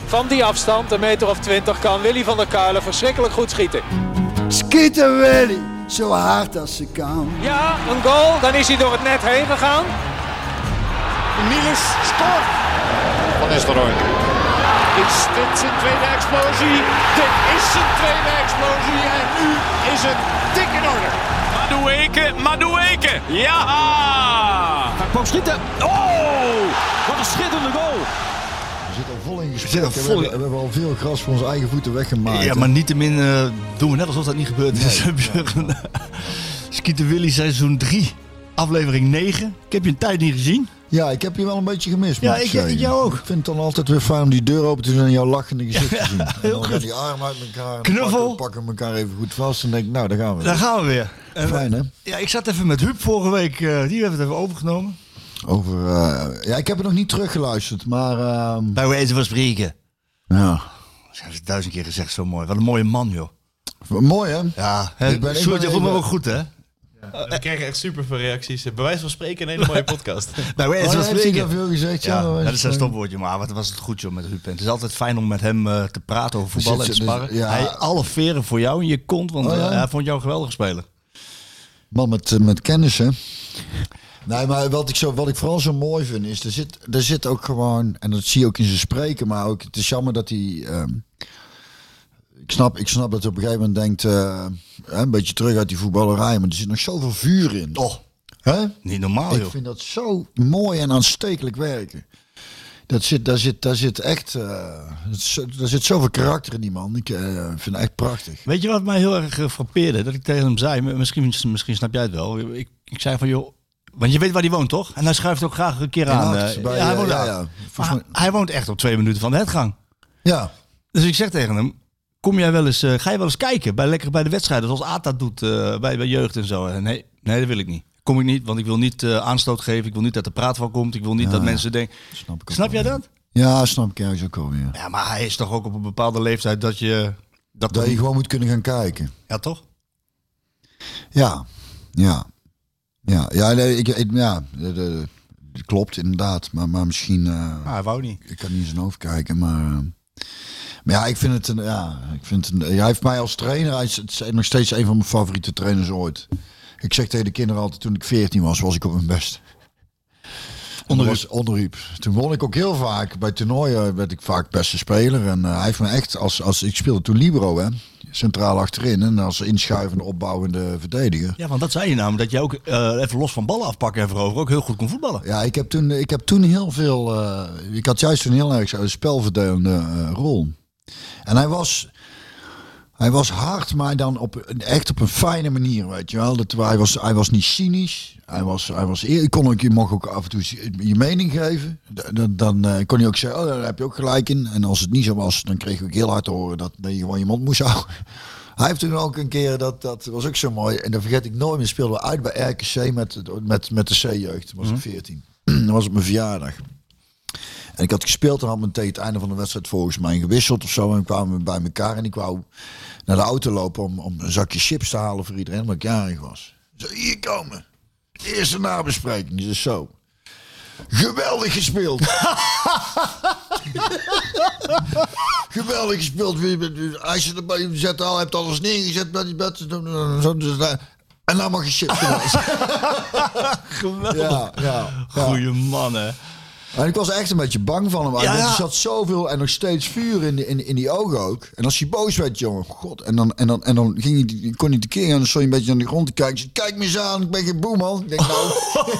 Van die afstand, een meter of 20, kan Willy van der Kuilen verschrikkelijk goed schieten. Schieten Willy, zo hard als ze kan. Ja, een goal, dan is hij door het net heen gegaan. Niels scoort. Van Nistelrooy. Is dit zijn tweede explosie? Dit is zijn tweede explosie en nu is het dik in orde. Madueke, ja! Hij kwam schieten. Oh, wat een schitterende goal. We zitten al vol in gesprek. We hebben al veel gras voor onze eigen voeten weggemaakt. Ja, maar niettemin doen we net alsof dat niet gebeurd is. Nee. Skieten Willy seizoen 3, aflevering 9. Ik heb je een tijd niet gezien. Ja, ik heb je wel een beetje gemist. Ja, ik jou ook. Ik vind het dan altijd weer fijn om die deur open te doen en jouw lachende gezicht te zien. Heel dan goed. gaan die armen uit elkaar. Knuffel. Pakken elkaar even goed vast en denk ik, nou, daar gaan we. Daar gaan we weer. Fijn, hè? Ja, ik zat even met Huub vorige week. Die heeft het even overgenomen. Ja, ik heb het nog niet teruggeluisterd, maar... Bij wijze van spreken. Ja. Dat heb ik 1000 keer gezegd, zo mooi. Wat een mooie man, joh. Mooi, hè? Ja, Sjoerd, je voelt me ook goed, hè? We kregen echt super veel reacties. Bij wijze van spreken een hele mooie podcast. Bij wijze van heeft hij spreken. daar veel gezegd? Ja, Ja, dat is een stopwoordje. Maar wat was het goed, joh, met Huub. En het is altijd fijn om met hem te praten over voetballen en te sparren. Ja. Hij alle veren voor jou in je kont, want hij vond jou een geweldige speler. Man met kennis, hè? Nee, maar wat ik vooral zo mooi vind is, er zit ook gewoon, en dat zie je ook in zijn spreken, maar ook, het is jammer dat hij, ik snap dat hij op een gegeven moment denkt, een beetje terug uit die voetballerij, maar er zit nog zoveel vuur in. Oh, hè? Niet normaal, joh. Ik vind dat zo mooi en aanstekelijk werken. Daar zit echt, daar zit zoveel karakter in die man. Ik vind het echt prachtig. Weet je wat mij heel erg frappeerde? Dat ik tegen hem zei, misschien snap jij het wel. Ik zei van, joh, want je weet waar hij woont, toch? En hij schuift ook graag een keer aan. Hij woont echt op 2 minuten van de uitgang. Ja. Dus ik zeg tegen hem, ga je wel eens kijken lekker bij de wedstrijden, zoals Ata doet bij jeugd en zo. En nee, dat wil ik niet. Kom ik niet, want ik wil niet aanstoot geven. Ik wil niet dat er praat van komt. Ik wil niet dat mensen denken... Snap jij dat? Ja, snap ik ergens ook alweer. Ja, maar hij is toch ook op een bepaalde leeftijd dat je... Dat je gewoon moet kunnen gaan kijken. Ja, toch? Ja. Klopt inderdaad. Maar misschien... hij wou niet. Ik kan niet in zijn hoofd kijken, maar ja, ik vind het hij heeft mij als trainer, hij is nog steeds een van mijn favoriete trainers ooit. Ik zeg tegen de kinderen altijd, toen ik 14 was ik op mijn best. Onderriep. Toen won ik ook heel vaak. Bij toernooien werd ik vaak beste speler. En hij heeft me echt, als ik speelde toen libero, hè, centraal achterin. En als inschuivende, opbouwende verdediger. Ja, want dat zei je namelijk, dat je ook even los van ballen afpakken en veroveren ook heel goed kon voetballen. Ja, ik heb toen heel veel... ik had juist een heel erg een spelverdelende rol. En hij was hard, maar dan echt op een fijne manier, weet je wel. Hij was niet cynisch. Je mocht ook af en toe je mening geven. Dan kon hij ook zeggen, daar heb je ook gelijk in. En als het niet zo was, dan kreeg ik heel hard te horen dat je gewoon je mond moest houden. Hij heeft toen ook een keer, dat was ook zo mooi. En dan vergeet ik nooit meer, speelden we uit bij RKC met de C-jeugd. Toen was ik 14. Dat was op mijn verjaardag. En ik had gespeeld en had me tegen het einde van de wedstrijd volgens mij gewisseld of zo. En kwamen we bij elkaar en ik wou naar de auto lopen om een zakje chips te halen voor iedereen, omdat ik jarig was. Zo, hier komen. Eerste nabespreking. Die is zo. Geweldig gespeeld. Geweldig gespeeld. Als je erbij zet al, hebt alles neergezet bij die bed. En dan mag je chips. Geweldig. Ja. Goeie man, hè. En ik was echt een beetje bang van hem. Er zat zoveel en nog steeds vuur in die ogen ook. En als hij boos werd, jongen, god. En dan kon hij tekeer en dan stond je een beetje naar de grond te kijken. Zei, kijk me eens aan, ik ben geen boeman. Ik denk nou...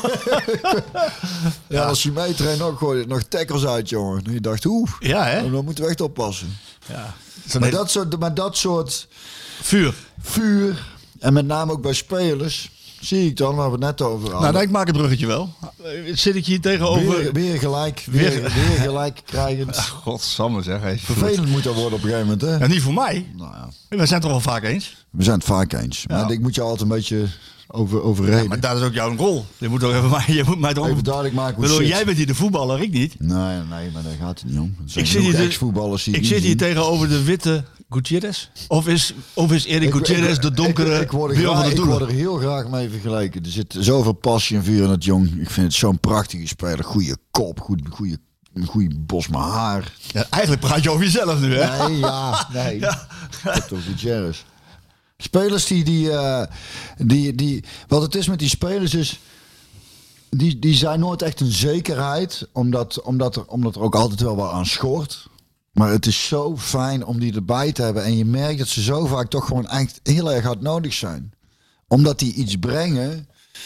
als hij meetraint ook gooide nog tackles uit, jongen. En je dacht, ja, hè? Dan moeten we echt oppassen. Ja. Maar dat soort... Vuur. En met name ook bij spelers... Zie ik dan, waar we het net over hadden. Nou, ik maak het bruggetje wel. Zit ik hier tegenover... Weer gelijk krijgend. Godsamme zeg. Hey. Vervelend moet dat worden op een gegeven moment, hè? Ja, niet voor mij. Nou ja. We zijn het toch al vaak eens? We zijn het vaak eens. Ja. Maar ik moet je altijd een beetje overreden. Ja, maar dat is ook jouw rol. Je moet mij toch even duidelijk maken hoe het zit. Jij bent hier de voetballer, ik niet. Nee, maar daar gaat het niet om. Ik zit hier tegenover de witte Gutierrez. Of is Erik Gutierrez de donkere ik word er heel graag mee vergeleken. Er zit zoveel passie en vuur in het jong. Ik vind het zo'n prachtige speler. Goeie kop, goede een goede bos met haar. Ja, eigenlijk praat je over jezelf nu, hè? Nee. Ik heb het over Gutierrez. Spelers die wat het is met die spelers is, die zijn nooit echt een zekerheid, omdat er ook altijd wel wat aan schort. Maar het is zo fijn om die erbij te hebben. En je merkt dat ze zo vaak toch gewoon echt heel erg hard nodig zijn. Omdat die iets brengen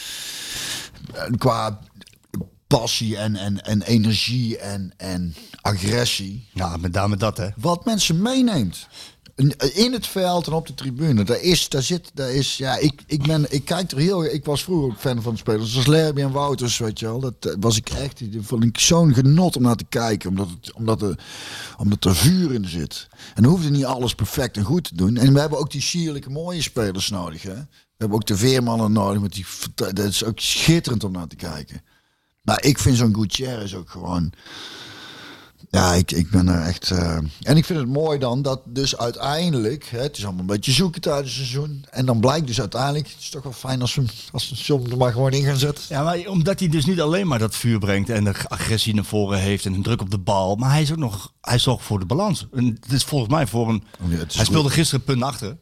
qua passie en energie en agressie. Ja, met name dat, hè? Wat mensen meeneemt. In het veld en op de tribune. Ik kijk er heel. Ik was vroeger ook fan van de spelers. Zoals Lerby en Wouters, weet je wel. Dat was ik echt. Dat vond ik zo'n genot om naar te kijken. Omdat er vuur in zit. En dan hoefde niet alles perfect en goed te doen. En we hebben ook die sierlijke mooie spelers nodig. Hè? We hebben ook de veermannen nodig. Dat is ook schitterend om naar te kijken. Maar ik vind zo'n Gutierrez ook gewoon. Ja, ik ben er echt... En ik vind het mooi dan dat dus uiteindelijk... het is allemaal een beetje zoeken tijdens het seizoen. En dan blijkt dus uiteindelijk... Het is toch wel fijn als we soms er maar gewoon in gaan zetten. Ja, maar omdat hij dus niet alleen maar dat vuur brengt... en de agressie naar voren heeft en een druk op de bal... maar hij is ook nog... Hij zorgt voor de balans. En het is volgens mij voor een... hij speelde gisteren punt achter.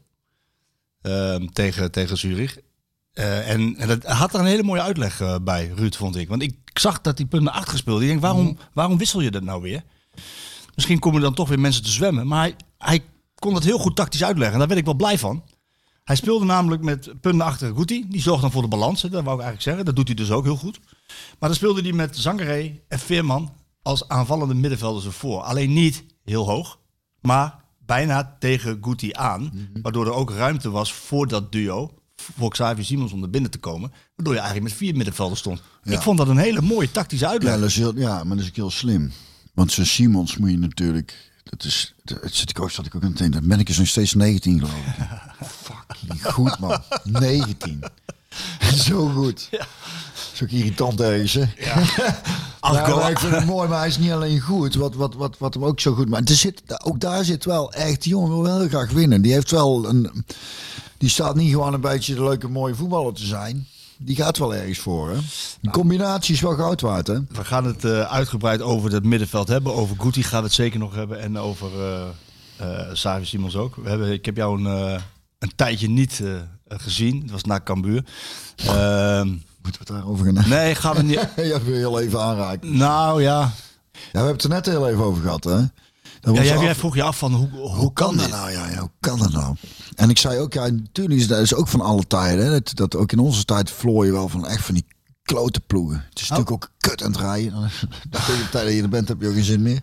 Tegen Zurich. En dat had er een hele mooie uitleg bij, Ruud, vond ik. Want ik zag dat die punten achter speelde. Ik denk, waarom wissel je dat nou weer? Misschien komen dan toch weer mensen te zwemmen. Maar hij kon dat heel goed tactisch uitleggen. En daar werd ik wel blij van. Hij speelde namelijk met punten achter Guti. Die zorgt dan voor de balans. Dat wou ik eigenlijk zeggen. Dat doet hij dus ook heel goed. Maar dan speelde hij met Zangaré en Veerman als aanvallende middenvelders ervoor. Alleen niet heel hoog. Maar bijna tegen Guti aan. Waardoor er ook ruimte was voor dat duo. Voor Xavier Simons om er binnen te komen. Waardoor je eigenlijk met 4 middenvelders stond. Ja. Ik vond dat een hele mooie tactische uitleg. Ja, maar dat is ook heel slim. Want zo'n Simons moet je natuurlijk... zat ik ook aan het denken. Dan ben ik dus nog steeds 19 geloof ik. Fucking goed man. 19. Zo goed. Ja. Dat is ook irritant ergens hè. Ja. Ik vind het mooi, maar hij is niet alleen goed. Wat hem ook zo goed maakt. Ook daar zit wel echt... Die jongen wil wel heel graag winnen. Die heeft wel een... Die staat niet gewoon een beetje de leuke mooie voetballer te zijn. Die gaat wel ergens voor. Hè? De combinatie is wel goud waard. Hè? We gaan het uitgebreid over het middenveld hebben. Over Guti gaan we het zeker nog hebben. En over Xavier Simons ook. Ik heb jou een tijdje niet gezien. Het was na Cambuur. Moeten we het daarover gaan? Nee, gaan we niet. Je wil heel even aanraken. Nou ja. Ja, we hebben het er net heel even over gehad. Hè? Jij vroeg je af van hoe kan dat nou? Ja, hoe kan dat nou? En ik zei ook, ja, natuurlijk is ook van alle tijden. Hè? Dat ook in onze tijd verloor je wel van echt van die klote ploegen. Het is natuurlijk ook kut aan het rijden. Tegen de tijd dat je er bent heb je ook geen zin meer.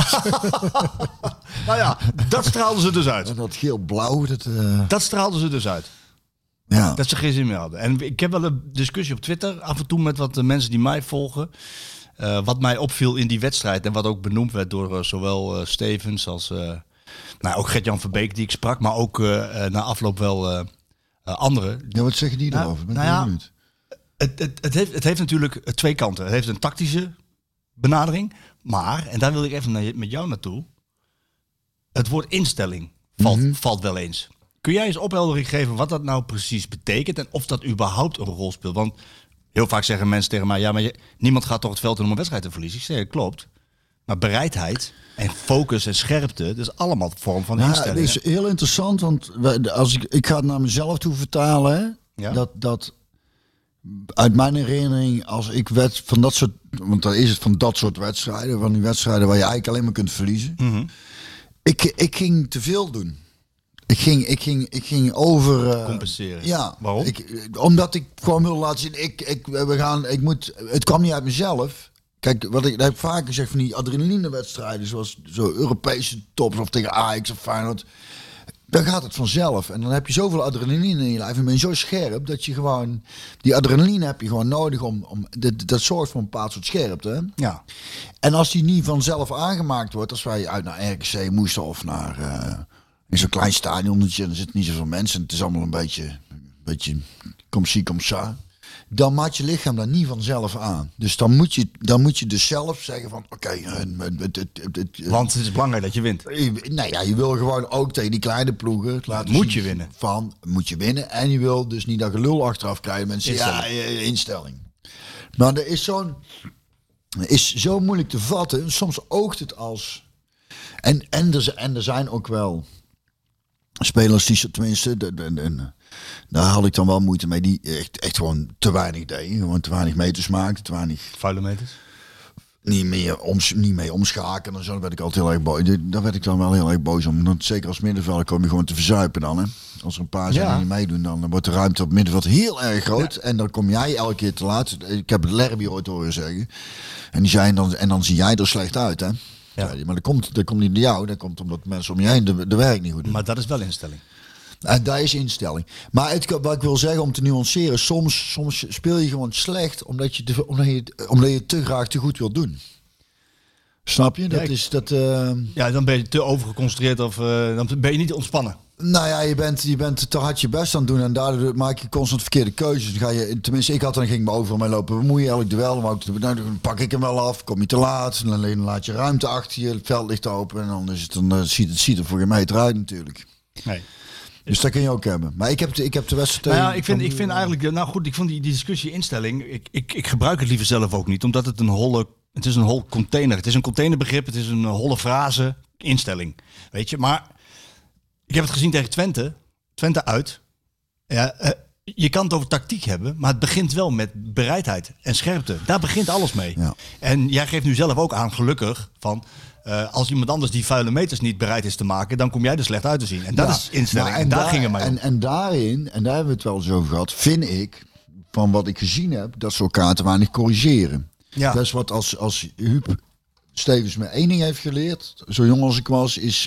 Nou ja, dat straalden ze dus uit. En dat geel-blauw. Dat straalden ze dus uit. Ja. Dat ze geen zin meer hadden. En ik heb wel een discussie op Twitter af en toe met wat mensen die mij volgen. Wat mij opviel in die wedstrijd en wat ook benoemd werd door zowel Stevens als ook Gert-Jan Verbeek die ik sprak, maar ook na afloop wel anderen. Ja, wat zeggen die erover? Het heeft natuurlijk 2 kanten. Het heeft een tactische benadering, maar, en daar wil ik even met jou naartoe, het woord instelling valt wel eens. Kun jij eens opheldering geven wat dat nou precies betekent en of dat überhaupt een rol speelt? Want heel vaak zeggen mensen tegen mij, ja, maar niemand gaat toch het veld in om een wedstrijd te verliezen. Ik zeg, dat klopt. Maar bereidheid en focus en scherpte, dat is allemaal vorm van instelling. Het is heel interessant, want als ik ga het naar mezelf toe vertalen, hè, ja? dat uit mijn herinnering, als ik van dat soort, want dan is het van dat soort wedstrijden, van die wedstrijden waar je eigenlijk alleen maar kunt verliezen. Mm-hmm. Ik ging te veel doen. Ik ging over... compenseren. Ja. Waarom? Omdat ik gewoon wil laten zien, het kwam niet uit mezelf. Kijk, dat heb ik vaker gezegd van die adrenalinewedstrijden, zoals zo Europese tops of tegen Ajax of Feyenoord. Dan gaat het vanzelf. En dan heb je zoveel adrenaline in je lijf en ben je zo scherp dat je gewoon... Die adrenaline heb je gewoon nodig om dat zorgt voor een bepaald soort scherpte. Hè? Ja. En als die niet vanzelf aangemaakt wordt, als wij uit naar RKC moesten of naar... in zo'n klein stadionnetje, er zitten niet zoveel mensen. Het is allemaal een beetje kom zie, kom sa. Dan maakt je lichaam daar niet vanzelf aan. Dus dan moet je dus zelf zeggen van oké. Want het is belangrijk dat je wint. Nou ja, je wil gewoon ook tegen die kleine ploegen laten moet je winnen. Moet je winnen. En je wil dus niet dat gelul achteraf krijgen. Mensen instelling. Maar er is zo'n... is zo moeilijk te vatten. Soms oogt het als... En er zijn ook wel spelers die, tenminste, daar had ik dan wel moeite mee, die echt gewoon te weinig deden. Gewoon te weinig meters maakten, te weinig... Vuile meters. Niet mee omschakelen en zo. Daar werd ik altijd heel erg boos. Daar werd ik dan wel heel erg boos om. Want zeker als middenvelder kom je gewoon te verzuipen dan. Hè? Als er een paar zijn die niet meedoen, dan wordt de ruimte op het middenveld heel erg groot. Ja. En dan kom jij elke keer te laat. Ik heb het Lerby ooit horen zeggen. En die zei dan zie jij er slecht uit. Hè? Ja. Maar dat komt niet door jou. Dat komt omdat mensen om je heen de werk niet goed doen. Maar dat is wel instelling. En dat is instelling. Maar wat ik wil zeggen om te nuanceren. Soms speel je gewoon slecht omdat je te graag te goed wilt doen. Snap je? Ja, dan ben je te overgeconcentreerd of dan ben je niet ontspannen. Nou ja, je bent te hard je best aan het doen en daardoor maak je constant verkeerde keuzes. Dan ga je, tenminste, dan ging ik me overal mee lopen bemoeien. Elk duel, dan pak ik hem wel af, kom je te laat. Dan laat je ruimte achter je, het veld ligt open en dan ziet het voor geen meter uit natuurlijk. Nee. Dus dat kun je ook hebben. Maar ik heb de wedstrijd... Nou ja, ik vind eigenlijk... Nou goed, ik vond die discussie instelling... Ik gebruik het liever zelf ook niet. Omdat het het is een hol container. Het is een containerbegrip. Het is een holle frase. Instelling. Weet je, maar... Ik heb het gezien tegen Twente. Twente uit. Ja, je kan het over tactiek hebben. Maar het begint wel met bereidheid en scherpte. Daar begint alles mee. Ja. En jij geeft nu zelf ook aan, gelukkig, van... als iemand anders die vuile meters niet bereid is te maken, dan kom jij er slecht uit te zien. En dat is instelling. En daar gingen mij om. En daarin, en daar hebben we het wel eens over gehad, vind ik, van wat ik gezien heb, dat ze elkaar te weinig corrigeren. Ja. Dat is wat als Huub Stevens me één ding heeft geleerd, zo jong als ik was, is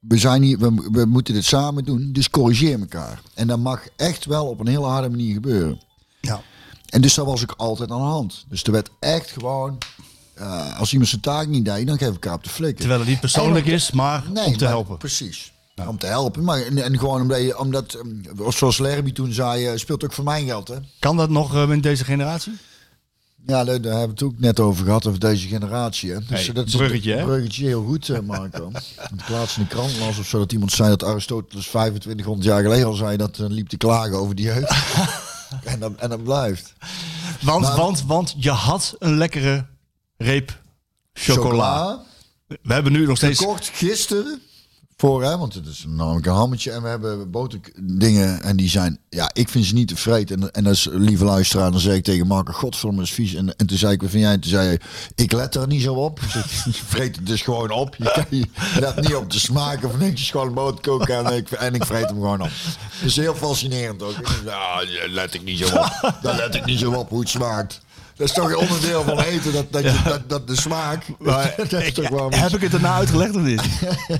we moeten dit samen doen, dus corrigeer elkaar. En dat mag echt wel op een hele harde manier gebeuren. Ja. En dus dat was ik altijd aan de hand. Dus er werd echt gewoon... als iemand zijn taak niet deed, dan geef ik elkaar op de flikker. Terwijl het niet persoonlijk is, maar om te helpen. Precies. Ja. Om te helpen. Maar, en gewoon omdat zoals Lerby toen zei, speelt ook voor mijn geld. Hè? Kan dat nog in deze generatie? Ja, daar hebben we het ook net over gehad, over deze generatie. Hè? Dus hey, dat is bruggetje, een bruggetje heel goed, Marco. Het laatst in de krant las of zo dat iemand zei dat Aristoteles 2500 jaar geleden al zei dat liep te klagen over die jeugd. en dat blijft. Want je had een lekkere reep chocola. We hebben nu nog steeds... Gekocht gisteren voor, hè, want het is namelijk een hammetje. En we hebben boterdingen en die zijn... Ja, ik vind ze niet te vreten. En dat is, lieve luisteraar, dan zei ik tegen Marco, godverdomme, is vies. En toen zei ik, wat vind jij? En toen zei hij, ik let er niet zo op. Je vreet het dus gewoon op. Je let niet op de smaak of netjes gewoon boter koken en ik vreet hem gewoon op. Dat is heel fascinerend ook. Ja, let ik niet zo op. Daar let ik niet zo op hoe het smaakt. Dat is toch een onderdeel van eten, dat de smaak... Maar, heb ik het erna uitgelegd of niet?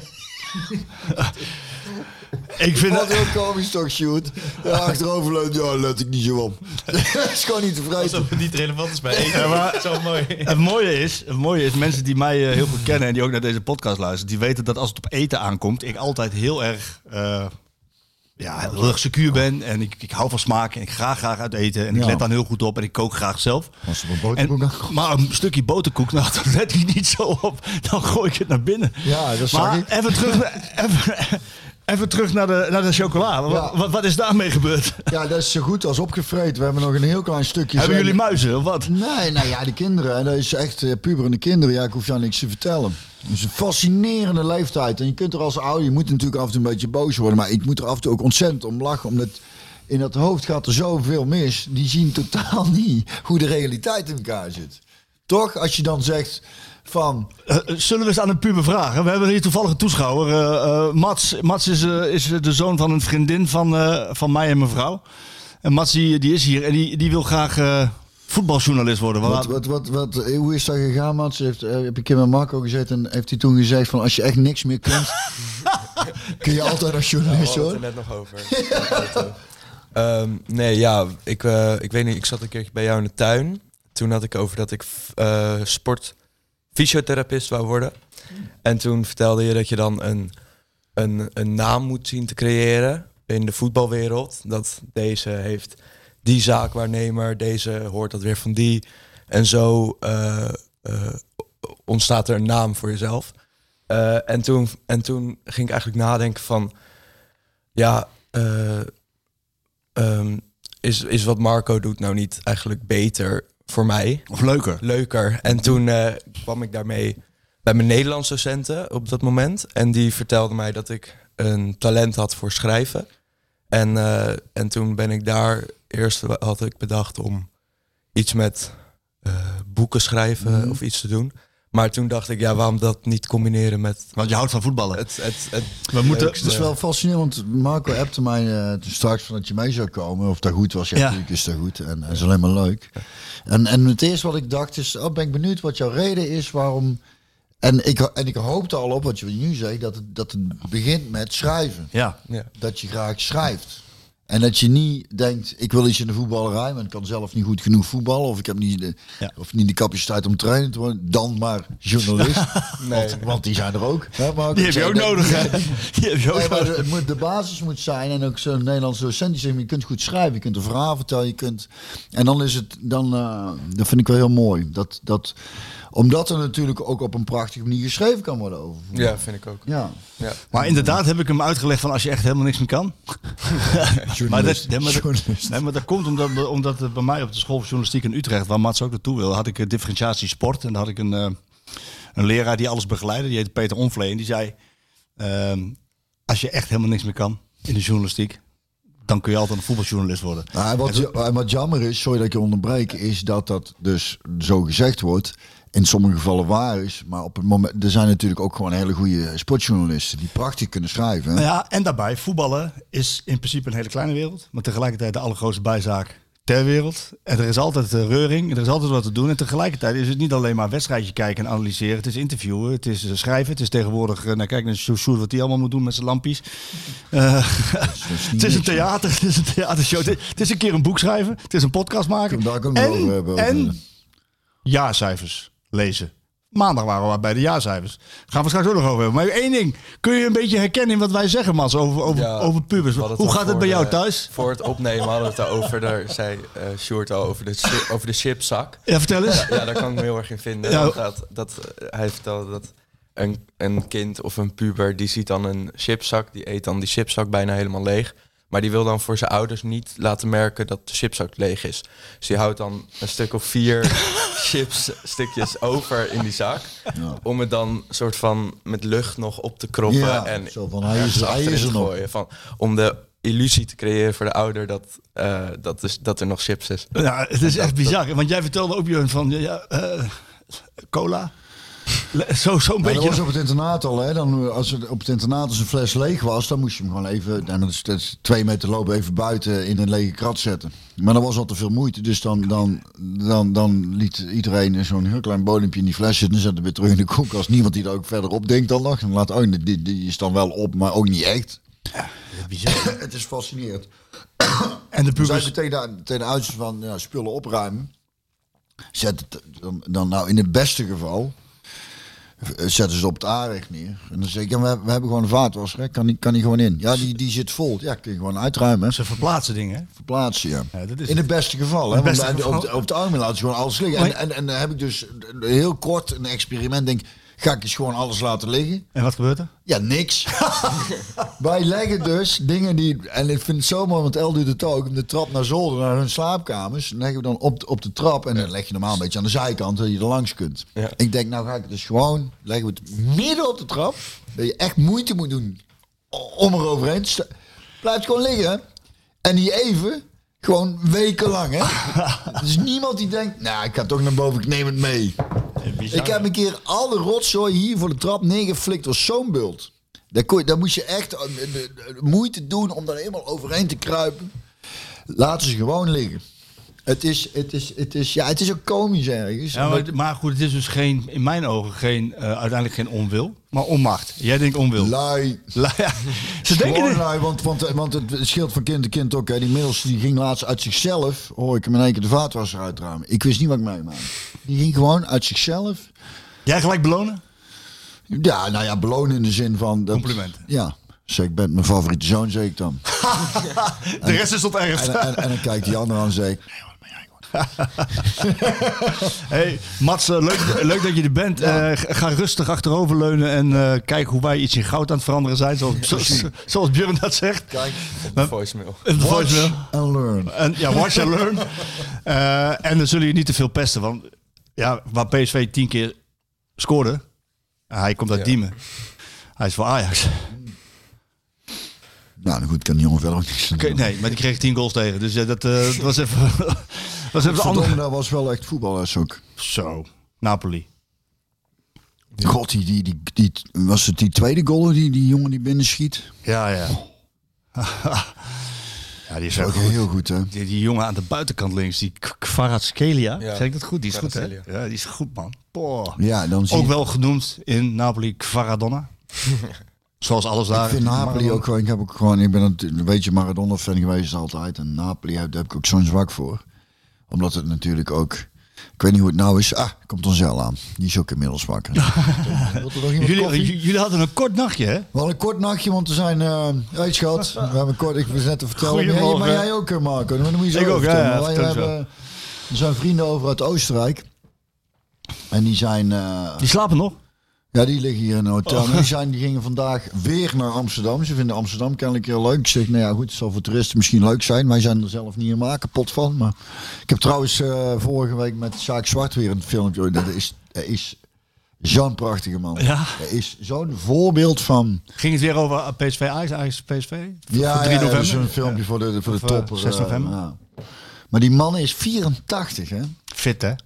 Ik vind dat heel komisch toch, Sjoerd. Ja, achteroverleunt, ja, let ik niet zo op. Dat is gewoon niet te vreten. Alsof het niet relevant is bij eten. Ja, maar zo mooi. Het mooie is, mensen die mij heel goed kennen en die ook naar deze podcast luisteren, die weten dat als het op eten aankomt, ik altijd heel erg... heel erg secuur ben en ik hou van smaak en ik ga graag uit eten en ik let dan heel goed op en ik kook graag zelf. Als er een boterkoek maar een stukje boterkoek, nou, dan let ik niet zo op. Dan gooi ik het naar binnen. Ja, dat zag ik. Even terug naar de chocola. Ja. Wat is daarmee gebeurd? Ja, dat is zo goed als opgevreten. We hebben nog een heel klein stukje. Hebben jullie muizen of wat? Nee, nou ja, die kinderen. Dat is echt puberende kinderen. Ja, ik hoef jou niks te vertellen. Het is een fascinerende leeftijd. En je kunt er als ouder, je moet natuurlijk af en toe een beetje boos worden. Maar ik moet er af en toe ook ontzettend om lachen. Omdat in dat hoofd gaat er zoveel mis. Die zien totaal niet hoe de realiteit in elkaar zit. Toch? Als je dan zegt... zullen we eens aan een puber vragen? We hebben hier toevallig een toeschouwer. Mats is de zoon van een vriendin van mij en mijn vrouw. En Mats die is hier en die wil graag voetbaljournalist worden. Hoe is dat gegaan, Mats? Heb ik een keer met Marco gezeten en heeft hij toen gezegd van als je echt niks meer kunt, kun je altijd als journalist hoor. We hadden het er net nog over. Ik weet niet, ik zat een keertje bij jou in de tuin. Toen had ik over dat ik fysiotherapeut wou worden. En toen vertelde je dat je dan een naam moet zien te creëren in de voetbalwereld. Dat deze heeft die zaakwaarnemer, deze hoort dat weer van die. En zo ontstaat er een naam voor jezelf. En toen ging ik eigenlijk nadenken van... Ja, is wat Marco doet nou niet eigenlijk beter voor mij. Of leuker. Leuker. En toen kwam ik daarmee bij mijn Nederlands docenten op dat moment. En die vertelde mij dat ik een talent had voor schrijven. En toen ben ik daar... Eerst had ik bedacht om iets met boeken schrijven of iets te doen. Maar toen dacht ik, waarom dat niet combineren met... Want je houdt van voetballen. Het is wel fascinerend, want Marco appte mij straks van dat je mee zou komen. Of dat goed was, natuurlijk is dat goed. En dat is alleen maar leuk. En het eerste wat ik dacht is, ben ik benieuwd wat jouw reden is waarom... En ik hoopte al op wat je nu zegt, dat het begint met schrijven. Ja. Dat je graag schrijft. En dat je niet denkt, ik wil iets in de voetballerij, maar ik kan zelf niet goed genoeg voetballen. Of ik heb niet de capaciteit om trainer te worden. Dan maar journalist. Want die zijn er ook. Hè, maar die heb je ook nodig. De basis moet zijn. En ook zo'n Nederlandse docent die zegt, je kunt goed schrijven. Je kunt een verhaal vertellen. En dan is het, dat vind ik wel heel mooi. Omdat er natuurlijk ook op een prachtige manier geschreven kan worden over voetbal. Ja, vind ik ook. Ja. Maar inderdaad heb ik hem uitgelegd van als je echt helemaal niks meer kan. Maar dat komt omdat het bij mij op de school voor journalistiek in Utrecht, waar Mats ook naartoe wil, had ik differentiatie sport. En daar had ik een leraar die alles begeleidde. Die heette Peter Onvlee. En die zei, als je echt helemaal niks meer kan in de journalistiek, dan kun je altijd een voetbaljournalist worden. Wat jammer is, sorry dat ik je onderbreek, is dat dus zo gezegd wordt. In sommige gevallen waar is, maar op het moment, er zijn natuurlijk ook gewoon hele goede sportjournalisten die prachtig kunnen schrijven. Hè? Ja, en daarbij, voetballen is in principe een hele kleine wereld, maar tegelijkertijd de allergrootste bijzaak ter wereld. En er is altijd reuring, er is altijd wat te doen. En tegelijkertijd is het niet alleen maar wedstrijdje kijken en analyseren. Het is interviewen, het is schrijven, het is tegenwoordig... kijk naar Sjoerd wat hij allemaal moet doen met zijn lampjes. Het is een theater, het is een theatershow. Het is een keer een boek schrijven, het is een podcast maken. Daar ook nog over hebben. En jaarcijfers lezen. Maandag waren we bij de jaarcijfers. Gaan we straks ook nog over hebben. Maar één ding. Kun je een beetje herkennen in wat wij zeggen, Mats, over pubers? Hoe gaat het bij jou thuis? Voor het opnemen hadden we het daarover. Daar zei Sjoerd al over de chipzak. Ja, vertel eens. Ja, daar kan ik me heel erg in vinden. Ja. Hij vertelde dat een kind of een puber, die ziet dan een chipzak. Die eet dan die chipzak bijna helemaal leeg. Maar die wil dan voor zijn ouders niet laten merken dat de chipzak leeg is. Dus die houdt dan een stuk of 4 chipsstukjes over in die zak. Ja. Om het dan soort van met lucht nog op te kroppen. En zo van, hij is er gooien. Om de illusie te creëren voor de ouder dat er nog chips is. Ja, het is echt bizar. Want jij vertelde ook van cola. Zo'n beetje. Dat was op het internaat al, hè? Dan, als het op het internaat als een fles leeg was, dan moest je hem gewoon even, dan is 2 meter lopen, even buiten in een lege krat zetten. Maar dat was al te veel moeite, dus dan liet iedereen zo'n heel klein bodempje in die fles zitten en zette weer terug in de koelkast. Niemand die er ook verder op denkt dan nog. En laat die is dan wel op, maar ook niet echt. Ja, bizar. Het is fascinerend. En de pubers zei tegen de ouders van spullen opruimen. Zet het dan nou in het beste geval. Zetten ze op het aanrecht neer. En dan zeg ik, we hebben gewoon een vaatwasser. Kan die gewoon in? Ja, die zit vol. Ja, kun je gewoon uitruimen. Ze verplaatsen dingen, hè? Verplaatsen, ja. Dat is in het beste geval. Hè? Want op de armen laten ze gewoon alles liggen. En dan heb ik dus heel kort een experiment. Denk, ga ik eens gewoon alles laten liggen. En wat gebeurt er? Ja, niks. Wij leggen dus dingen die... En ik vind het zo mooi, want El doet het ook. De trap naar zolder, naar hun slaapkamers. Dan leggen we dan op de trap. En dan leg je normaal een beetje aan de zijkant, dat je er langs kunt. Ja. Ik denk, nou ga ik het dus gewoon... Leggen we het midden op de trap. Dat je echt moeite moet doen om er overheen te staan. Blijft gewoon liggen. En die even... Gewoon wekenlang, hè? Dus niemand die denkt, nou, ik ga toch naar boven, ik neem het mee. Ik heb een keer al de rotzooi hier voor de trap neergeflikt door zo'n bult. Daar moest je echt moeite doen om daar helemaal overheen te kruipen. Laten ze gewoon liggen. Het is ook komisch ergens. Ja, maar goed, het is dus in mijn ogen uiteindelijk geen onwil, maar onmacht. Jij denkt onwil. Lui. Ja. Ze denken gewoon lui, want het scheelt van kind tot kind ook. Hè. Die middels die ging laatst uit zichzelf, hoor ik hem in één keer de vaatwasser uitruimen. Ik wist niet wat ik meemaakte. Die ging gewoon uit zichzelf. Jij gelijk belonen? Ja, nou ja, belonen in de zin van... Complimenten. Ja. Zeg, ik ben mijn favoriete zoon, zeg ik dan. De rest is tot erg. En dan kijkt die andere aan en zeg Hey, Mats, leuk dat je er bent. Ga rustig achteroverleunen en kijk hoe wij iets in goud aan het veranderen zijn. Zoals Björn dat zegt. Kijk, De voicemail. watch and learn. Watch and learn. En dan zullen je niet te veel pesten. Want ja, waar PSV 10 keer scoorde, hij komt uit Diemen. Hij is voor Ajax. Nou, goed, kan die jongen verder ook niks aan doen. Nee, maar die kreeg 10 goals tegen. Dus dat was even... Verdomme, dat was wel echt voetballers ook. Zo, Napoli. God, die was het die tweede goal, die jongen die binnenschiet? Ja. Ja, die is Dat is ook heel goed, hè? Die jongen aan de buitenkant links, die Kvaratskhelia. Ja. Zeg ik dat goed? Die is goed, hè? Kvaratskhelia. Ja, die is goed, man. Boah. Ja, dan zie Ook je... wel genoemd in Napoli Kvaradonna. Zoals alles daar. Ik vind Napoli ook gewoon... Ik ben een beetje Maradona-fan geweest altijd. En Napoli daar heb ik ook zo'n zwak voor. Omdat het natuurlijk ook... Ik weet niet hoe het nou is. Komt ons wel aan. Die is ook inmiddels wakker. Wilt er nog iemand koffie? Jullie hadden een kort nachtje, hè? Wel een kort nachtje, want er zijn... Hey schat, we hebben kort... Ik was net te vertellen. Goedemorgen. Maar jij ook, Marco. Maar dan moet je zo Ik ook, vertellen. ja, Wij vertel hebben... Er zijn vrienden over uit Oostenrijk. En die zijn... Die slapen nog? Ja, die liggen hier in een hotel. Die gingen vandaag weer naar Amsterdam. Ze vinden Amsterdam kennelijk heel leuk. Ik zeg, nou ja, goed, het zal voor toeristen misschien leuk zijn. Wij zijn er zelf niet helemaal kapot van. Maar ik heb trouwens vorige week met Sjaak Zwart weer een filmpje. Dat is zo'n prachtige man. Ja. Dat is zo'n voorbeeld van... Ging het weer over PSV, Ajax PSV? Ja, voor 3 november? dat is een filmpje voor de topper. 6 november. Ja. Maar die man is 84, hè? Fit, hè?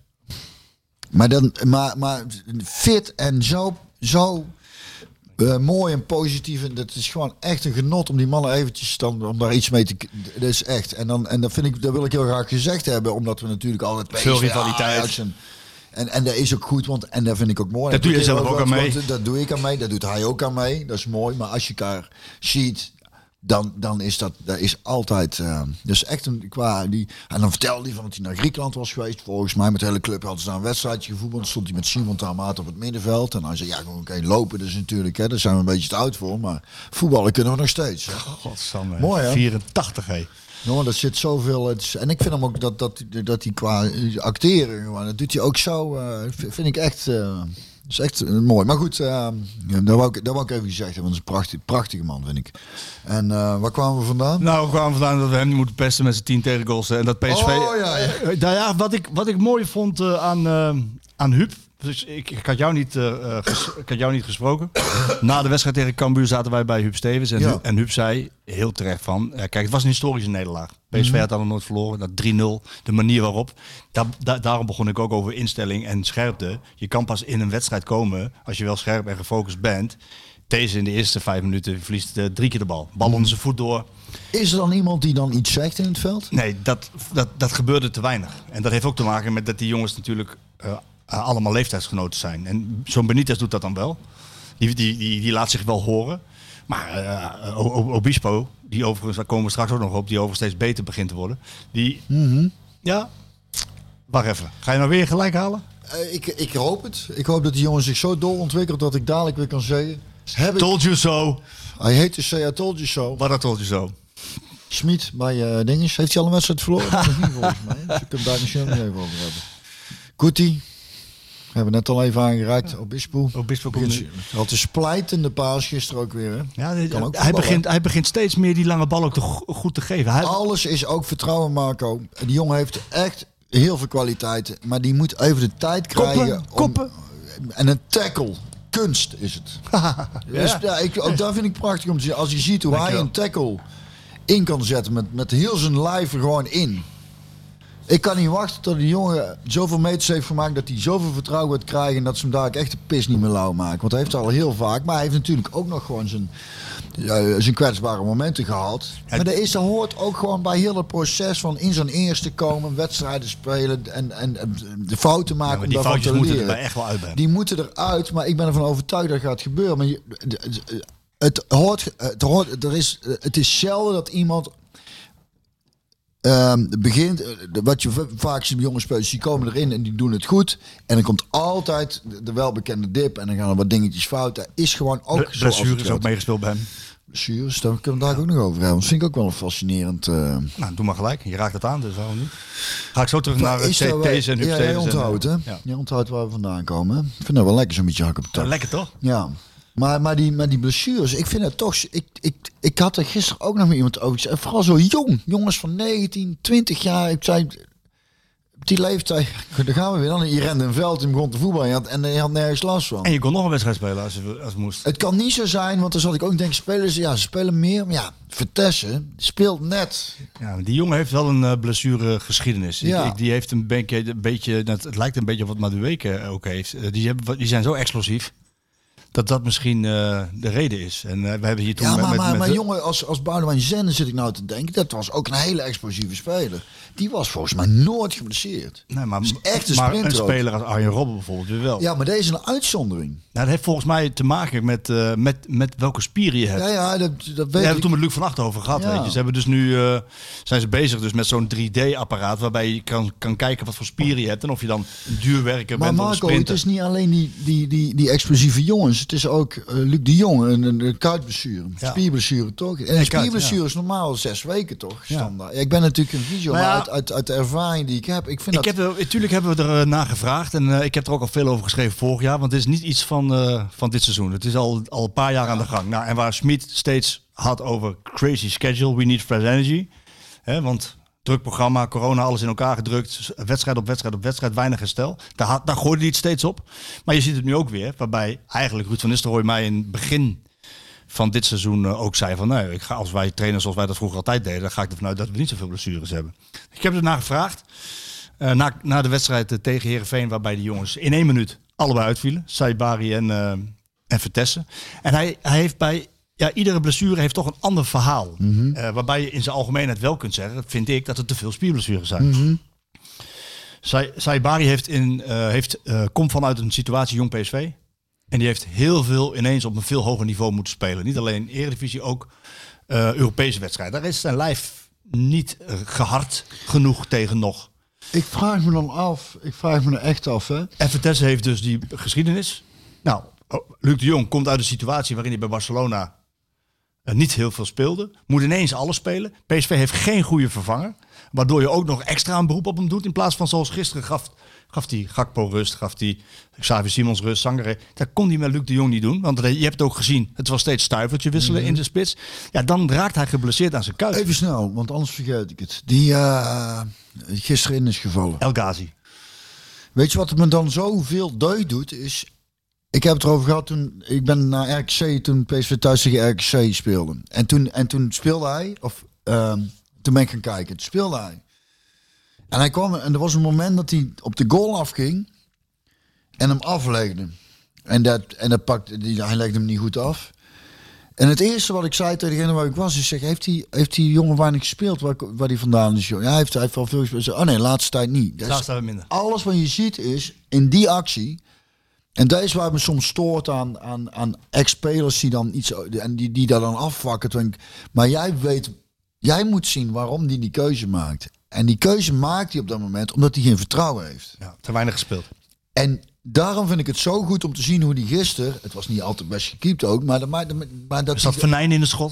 Maar fit en zo mooi en positief. En dat is gewoon echt een genot om die mannen eventjes om daar iets mee te... Dat is echt. En dat vind ik, dat wil ik heel graag gezegd hebben. Omdat we natuurlijk altijd... Veel rivaliteit. En dat is ook goed, en dat vind ik ook mooi. Dat doe je zelf ook aan mee. Dat doe ik aan mee, dat doet hij ook aan mee. Dat is mooi. Maar als je elkaar ziet... Dan is dat is altijd... dus echt een... En dan vertelde hij van dat hij naar Griekenland was geweest. Volgens mij met de hele club hadden ze daar een wedstrijdje gevoetbald. Dan stond hij met Simon Taamaat op het middenveld. En hij zei, ja, gewoon oké, lopen dus natuurlijk. Hè, daar zijn we een beetje te oud voor. Maar voetballen kunnen we nog steeds. Godsamme. Mooi, hè? 84, hè? Jongen, dat zit zoveel... En ik vind hem ook dat hij qua acteren... Gewoon, dat doet hij ook zo... vind ik echt... Dat is echt mooi. Maar goed, dat wou ik even gezegd hebben. Dat is een prachtige man, vind ik. En waar kwamen we vandaan? Nou, we kwamen vandaan dat we hem niet moeten pesten met zijn 10 tegengoals. En dat PSV... Oh, ja. Nou ja, wat ik mooi vond aan Huub... Dus ik had jou niet gesproken. Na de wedstrijd tegen Cambuur zaten wij bij Huub Stevens. En Huub zei heel terecht van... kijk, het was een historische nederlaag. PSV had dan nooit verloren. Dat 3-0, de manier waarop. Daarom begon ik ook over instelling en scherpte. Je kan pas in een wedstrijd komen als je wel scherp en gefocust bent. Deze in de eerste 5 minuten verliest 3 keer de bal. Bal onder zijn voet door. Is er dan iemand die dan iets zegt in het veld? Nee, dat gebeurde te weinig. En dat heeft ook te maken met dat die jongens natuurlijk... allemaal leeftijdsgenoten zijn. En zo'n Benitez doet dat dan wel. Die laat zich wel horen. Maar Obispo, die overigens, daar komen we straks ook nog op, die overigens steeds beter begint te worden. Ja, wacht even. Ga je nou weer gelijk halen? Ik hoop het. Ik hoop dat die jongen zich zo doorontwikkelt dat ik dadelijk weer kan zeggen... Told you so. I hate to say I told you so. Wat told you so? Schmid bij dinges. Heeft hij al een wedstrijd verloren? Nog niet volgens mij. Dus ik kan daar misschien ook nog even over hebben. Kuti. We hebben net al even aangereikt. Obispo had een splijtende paas gisteren ook weer. Hè? Ja, hij begint steeds meer die lange bal ook goed te geven. Alles is ook vertrouwen, Marco. Die jongen heeft echt heel veel kwaliteiten. Maar die moet even de tijd krijgen. Koppen. En een tackle. Kunst is het. Dus, ook daar vind ik prachtig om te zien. Als je ziet hoe hij een tackle in kan zetten. Met heel zijn lijf er gewoon in. Ik kan niet wachten tot die jongen zoveel meters heeft gemaakt... dat hij zoveel vertrouwen gaat krijgen... en dat ze hem daar echt de pis niet meer lauw maken. Want hij heeft het al heel vaak. Maar hij heeft natuurlijk ook nog gewoon zijn kwetsbare momenten gehad. Maar dat hoort ook gewoon bij heel het proces... van in zo'n eerste komen, wedstrijden spelen... en de fouten maken om daarvan te leren. Die foutjes moeten er echt wel uit. Die moeten eruit, maar ik ben ervan overtuigd dat gaat gebeuren. Maar het is zelden dat iemand... begint, wat je vaak ziet bij jonge spelers, die komen erin en die doen het goed. En dan komt altijd de welbekende dip en dan gaan er wat dingetjes fout. Dat is gewoon ook zo. Blessure is ook meegespeeld bij hem. Blessures, daar kunnen we daar ook nog over hebben. Dat vind ik ook wel een fascinerend. Nou, doe maar gelijk. Je raakt het aan, dus waarom niet? Ga ik zo terug naar is dat TT's en ja, Hupsteders. jij onthoudt, hè? Ja. Je onthoudt waar we vandaan komen. Ik vind dat wel lekker, zo'n beetje hak op de tak. Lekker toch? Ja. Maar die blessures, ik vind het toch... Ik had er gisteren ook nog met iemand over gezegd. Vooral zo jong. Jongens van 19, 20 jaar. Ik zei... Op die leeftijd... Daar gaan we weer dan. Je rende een veld en begon te voetballen. En je had nergens last van. En je kon nog een wedstrijd spelen als het moest. Het kan niet zo zijn, want dan zat ik ook denken... Ze spelen meer. Maar ja, Vitesse speelt net. Ja, die jongen heeft wel een blessuregeschiedenis. Ja. Die heeft een beetje... Het lijkt een beetje op wat Madueke ook heeft. Die zijn zo explosief. Dat misschien de reden is. En we hebben hier toen maar jongen, als Boudewijn Zende zit ik nou te denken... dat was ook een hele explosieve speler. Die was volgens mij nooit geblesseerd. Nee, maar, dus echt een maar sprinter een speler als Arjen Robben bijvoorbeeld weer wel. Ja, maar deze is een uitzondering. Nou, dat heeft volgens mij te maken met welke spieren je hebt. Ja, dat weet ik. We hebben het toen met Luc van Acht over gehad. Ja. Weet je. Ze hebben dus nu zijn ze bezig dus met zo'n 3D-apparaat... waarbij je kan kijken wat voor spieren je hebt... en of je dan een duurwerker Maar bent of een Marco, sprinter. het is niet alleen die explosieve jongens. Het is ook Luc de Jong, een kuitblessure. Ja. Spierblessure, toch? En een spierblessure is normaal 6 weken, toch? Standaard. Ja. Ik ben natuurlijk een visio, maar uit de ervaring die ik heb. Natuurlijk hebben we er naar gevraagd. En ik heb er ook al veel over geschreven vorig jaar. Want het is niet iets van dit seizoen. Het is al een paar jaar aan de gang. Nou, en waar Smit steeds had over crazy schedule, we need fresh energy. Want druk programma, corona, alles in elkaar gedrukt. Wedstrijd op wedstrijd op wedstrijd, weinig herstel. Daar gooide hij het steeds op. Maar je ziet het nu ook weer. Waarbij eigenlijk Ruud van Nistelrooy mij in het begin van dit seizoen ook zei van... nee, als wij trainen zoals wij dat vroeger altijd deden... dan ga ik ervan uit dat we niet zoveel blessures hebben. Ik heb er naar gevraagd. Na de wedstrijd tegen Heerenveen... waarbij de jongens in 1 minuut allebei uitvielen. Saibari en Vitesse. En hij heeft bij... Ja, iedere blessure heeft toch een ander verhaal. Mm-hmm. Waarbij je in zijn algemeenheid wel kunt zeggen... vind ik dat het te veel spierblessures zijn. Mm-hmm. Saibari komt vanuit een situatie jong PSV... En die heeft heel veel ineens op een veel hoger niveau moeten spelen. Niet alleen Eredivisie, ook Europese wedstrijden. Daar is zijn lijf niet gehard genoeg tegen nog. Ik vraag me dan af. Ik vraag me er echt af. Hè? En Vitesse heeft dus die geschiedenis. Nou, Luc de Jong komt uit een situatie waarin hij bij Barcelona niet heel veel speelde. Moet ineens alles spelen. PSV heeft geen goede vervanger. Waardoor je ook nog extra een beroep op hem doet. In plaats van zoals gisteren gaf hij Gakpo rust, gaf hij Xavi Simons rust, Sangaré. Dat kon hij met Luc de Jong niet doen. Want je hebt het ook gezien. Het was steeds stuivertje wisselen in de spits. Ja, dan raakt hij geblesseerd aan zijn kuit. Even snel, want anders vergeet ik het. Die gisteren in is gevallen. El Ghazi. Weet je wat het me dan zoveel deugd doet? Is, ik heb het erover gehad toen ik ben naar RKC, toen PSV thuis tegen RKC speelde. En toen speelde hij, toen ben ik gaan kijken. Toen speelde hij. En hij kwam, en er was een moment dat hij op de goal afging en hem aflegde. En hij legde hem niet goed af. En het eerste wat ik zei tegen degene waar ik was, is zeg, heeft die jongen weinig gespeeld waar hij vandaan is? Ja, hij heeft wel veel gespeeld. Oh nee, laatste tijd niet. Laatste tijd minder. Alles wat je ziet is, in die actie, en dat is waar me soms stoort aan ex-spelers die dan iets, en die daar dan afwakken. Maar jij moet zien waarom die keuze maakt. En die keuze maakt hij op dat moment omdat hij geen vertrouwen heeft. Ja, te weinig gespeeld. En daarom vind ik het zo goed om te zien hoe die gisteren... Het was niet altijd best gekiept ook, maar dat... Is dat Venijn in de schot?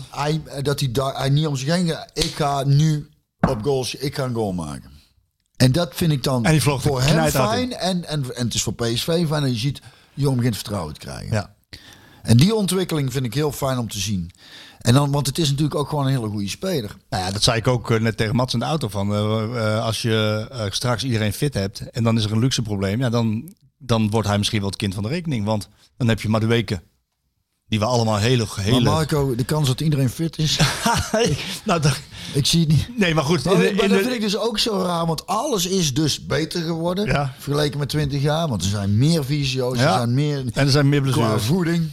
Hij niet om zich heen gaat. Ik ga nu op goals, ik ga een goal maken. En dat vind ik dan voor hem fijn. En het is voor PSV fijn. En je ziet, die jongen begint vertrouwen te krijgen. Ja. En die ontwikkeling vind ik heel fijn om te zien. En dan, want het is natuurlijk ook gewoon een hele goede speler. Nou ja, dat zei ik ook net tegen Mats in de auto van. Als je straks iedereen fit hebt en dan is er een luxe probleem, ja, dan wordt hij misschien wel het kind van de rekening. Want dan heb je Madueke, die we allemaal hele... Maar Marco, de kans dat iedereen fit is... ik zie het niet. Nee, maar goed. Maar dat vind ik dus ook zo raar. Want alles is dus beter geworden. Vergeleken met 20 jaar. Want er zijn meer visio's. Ja. Er zijn meer blessures. Qua voeding.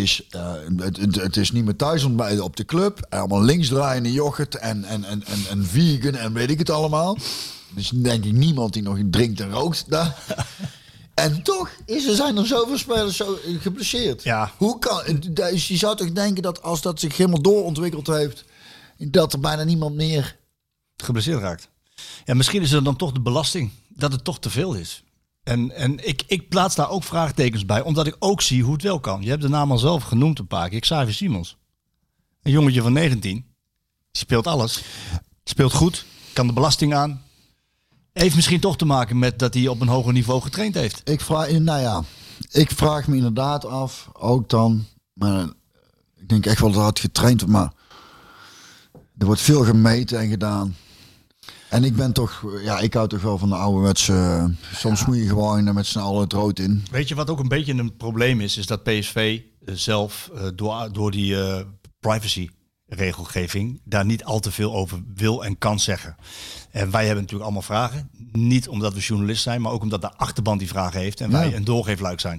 Het is niet meer thuis op de club. Allemaal linksdraaiende yoghurt. En vegan. En weet ik het allemaal. Dus denk ik niemand die nog drinkt en rookt daar. En toch zijn er zoveel spelers zo geblesseerd. Ja. Hoe kan? Dus je zou toch denken dat als dat zich helemaal doorontwikkeld heeft, dat er bijna niemand meer geblesseerd raakt. Ja, misschien is het dan toch de belasting. Dat het toch te veel is. En ik plaats daar ook vraagtekens bij. Omdat ik ook zie hoe het wel kan. Je hebt de naam al zelf genoemd een paar keer. Xavier Simons. Een jongetje van 19. Die speelt alles. Speelt goed. Kan de belasting aan. Heeft misschien toch te maken met dat hij op een hoger niveau getraind heeft. Ik vraag me inderdaad af. Ook dan. Maar ik denk echt wel dat het getraind wordt. Maar er wordt veel gemeten en gedaan. En ik ben toch, ik hou toch wel van de ouderwetse. Soms moet je gewoon met z'n allen het rood in. Weet je wat ook een beetje een probleem is? Is dat PSV zelf door die privacy-regelgeving daar niet al te veel over wil en kan zeggen. En wij hebben natuurlijk allemaal vragen. Niet omdat we journalist zijn, maar ook omdat de achterban die vragen heeft. En wij een doorgeefluik zijn.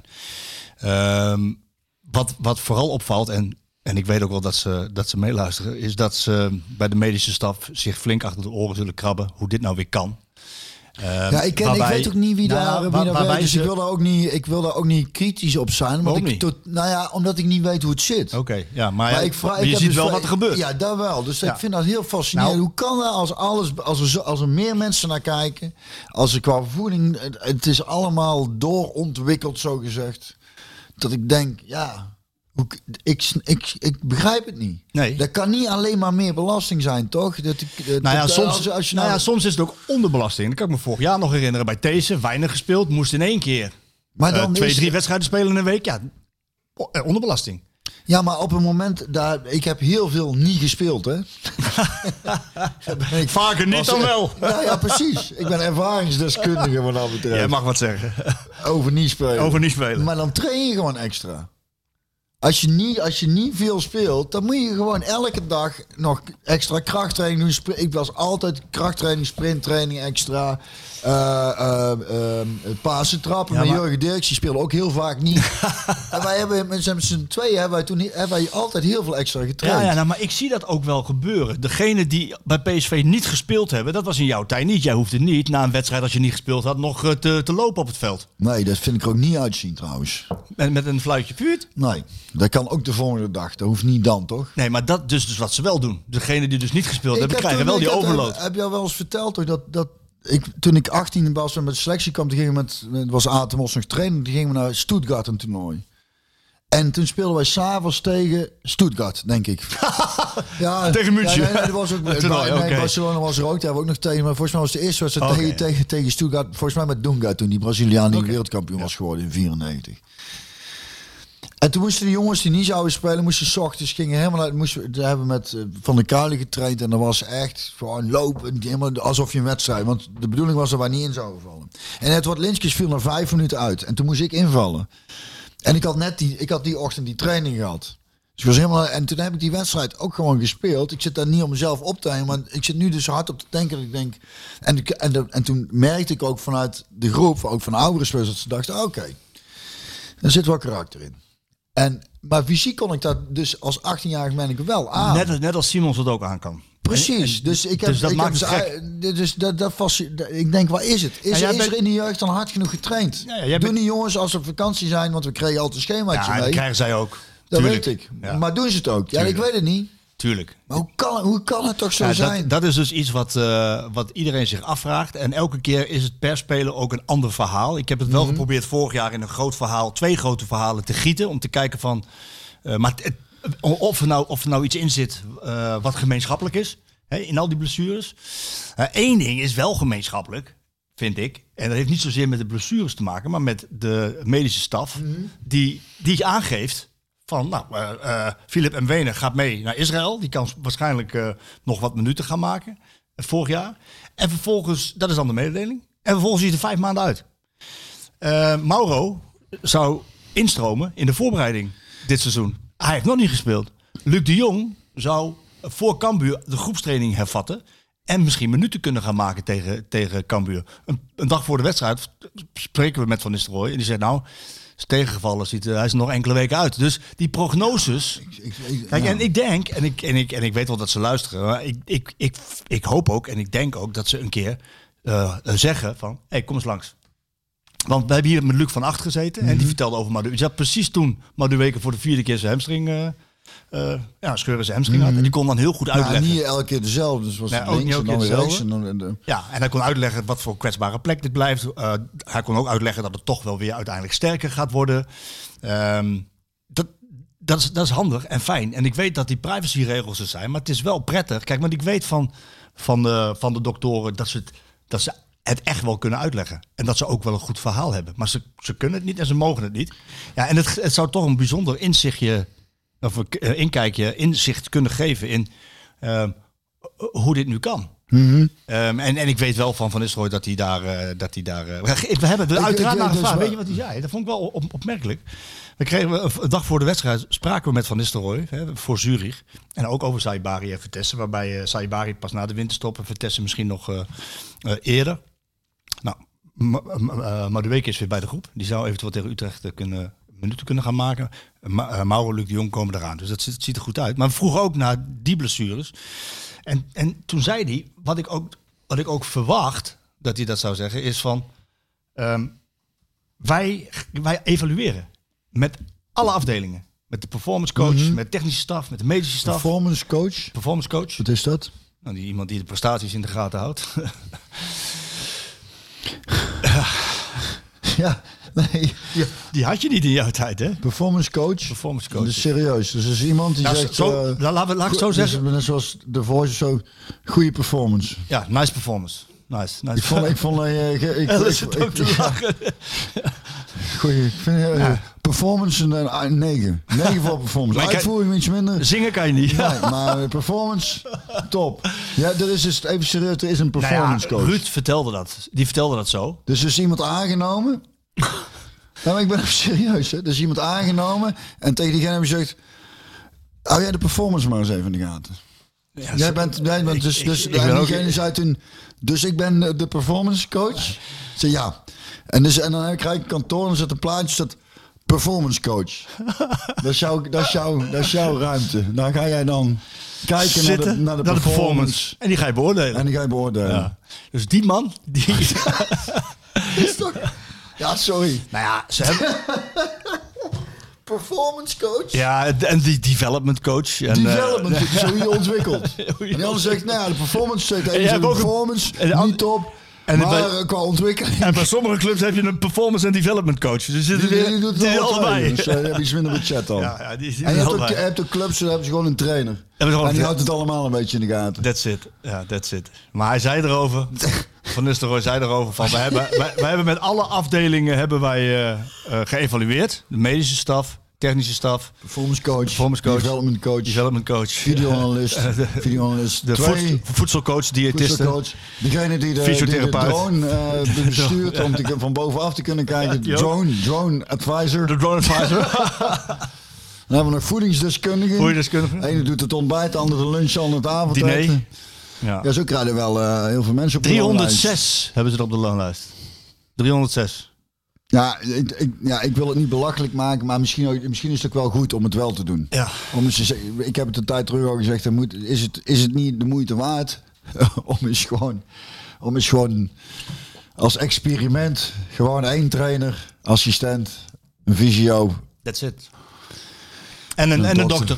Wat vooral opvalt, en ik weet ook wel dat ze meeluisteren, is dat ze bij de medische staf zich flink achter de oren zullen krabben hoe dit nou weer kan. Ik weet ook niet wie daar weet. Dus ik wil daar ook niet kritisch op zijn. Omdat ik niet weet hoe het zit. Oké, maar je ziet wel wat er gebeurt. Ja, dat wel. Dus ik vind dat heel fascinerend. Hoe kan dat als er meer mensen naar kijken, als er qua voeding, het is allemaal doorontwikkeld zo gezegd, dat ik denk, ik begrijp het niet. Nee. Dat kan niet alleen maar meer belasting zijn, toch? Soms is het ook onderbelasting. Dat kan ik me vorig jaar nog herinneren. Bij These, weinig gespeeld. Moest in één keer 2-3 wedstrijden spelen in een week. Ja, onderbelasting. Ja, maar op een moment, ik heb heel veel niet gespeeld, hè? Vaker niet dan wel. Ja, precies. Ik ben ervaringsdeskundige wat dat betreft. Jij mag wat zeggen. Over niet spelen. Maar dan train je gewoon extra. Als je niet veel speelt, dan moet je gewoon elke dag nog extra krachttraining doen. Ik was altijd krachttraining, sprinttraining extra. Pasen trappen. Maar Jurgen Dirks, die speelde ook heel vaak niet. En wij hebben met z'n tweeën hebben wij altijd heel veel extra getraind. Maar ik zie dat ook wel gebeuren. Degene die bij PSV niet gespeeld hebben, dat was in jouw tijd niet. Jij hoefde niet na een wedstrijd, als je niet gespeeld had, nog te lopen op het veld. Nee, dat vind ik er ook niet uitzien trouwens. Met een fluitje vuurt? Nee, dat kan ook de volgende dag. Dat hoeft niet dan, toch? Nee, maar dat dus wat ze wel doen. Degene die dus niet gespeeld hebben, krijgen wel die overload. Heb je al wel eens verteld toch dat toen ik 18 was en met de selectie kwam, toen gingen we was Atemos nog trainen, toen gingen we naar Stuttgart een toernooi. En toen speelden wij s'avonds tegen Stuttgart, denk ik. Tegen München. Nee, dat was ook Barcelona was er ook. Daar hebben we ook nog tegen. Maar volgens mij was de eerste wedstrijd tegen Stuttgart. Volgens mij met Dunga toen die Braziliaan die wereldkampioen was geworden in 94. En toen moesten de jongens die niet zouden spelen, moesten 's ochtends gingen helemaal uit. Daar hebben we met Van der Kuilen getraind en dat was echt gewoon lopen, helemaal alsof je een wedstrijd. Want de bedoeling was dat wij niet in zouden vallen. En Edward Linskes viel na 5 minuten uit en toen moest ik invallen. En ik had die ochtend die training gehad. Dus ik was helemaal, en toen heb ik die wedstrijd ook gewoon gespeeld. Ik zit daar niet om mezelf op te hangen, maar ik zit nu dus hard op te denken. Dat ik denk, en toen merkte ik ook vanuit de groep, ook van de oudere spelers, dat ze dachten, oké, er zit wel karakter in. Maar fysiek kon ik dat dus als 18-jarige ben ik wel aan. Net als Simons het ook aan kan. Precies. Dus ik denk, waar is het? Is er in de jeugd dan hard genoeg getraind? Doen die jongens als ze op vakantie zijn, want we kregen altijd een schemaatje mee. Ja, dat krijgen zij ook. Dat weet ik. Ja. Maar doen ze het ook? Ja, ik weet het niet. Tuurlijk. Maar hoe kan het toch zo zijn? Dat is dus iets wat iedereen zich afvraagt. En elke keer is het per speler ook een ander verhaal. Ik heb het wel geprobeerd vorig jaar in een groot verhaal, 2 grote verhalen te gieten. Om te kijken van, of er nou iets in zit wat gemeenschappelijk is. Hè, in al die blessures. Één ding is wel gemeenschappelijk, vind ik. En dat heeft niet zozeer met de blessures te maken, maar met de medische staf. Die aangeeft van, Philip Mwene gaat mee naar Israël. Die kan waarschijnlijk nog wat minuten gaan maken. Vorig jaar. En vervolgens, dat is dan de mededeling. En vervolgens is hij er 5 maanden uit. Mauro zou instromen in de voorbereiding dit seizoen. Hij heeft nog niet gespeeld. Luc de Jong zou voor Cambuur de groepstraining hervatten. En misschien minuten kunnen gaan maken tegen Cambuur. Een dag voor de wedstrijd spreken we met Van Nistelrooy. En die zegt is tegengevallen, hij is nog enkele weken uit. Dus die prognoses. Kijk, en ik denk, en ik weet wel dat ze luisteren, maar ik hoop ook en ik denk ook dat ze een keer zeggen van, kom eens langs. Want we hebben hier met Luc van Acht gezeten en die vertelde over Madueke. Die zat precies toen Madueke voor de 4e keer zijn hamstring scheuren zijn hamstring uit. En die kon dan heel goed uitleggen. niet elke keer dezelfde. Dus was het ook niet links elke en dan keer weer rechts. dezelfde. Ja, en hij kon uitleggen wat voor kwetsbare plek dit blijft. Hij kon ook uitleggen dat het toch wel weer uiteindelijk sterker gaat worden. Dat is handig en fijn. En ik weet dat die privacyregels er zijn, maar het is wel prettig. Kijk, want ik weet van de doktoren dat ze het echt wel kunnen uitleggen. En dat ze ook wel een goed verhaal hebben. Maar ze kunnen het niet en ze mogen het niet. Ja, en het zou toch een bijzonder inzicht kunnen geven in hoe dit nu kan. Mm-hmm. En ik weet wel van Nistelrooy dat hij daar... we hebben er uiteraard naar gevraagd. Weet je wat hij zei? Dat vond ik wel opmerkelijk. We kregen een dag voor de wedstrijd spraken we met Van Nistelrooy voor Zurich. En ook over Saibari en Vitesse. Waarbij Saibari pas na de winterstop en Vitesse misschien nog eerder. Nou, maar de week is weer bij de groep. Die zou eventueel tegen Utrecht minuten kunnen gaan maken. Mauro, Luc de Jong komen eraan. Dus dat ziet er goed uit. Maar we vroegen ook naar die blessures. En toen zei hij, wat ik ook verwacht dat hij dat zou zeggen, is van wij evalueren met alle afdelingen. Met de performance coach, met technische staf, met de medische staf. Performance coach? Wat is dat? Nou, iemand die de prestaties in de gaten houdt. Ja, nee. Die had je niet in jouw tijd, hè? Performance coach. Dus serieus. Dus is iemand die zegt... laat ik het zo zeggen. Net zoals de Voice, zo goede performance. Ja, nice performance. Nice. Ik vond goeie. Ik vind performance een 9. 9 voor performance. Uitvoering iets minder. Zingen kan je niet. Nee, maar performance, top. Ja, er is dus even serieus, er is een performance coach. Ruud vertelde dat. Die vertelde dat zo. Dus er is iemand aangenomen. Nou, maar ik ben even serieus. Hè. Er is iemand aangenomen en tegen diegene heb je gezegd, hou jij de performance maar eens even in de gaten. Ja, jij bent diegene zei toen, dus ik ben de performance coach. Ik zei ja. En dan krijg ik een kantoor en zet een plaatje dat performance coach. Dat is jouw ruimte. Daar ga jij dan kijken naar de performance. En die ga je beoordelen. Ja. Dus die man, die... is toch... Ja, sorry. Nou ja, ze hebben... Performance coach? Ja, en die development coach. En, development coach, zo je ontwikkelt. En die ander zegt, nou ja, de performance zegt even de performance, niet top. Maar qua ontwikkeling. En bij sommige clubs heb je een performance en development coach. Dus die doet het allebei. Dus heb je iets minder budget dan. Ja, die en je hebt ook clubs, daar hebben ze gewoon een trainer. En die houdt het allemaal een beetje in de gaten. That's it. Ja, that's it. Maar hij zei erover, Van Nistelrooy zei erover van, wij hebben met alle afdelingen hebben wij geëvalueerd. De medische staf, technische staf, performance coach, development coach, videoanalist, de voedselcoach, diëtiste, degene die de drone bestuurt om van bovenaf te kunnen kijken, drone advisor. De drone advisor. Dan hebben we nog voedingsdeskundigen. De ene doet het ontbijt, de andere de lunch, de andere het avondeten. Ja, zo krijgen wel heel veel mensen op 306 hebben ze er op de loonlijst. 306. Ja, ik wil het niet belachelijk maken, maar misschien is het ook wel goed om het wel te doen. Ja. Ik heb het een tijd terug al gezegd, is het niet de moeite waard om eens gewoon als experiment gewoon 1 trainer, assistent, een visio. That's it. En een dokter.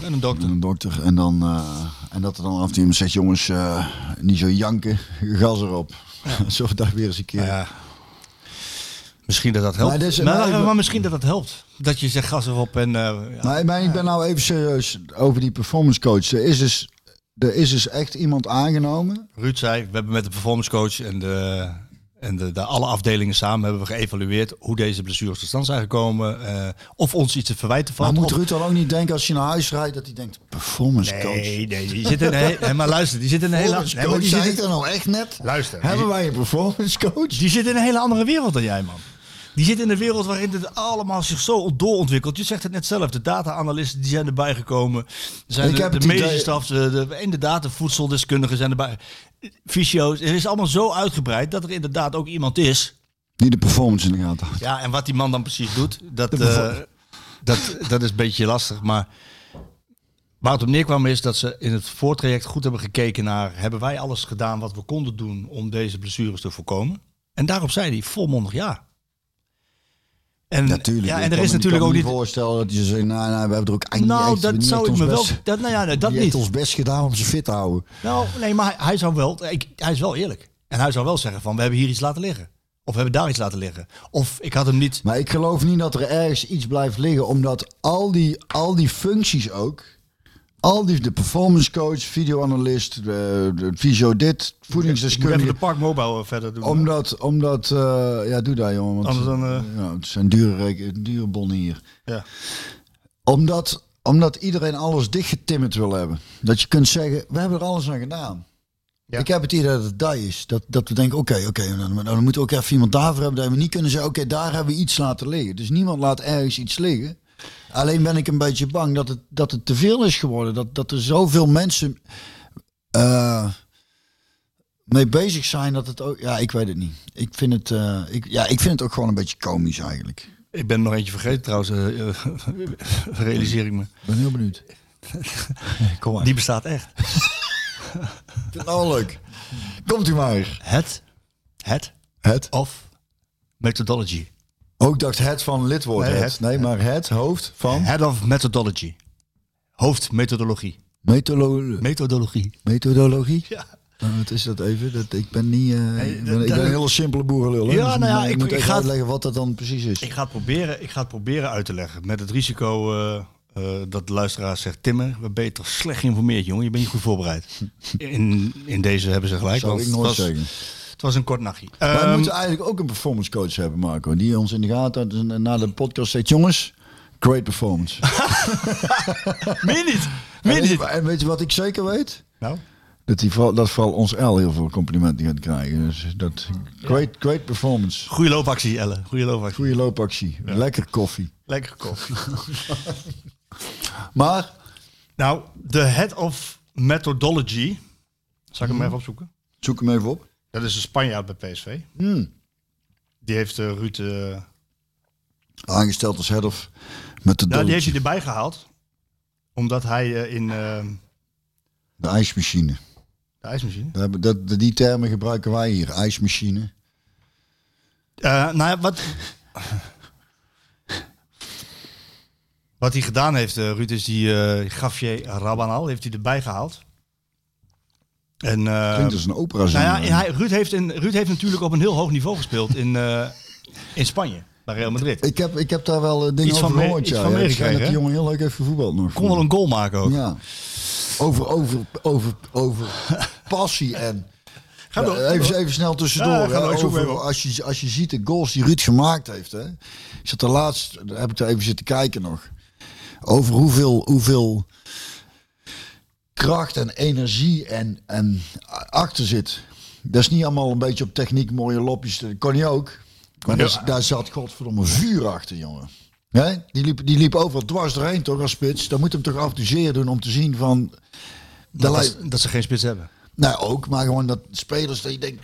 En dat er dan af en toe zegt, jongens, niet zo janken, gas erop. Ja. Zo daar weer eens een keer. Ja. Misschien dat helpt. Maar misschien dat helpt. Dat je zegt gas erop en... Maar ik ben nou even serieus over die performance coach. Er is dus echt iemand aangenomen. Ruud zei, we hebben met de performance coach en alle afdelingen samen hebben we geëvalueerd hoe deze blessures tot stand zijn gekomen. Of ons iets te verwijten valt. Maar moet Ruud dan ook niet denken als je naar huis rijdt dat hij denkt, performance coach? Nee, die zit in een maar luister, die zit in een hele... Die zit er nou echt net? Luister. Hebben wij een performance coach? Die zit in een hele andere wereld dan jij, man. Die zit in een wereld waarin het allemaal zich zo doorontwikkelt. Je zegt het net zelf, de data-analysten die zijn erbij gekomen. De medische staf, inderdaad de voedseldeskundigen zijn erbij. Fysio's, het is allemaal zo uitgebreid dat er inderdaad ook iemand is... die de performance in de gaten houdt. Ja, en wat die man dan precies doet, dat is een beetje lastig. Maar waar het op neerkwam is dat ze in het voortraject goed hebben gekeken naar... hebben wij alles gedaan wat we konden doen om deze blessures te voorkomen? En daarop zei hij volmondig ja. En, Natuurlijk. ja, en er is natuurlijk ook niet... Ik kan me voorstellen dat je zegt, nou, we hebben er ook eigenlijk Nou, niet echt, dat zou ik me wel... Dat die niet. heeft ons best gedaan om ze fit te houden. Nou, nee, maar hij zou wel... Hij is wel eerlijk. En hij zou wel zeggen van, we hebben hier iets laten liggen. Of we hebben daar iets laten liggen. Of ik had hem niet... Maar ik geloof niet dat er ergens iets blijft liggen, omdat al die functies ook, de performance coach, videoanalist, de fysio dit, Ik moet voedingsdeskundige. even de Park Mobile verder doen. Omdat ja, doe dat jongen, want Anders dan... ja, het zijn dure bonnen hier. Ja. Omdat iedereen alles dichtgetimmerd wil hebben. Dat je kunt zeggen, we hebben er alles aan gedaan. Ja. Ik heb het idee dat het dat is. Dat we denken, oké, dan moeten we ook even iemand daarvoor hebben. Dat we niet kunnen zeggen, oké, daar hebben we iets laten liggen. Dus niemand laat ergens iets liggen. Alleen ben ik een beetje bang dat het te veel is geworden. Dat er zoveel mensen mee bezig zijn dat het ook... Ja, ik weet het niet. Ik vind het ook gewoon een beetje komisch eigenlijk. Ik ben er nog eentje vergeten trouwens, realiseer ik me. Ik ben heel benieuwd. Kom maar. Die bestaat echt. Ik vind het nou leuk. Komt u maar. Het of methodology. Ook dacht het van lidwoord. Nee, Nee, maar het hoofd van... Head of methodology. Hoofdmethodologie. Methodologie. Methodologie? Ja. Wat is dat even? Ik ben niet... ik ben een hele simpele boerenlul. Ja, dus nou ja, ik moet ik even ga uitleggen wat dat dan precies is. Ik ga het proberen uit te leggen. Met het risico dat de luisteraar zegt... Timmer, we ben je toch slecht geïnformeerd, jongen. Je bent niet goed voorbereid. In deze hebben ze gelijk. Zou ik nooit zeggen. Het was een kort nachtje. Wij moeten eigenlijk ook een performance coach hebben, Marco. Die ons in de gaten houdt en na de podcast zegt... Jongens, great performance. Meer niet. En weet je wat ik zeker weet? Nou? Dat vooral ons L heel veel complimenten gaat krijgen. Dus dat great performance. Goeie loopactie, Elle. Goeie loopactie. Ja. Lekker koffie. Lekker koffie. Maar? Nou, de Head of Methodology. Zal ik hem even opzoeken? Zoek hem even op. Dat is een Spanjaard bij PSV. Die heeft Ruud... aangesteld als Head of Methodology. Nou, die heeft hij erbij gehaald. Omdat hij in... de ijsmachine. De ijsmachine? Die termen gebruiken wij hier. IJsmachine. Nou ja, wat hij gedaan heeft, Ruud, is die Javier Rabanal heeft hij erbij gehaald. En, klinkt als een opera. Nou ja, Ruud heeft natuurlijk op een heel hoog niveau gespeeld in Spanje. Bij Real Madrid. Ik heb daar wel dingen iets over gehoord. Iets van meegekregen. Dat die jongen heel leuk heeft gevoetbald nog. Kon wel een goal maken ook. Ja. Over passie en... Even snel tussendoor. Ja, als je ziet de goals die Ruud gemaakt heeft. Hè. Ik zat er laatst, heb ik er even zitten kijken nog. Over hoeveel kracht en energie en achter zit. Dat is niet allemaal een beetje op techniek, mooie lopjes. Dat kon hij ook. Maar daar zat godverdomme vuur achter, jongen. Ja, die liep overal dwars doorheen, toch, als spits. Dan moet hem toch af en toe zeer doen om te zien van... Dat ze geen spits hebben. Nou, ook, maar gewoon dat spelers dat je denkt...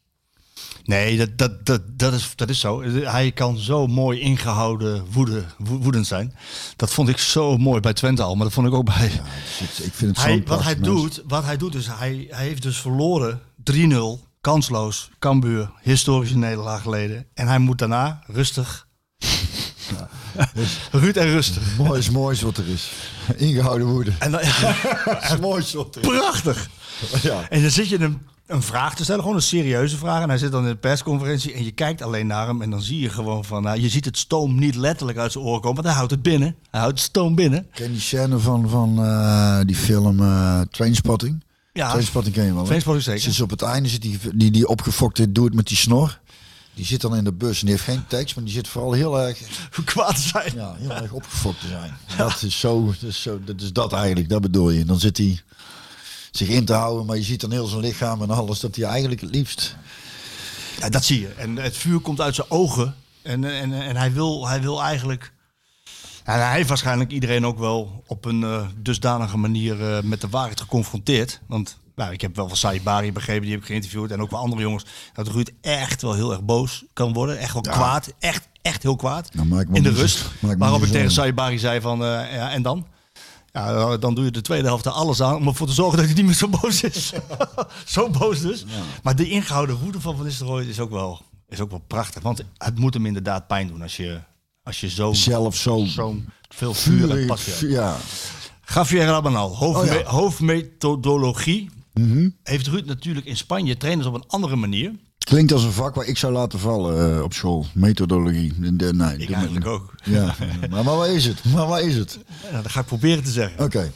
Nee, dat is zo. Hij kan zo mooi ingehouden woedend zijn. Dat vond ik zo mooi bij Twente al, maar dat vond ik ook bij... Ja, ik vind het wat hij doet is, hij heeft dus verloren 3-0, kansloos, Cambuur, historische nederlaag geleden. En hij moet daarna rustig... Ja. Ruud en rustig. Moois wat er is. Ingehouden woede. En dan, het mooiste wat er is. Prachtig. Ja. En dan zit je een vraag te stellen, gewoon een serieuze vraag. En hij zit dan in de persconferentie en je kijkt alleen naar hem. En dan zie je gewoon van, nou, je ziet het stoom niet letterlijk uit zijn oren komen. Want hij houdt het binnen. Hij houdt het stoom binnen. Ken je die scène van die film Trainspotting? Ja. Trainspotting ken je wel. Trainspotting zeker. Dus op het einde zit die opgefokte doet met die snor. Die zit dan in de bus en die heeft geen tekst, maar die zit vooral heel erg... kwaad te zijn. Ja, heel erg opgefokt te zijn. Ja. Dat is dat eigenlijk, dat bedoel je. Dan zit hij zich in te houden, maar je ziet dan heel zijn lichaam en alles, dat hij eigenlijk het liefst... Ja, dat zie je. En het vuur komt uit zijn ogen. En hij wil eigenlijk... En hij heeft waarschijnlijk iedereen ook wel op een dusdanige manier met de waarheid geconfronteerd. Want... Nou, ik heb wel van Saibari begrepen, die heb ik geïnterviewd. En ook wel andere jongens. Dat Ruud echt wel heel erg boos kan worden. Echt wel kwaad. Echt heel kwaad. Nou, in de rust. Waarop ik tegen Saibari zei van, ja, en dan? Ja, dan doe je de tweede helft er alles aan om ervoor te zorgen dat hij niet meer zo boos is. Zo boos dus. Ja. Maar de ingehouden woede van Nistelrooy is ook wel prachtig. Want het moet hem inderdaad pijn doen als je Als je zo'n veel vuur hebt, pas je. Ja. Javier Rabanal, ja. hoofdmethodologie. Heeft Ruud natuurlijk in Spanje trainers op een andere manier. Klinkt als een vak waar ik zou laten vallen op school. Methodologie. Nee, Ik eigenlijk ook. Ja. maar wat is het? Ja, dat ga ik proberen te zeggen. Oké.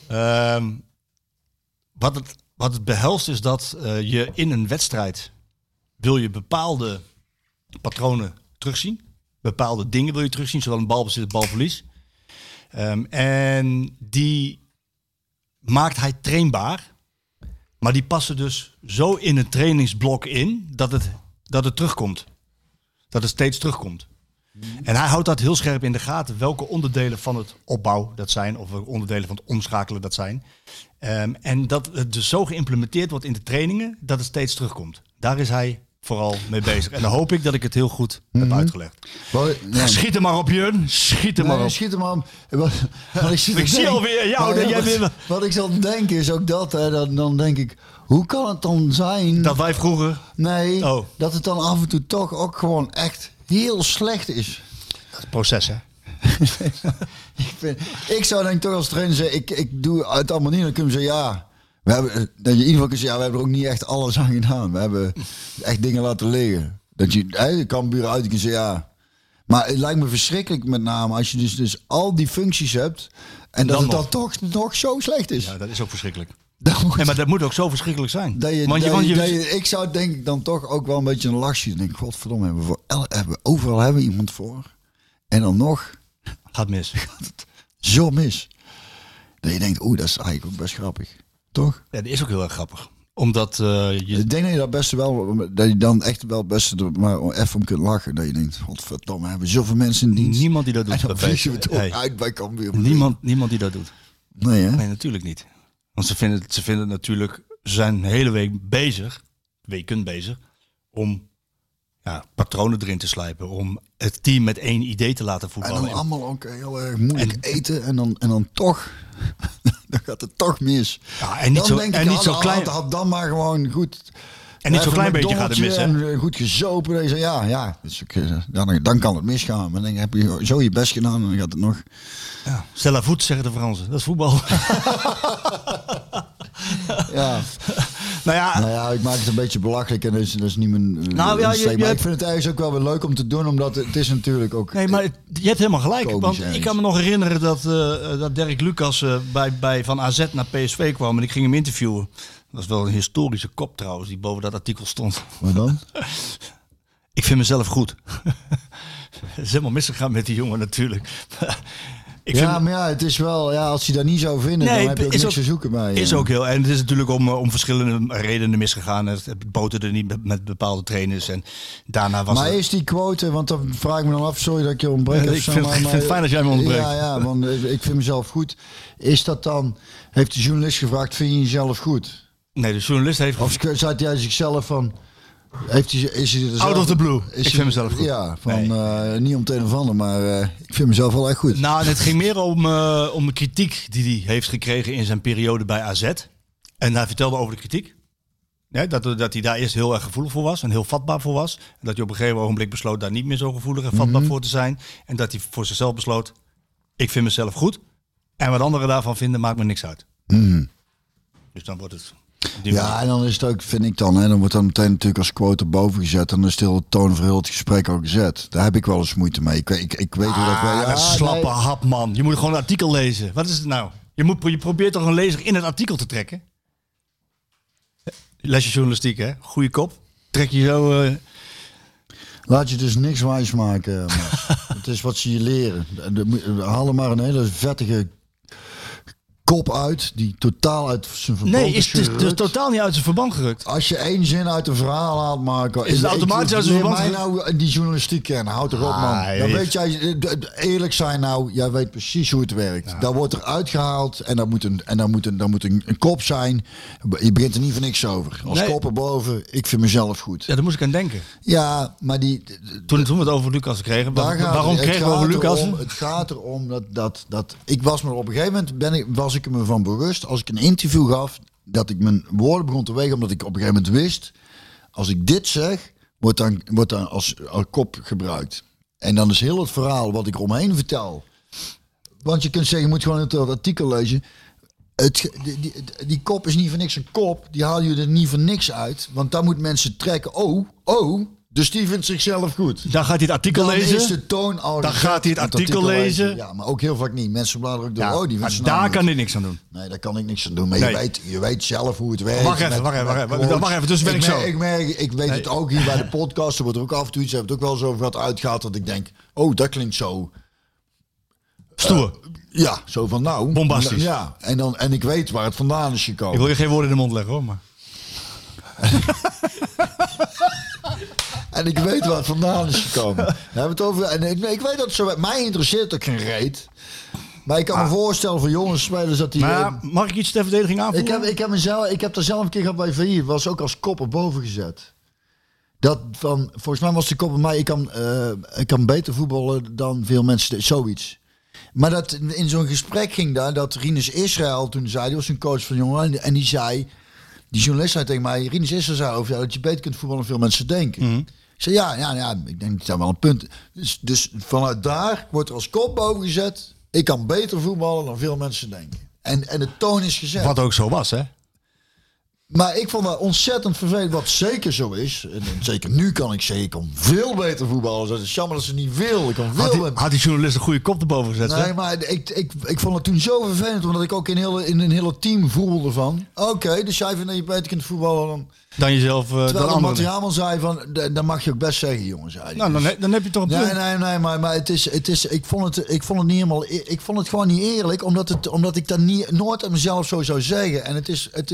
Wat het behelst is dat je in een wedstrijd wil je bepaalde patronen terugzien. Bepaalde dingen wil je terugzien, zowel een balbezit als balverlies. En die maakt hij trainbaar. Maar die passen dus zo in het trainingsblok in dat het terugkomt. Dat het steeds terugkomt. En hij houdt dat heel scherp in de gaten. Welke onderdelen van het opbouw dat zijn. Of welke onderdelen van het omschakelen dat zijn. En dat het dus zo geïmplementeerd wordt in de trainingen dat het steeds terugkomt. Daar is hij vooral mee bezig. En dan hoop ik dat ik het heel goed heb uitgelegd. Schiet hem maar op, Jurn. Schiet hem maar op. Schiet hem maar op. Ik zie alweer jou. Wat ik zal denken is ook dat. Hè, dan denk ik, hoe kan het dan zijn... Dat wij vroeger... Nee, dat het dan af en toe toch ook gewoon echt heel slecht is. Dat is het proces, hè? ik zou denk toch als trainer zeggen, ik doe uit allemaal niet. Dan kunnen we zeggen, ja... We hebben, dat je in ieder geval kunt zeggen, we hebben er ook niet echt alles aan gedaan. We hebben echt dingen laten liggen. Dat je de Cambuur uit kunt zeggen, ja. Maar het lijkt me verschrikkelijk met name als je dus al die functies hebt. En dat het dan toch nog zo slecht is. Ja, dat is ook verschrikkelijk. Nee, maar dat moet ook zo verschrikkelijk zijn. Ik zou denk ik dan toch ook wel een beetje een lachje. Ik denk, godverdomme, overal hebben we iemand voor. En dan nog... Gaat mis. Gaat het zo mis. Dat je denkt, dat is eigenlijk ook best grappig. Toch? Ja, dat is ook heel erg grappig. Omdat Ik denk dat je dat best wel, dat je dan echt wel het beste maar even om kunt lachen. Dat je denkt, godverdomme, we hebben zoveel mensen in dienst. Niemand die dat doet. En dan vliegen we toch uit bij Cambuur. Niemand die dat doet. Nee, hè? Nee, natuurlijk niet. Want ze vinden natuurlijk, ze zijn de hele week weken bezig, om patronen erin te slijpen. Om het team met één idee te laten voetballen. En dan allemaal ook heel erg moeilijk eten. En dan toch... dan gaat het toch mis. Ja, en niet zo klein. Had dan maar gewoon goed. En niet zo'n klein beetje gaat het mis, hè? En goed gezopen. Dus dan kan het misgaan. Maar dan heb je zo je best gedaan en dan gaat het nog. Ja. C'est la voet, zeggen de Fransen. Dat is voetbal. Ja. Nou ja, ik maak het een beetje belachelijk en dat is niet mijn. Maar ik vind het eigenlijk ook wel weer leuk om te doen, omdat het is natuurlijk ook. Nee, maar je hebt helemaal gelijk. Want ik kan me nog herinneren dat Dirk Lucas bij van AZ naar PSV kwam en ik ging hem interviewen. Dat was wel een historische kop trouwens, die boven dat artikel stond. Wat dan? Ik vind mezelf goed. Het is helemaal misgegaan met die jongen natuurlijk. Maar het is wel, als je dat niet zou vinden, dan heb je ook niks te zoeken bij. Is ook heel. En het is natuurlijk om verschillende redenen misgegaan. Het boterde niet met bepaalde trainers. En daarna was is die quote, want dan vraag ik me dan af, sorry dat ik je ontbreek. Ik vind het fijn dat jij me ontbreekt. Ja, want ik vind mezelf goed. Is dat dan, heeft de journalist gevraagd, vind je jezelf goed? Nee, de journalist heeft... Of zei hij zichzelf van... Is hij er out of the blue. Ik vind mezelf goed. Ja, niet om het een of ander, maar ik vind mezelf wel echt goed. Nou, het ging meer om de kritiek die hij heeft gekregen in zijn periode bij AZ. En hij vertelde over de kritiek. Ja, dat hij daar eerst heel erg gevoelig voor was en heel vatbaar voor was. En dat hij op een gegeven ogenblik besloot daar niet meer zo gevoelig en vatbaar voor te zijn. En dat hij voor zichzelf besloot, ik vind mezelf goed. En wat anderen daarvan vinden, maakt me niks uit. Dus dan wordt het... En dan is het ook, vind ik dan, dan wordt dan meteen natuurlijk als quote erboven gezet en dan is het heel toonverhuld gesprek al gezet. Daar heb ik wel eens moeite mee. Ik weet hoe dat wel. Een slappe hap, man. Je moet gewoon een artikel lezen. Wat is het nou? Je probeert toch een lezer in het artikel te trekken? Les je journalistiek, hè? Goeie kop. Trek je zo... Laat je dus niks wijs maken. Het is wat ze je leren. Halen maar een hele vettige kop uit die totaal uit zijn verband is gerukt. Het is totaal niet uit zijn verband gerukt. Als je één zin uit een verhaal laat maken... Is het automatisch uit zijn verband gerukt? Nou die journalistiek kennen. Houd erop, man. Dan weet jij... Eerlijk zijn nou. Jij weet precies hoe het werkt. Ja. Daar wordt er uitgehaald. En daar moet een kop zijn. Je begint er niet voor niks over. Als kop erboven. Ik vind mezelf goed. Ja, daar moest ik aan denken. Ja, maar Toen we het over Lucas kregen. Waarom kregen we over Lucas? Het gaat erom dat ik was me op een gegeven moment... was ik me van bewust, als ik een interview gaf, dat ik mijn woorden begon te wegen, omdat ik op een gegeven moment wist, als ik dit zeg, wordt dan als kop gebruikt. En dan is heel het verhaal wat ik eromheen vertel. Want je kunt zeggen, je moet gewoon het artikel lezen. Die kop is niet voor niks een kop. Die haal je er niet voor niks uit. Want daar moet mensen trekken. Dus die vindt zichzelf goed. Dan gaat hij het artikel Dan lezen. is de toon al Dan gezet. gaat hij het artikel lezen. Ja, maar ook heel vaak niet. Mensen bladeren ook door. Ja, Die vindt maar zijn daar naam kan goed. hij niks aan doen. Nee, daar kan ik niks aan doen. Maar Nee. je weet zelf hoe het werkt. Wacht even. Dus ben ik zo. Ik weet het ook hier bij de podcast. Er wordt er ook af en toe iets. Hebben we het ook wel zo wat uitgehaald dat ik denk. Oh, dat klinkt zo. Stoer. Ja, zo van nou. Bombastisch. Ja, en ik weet waar het vandaan is gekomen. Ik wil je geen woorden in de mond leggen hoor. Maar. En ik weet waar het vandaan is gekomen. Daar hebben we het over. En ik weet dat het zo. Mij interesseert ook geen reet. Maar ik kan me voorstellen voor jonge spelers dat die. Maar mag ik iets ter verdediging aanvoeren? Ik heb daar zelf een keer gehad bij VI. Het was ook als kop erboven gezet. Volgens mij was de kop bij mij. Ik kan beter voetballen dan veel mensen. Zoiets. Maar dat in zo'n gesprek ging daar dat Rinus Israël toen zei, die was een coach van jongen en die zei, die journalist zei tegen mij, Rinus Israël zei over dat je beter kunt voetballen dan veel mensen denken. Mm-hmm. Ik zei ja, ik denk dat dat wel een punt. Dus vanuit daar wordt er als kop boven gezet. Ik kan beter voetballen dan veel mensen denken. En de toon is gezet. Wat ook zo was, hè? Maar ik vond dat ontzettend vervelend, wat zeker zo is. En zeker nu kan ik zeggen, ik kan veel beter voetballen. Het is jammer dat ze niet wil. Ik kan veel Had die journalist een goede kop erboven gezet? Nee, maar ik vond het toen zo vervelend, omdat ik ook in een hele team voelde van. Oké, dus jij vindt dat je beter kunt voetballen dan jezelf. Terwijl het materiaal zei van, dan mag je ook best zeggen, jongens. Nou, dan heb je toch een punt. Nee, maar het is. Ik vond het niet helemaal. Ik vond het gewoon niet eerlijk, omdat ik dat nooit aan mezelf zo zou zeggen. En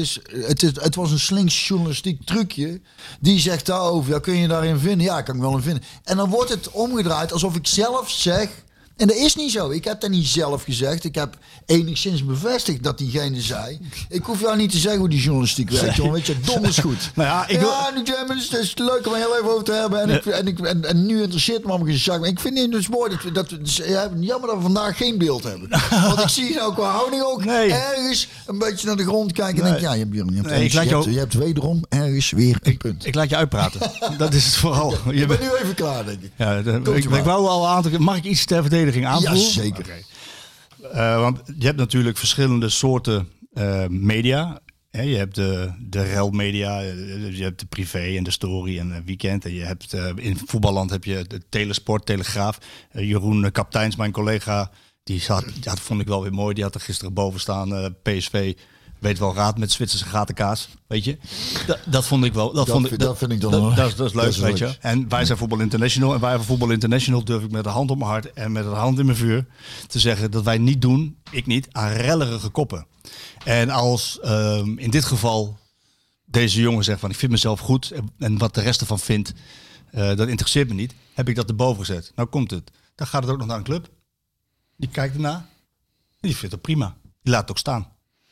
het was een slinks journalistiek trucje. Die zegt daarover, ja, kun je daarin vinden? Ja, kan ik wel in vinden. En dan wordt het omgedraaid alsof ik zelf zeg. En dat is niet zo. Ik heb dat niet zelf gezegd. Ik heb enigszins bevestigd dat diegene zei. Ik hoef jou niet te zeggen hoe die journalistiek werkt. Jongen. Weet je, dom is goed. Nou ja, het is leuk om er heel even over te hebben. En nu interesseert me allemaal geen zak. Maar ik vind het dus mooi dat jammer dat we vandaag geen beeld hebben. Want ik zie nou qua houding ook ergens een beetje naar de grond kijken. En denk, ja, je hebt wederom ergens weer een punt. Ik laat je uitpraten. Dat is het vooral. Ik ben nu even klaar, denk ik. Ja, ik wou al aantal. Mag ik iets ter verdediging aanvoeren? Ja, zeker. Okay. Want je hebt natuurlijk verschillende soorten media. Je hebt de relmedia, je hebt de privé en de story en de weekend. En je hebt in voetballand heb je de Telesport, Telegraaf. Jeroen Kapteins, mijn collega, dat vond ik wel weer mooi. Die had er gisteren boven staan, PSV... Weet wel raad met Zwitserse gatenkaas, weet je. Dat vond ik wel. Dat vind ik dan. Dat is leuk, weet je. En wij zijn Voetbal International. En wij van Voetbal International durf ik met de hand op mijn hart en met de hand in mijn vuur te zeggen dat wij niet doen, ik niet, aan rellerige koppen. En als in dit geval deze jongen zegt van ik vind mezelf goed en wat de rest ervan vindt, dat interesseert me niet, heb ik dat erboven gezet. Nou komt het. Dan gaat het ook nog naar een club. Die kijkt ernaar. En die vindt het prima. Die laat het ook staan.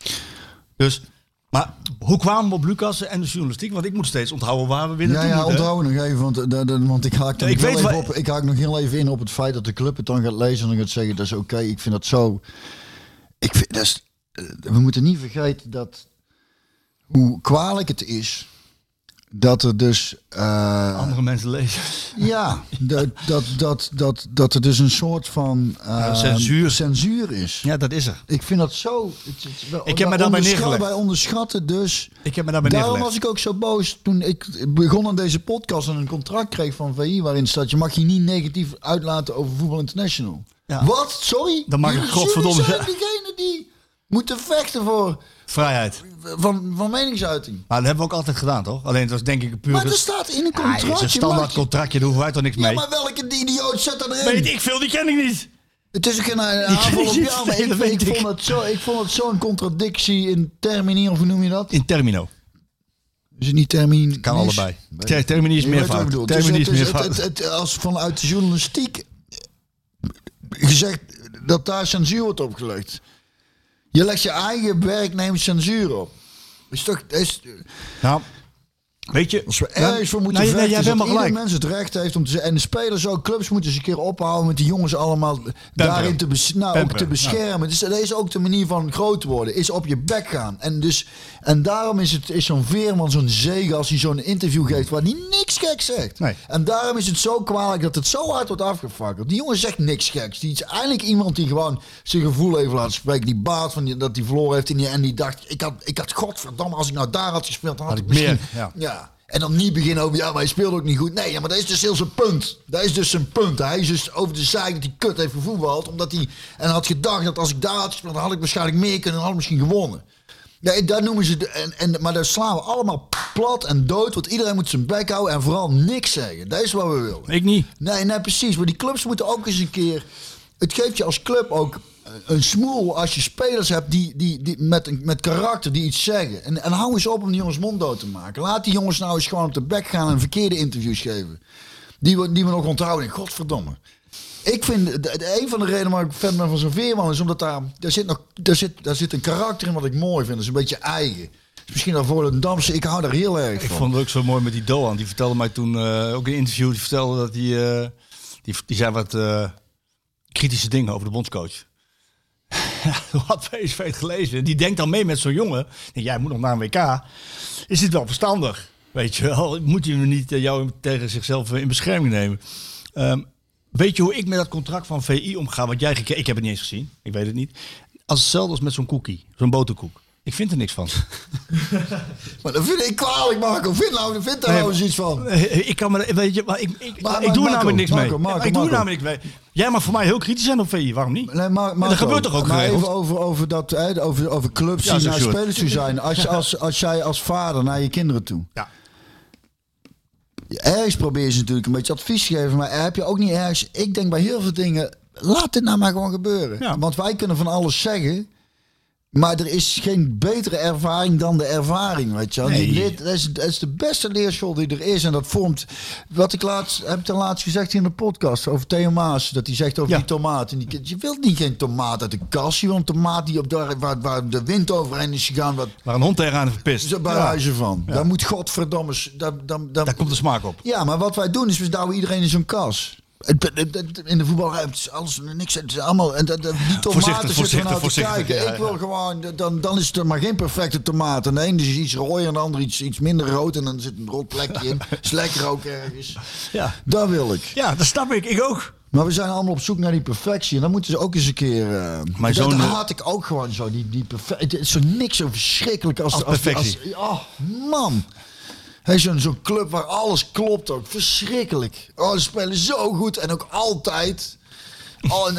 Dus, maar hoe kwamen we op Lucas en de journalistiek? Want ik moet steeds onthouden waar we weer naartoe moeten. Ja, onthouden nog even, want ik haak nog heel even in op het feit dat de club het dan gaat lezen en dan gaat zeggen, dat is oké. Ik vind dat zo. We moeten niet vergeten dat hoe kwalijk het is dat er dus andere mensen lezen. Ja, dat er dus een soort van censuur is. Ja, dat is er. Ik vind dat zo. Ik heb me daarbij neergelegd. Wij onderschatten dus. Ik heb me daarbij neergelegd. Daarom was ik ook zo boos toen ik begon aan deze podcast en een contract kreeg van VI waarin staat je mag je niet negatief uitlaten over Voetbal International. Ja. Wat? Sorry? Dan mag ik godverdomme zijn degene die moeten vechten voor vrijheid van meningsuiting. Maar dat hebben we ook altijd gedaan, toch? Alleen het was denk ik een puur. Maar er staat in een contract. Het is een standaard contractje, daar hoeven wij toch niks mee. Ja, maar welke idioot zet er erin? Weet ik veel, die ken ik niet. Het is ook een aanval op jou, maar ik vond het zo'n contradictie in termini, of hoe noem je dat? In termino. Is het niet termini? Kan allebei. Termini is meervoud. Termini is meervoud. Als vanuit de journalistiek gezegd dat daar censuur wordt opgelegd. Je legt je eigen werknemers censuur op. Is toch... Nou, Weet je, Als we ergens voor moeten vechten, jij is bent dat maar ieder gelijk. mens het recht heeft om te zeggen. En de spelers ook, clubs moeten eens een keer ophouden met die jongens allemaal daarin te, ook te beschermen. Dus dat is ook de manier van groot worden, is op je bek gaan. En daarom is zo'n Veerman zo'n zegen als hij zo'n interview geeft waar hij niks geks zegt. Nee. En daarom is het zo kwalijk dat het zo hard wordt afgefakkeld. Die jongen zegt niks geks. Die is eindelijk iemand die gewoon zijn gevoel even laat spreken. Die baat van dat hij verloren heeft en die dacht, ik had godverdamme, als ik nou daar had gespeeld, dan had ik misschien... meer. Ja. En dan niet beginnen over, ja, maar hij speelde ook niet goed. Nee, ja, maar dat is dus heel zijn punt. Dat is dus zijn punt. Hij is dus over de zaak dat hij kut heeft gevoetbald. Omdat hij had gedacht dat als ik daar had gespeeld, dan had ik waarschijnlijk meer kunnen en had ik misschien gewonnen. Ja, daar noemen ze maar daar slaan we allemaal plat en dood. Want iedereen moet zijn bek houden en vooral niks zeggen. Dat is wat we willen. Ik niet. Nee, precies. Maar die clubs moeten ook eens een keer... Het geeft je als club ook een smoel als je spelers hebt die met karakter die iets zeggen. En hou eens op om die jongens mond dood te maken. Laat die jongens nou eens gewoon op de bek gaan en verkeerde interviews geven. Die we nog onthouden. Godverdomme. Ik vind, een van de redenen waarom ik fan ben van zo'n Veerman is omdat daar zit een karakter in wat ik mooi vind. Dat is een beetje eigen. Misschien al voor een Damse, ik hou daar heel erg van. Ik vond het ook zo mooi met die Doan. Die vertelde mij toen ook in een interview. Die vertelde dat die zei wat kritische dingen over de bondscoach. Wat PSV het gelezen. Die denkt dan mee met zo'n jongen. Jij moet nog naar een WK. Is dit wel verstandig? Weet je wel? Moet je niet jou tegen zichzelf in bescherming nemen? Weet je hoe ik met dat contract van VI omga? Wat jij gekregen? Ik heb het niet eens gezien. Ik weet het niet. Als hetzelfde als met zo'n cookie. Zo'n boterkoek. Ik vind er niks van. Maar dat vind ik kwalijk, Marco. Vind daar nou eens iets van. Ik kan me, weet je, maar ik doe er namelijk niks mee. Ik doe er namelijk niks mee. Jij mag voor mij heel kritisch zijn op VI. Waarom niet? Nee, maar dat gebeurt toch ook geregeld? Even over clubs die naar spelers toe zijn. Als jij als vader naar je kinderen toe. Ja. Ergens probeer je ze natuurlijk een beetje advies te geven. Maar heb je ook niet ergens... Ik denk bij heel veel dingen... Laat dit nou maar gewoon gebeuren. Ja. Want wij kunnen van alles zeggen... Maar er is geen betere ervaring dan de ervaring, weet je wel. Nee. Dat is de beste leerschool die er is. En dat vormt... Wat ik heb ten laatst gezegd in de podcast over Theo Maas. Dat hij zegt over die tomaten. Je wilt niet geen tomaat uit de kast. Je wil een tomaat die waar de wind overheen is gegaan. Waar een hond tegenaan verpist. Bij huizen van. Ja. Daar moet godverdomme... Daar komt de smaak op. Ja, maar wat wij doen is we douwen iedereen in zo'n kas. In de voetbalrij is alles niks. Het is allemaal en die tomaten zitten nou te kijken. Ja, ik wil gewoon dan is er maar geen perfecte tomaten. De ene is iets rooier en de andere iets minder rood en dan zit een rood plekje in. Is lekker ook ergens. Ja, dat wil ik. Ja, dat snap ik. Ik ook. Maar we zijn allemaal op zoek naar die perfectie en dan moeten ze ook eens een keer. Dat haat ik ook gewoon zo. Die perfectie. Het is zo niks zo verschrikkelijk als perfectie. Oh man. Hij is zo'n club waar alles klopt ook. Verschrikkelijk. Oh, ze spelen zo goed en ook altijd. Oh,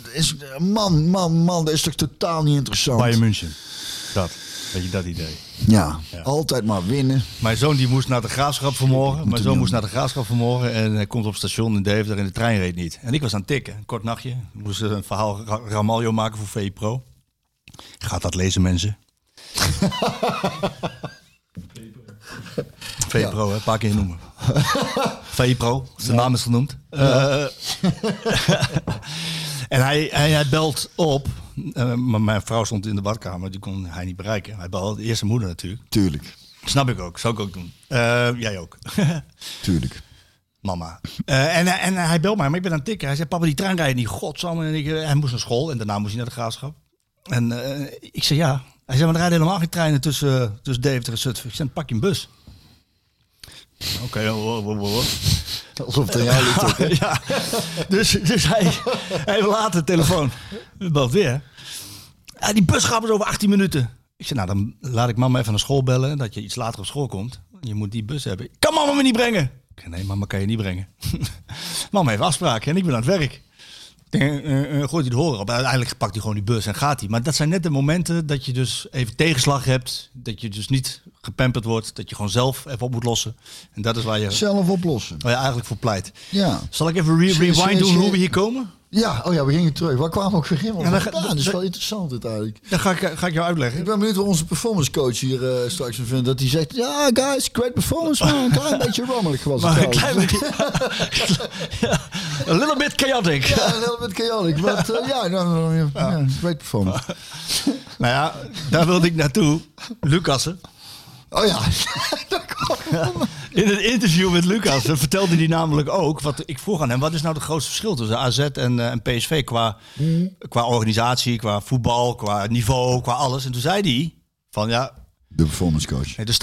man, dat is toch totaal niet interessant. Bayern München. Weet je dat idee? Ja, altijd maar winnen. Mijn zoon die moest naar de Graafschap vanmorgen. En hij komt op station in Deventer en de trein reed niet. En ik was aan het tikken. Een kort nachtje. Ik moest een verhaal Ramaljo maken voor VI Pro. Gaat dat lezen, mensen? VI Pro, een paar keer noemen. VI Pro, de naam is genoemd. En hij belt op. Maar mijn vrouw stond in de badkamer, die kon hij niet bereiken. Hij belde eerst zijn moeder natuurlijk. Tuurlijk. Snap ik ook, zou ik ook doen. Jij ook. Tuurlijk. Mama. En hij belt mij, maar ik ben aan het tikken. Hij zei, papa, die trein rijdt niet, godsamme. En hij moest naar school en daarna moest hij naar de Graafschap. En ik zei ja. Hij zei, maar er rijden helemaal geen treinen tussen Deventer en Zutphen. Ik zei, pak je een bus. Oké. Alsof het aan jou ligt ook, hè? Ja. Dus hij laat de telefoon. Het belt weer. Ja, die bus gaat dus over 18 minuten. Ik zei, nou dan laat ik mama even naar school bellen. Dat je iets later op school komt. Je moet die bus hebben. Kan mama me niet brengen? Ik zei, nee, mama kan je niet brengen. Mama heeft afspraken en ik ben aan het werk. Gooit hij de horen op. Uiteindelijk pakt hij gewoon die bus en gaat hij. Maar dat zijn net de momenten dat je dus even tegenslag hebt. Dat je dus niet gepamperd wordt. Dat je gewoon zelf even op moet lossen. En dat is waar je zelf oplossen. Waar je eigenlijk voor pleit. Ja. Zal ik even rewind doen hoe we hier komen? Ja, we gingen terug. Waar kwamen we ook weer in? Dat is wel interessant dit eigenlijk. Dat ga ik jou uitleggen. Ik ben benieuwd wat onze performance coach hier straks vindt. Dat hij zegt, ja guys, great performance man. Een klein beetje rommelig was het. Een klein beetje. A little bit chaotic. Ja, a little bit chaotic. But great performance. Nou ja, daar wilde ik naartoe. Lucassen. Oh ja, daar In het interview met Lucas vertelde hij namelijk ook, wat ik vroeg aan hem, wat is nou het grootste verschil tussen AZ en PSV qua organisatie, qua voetbal, qua niveau, qua alles. En toen zei hij van ja... De performance coach. Er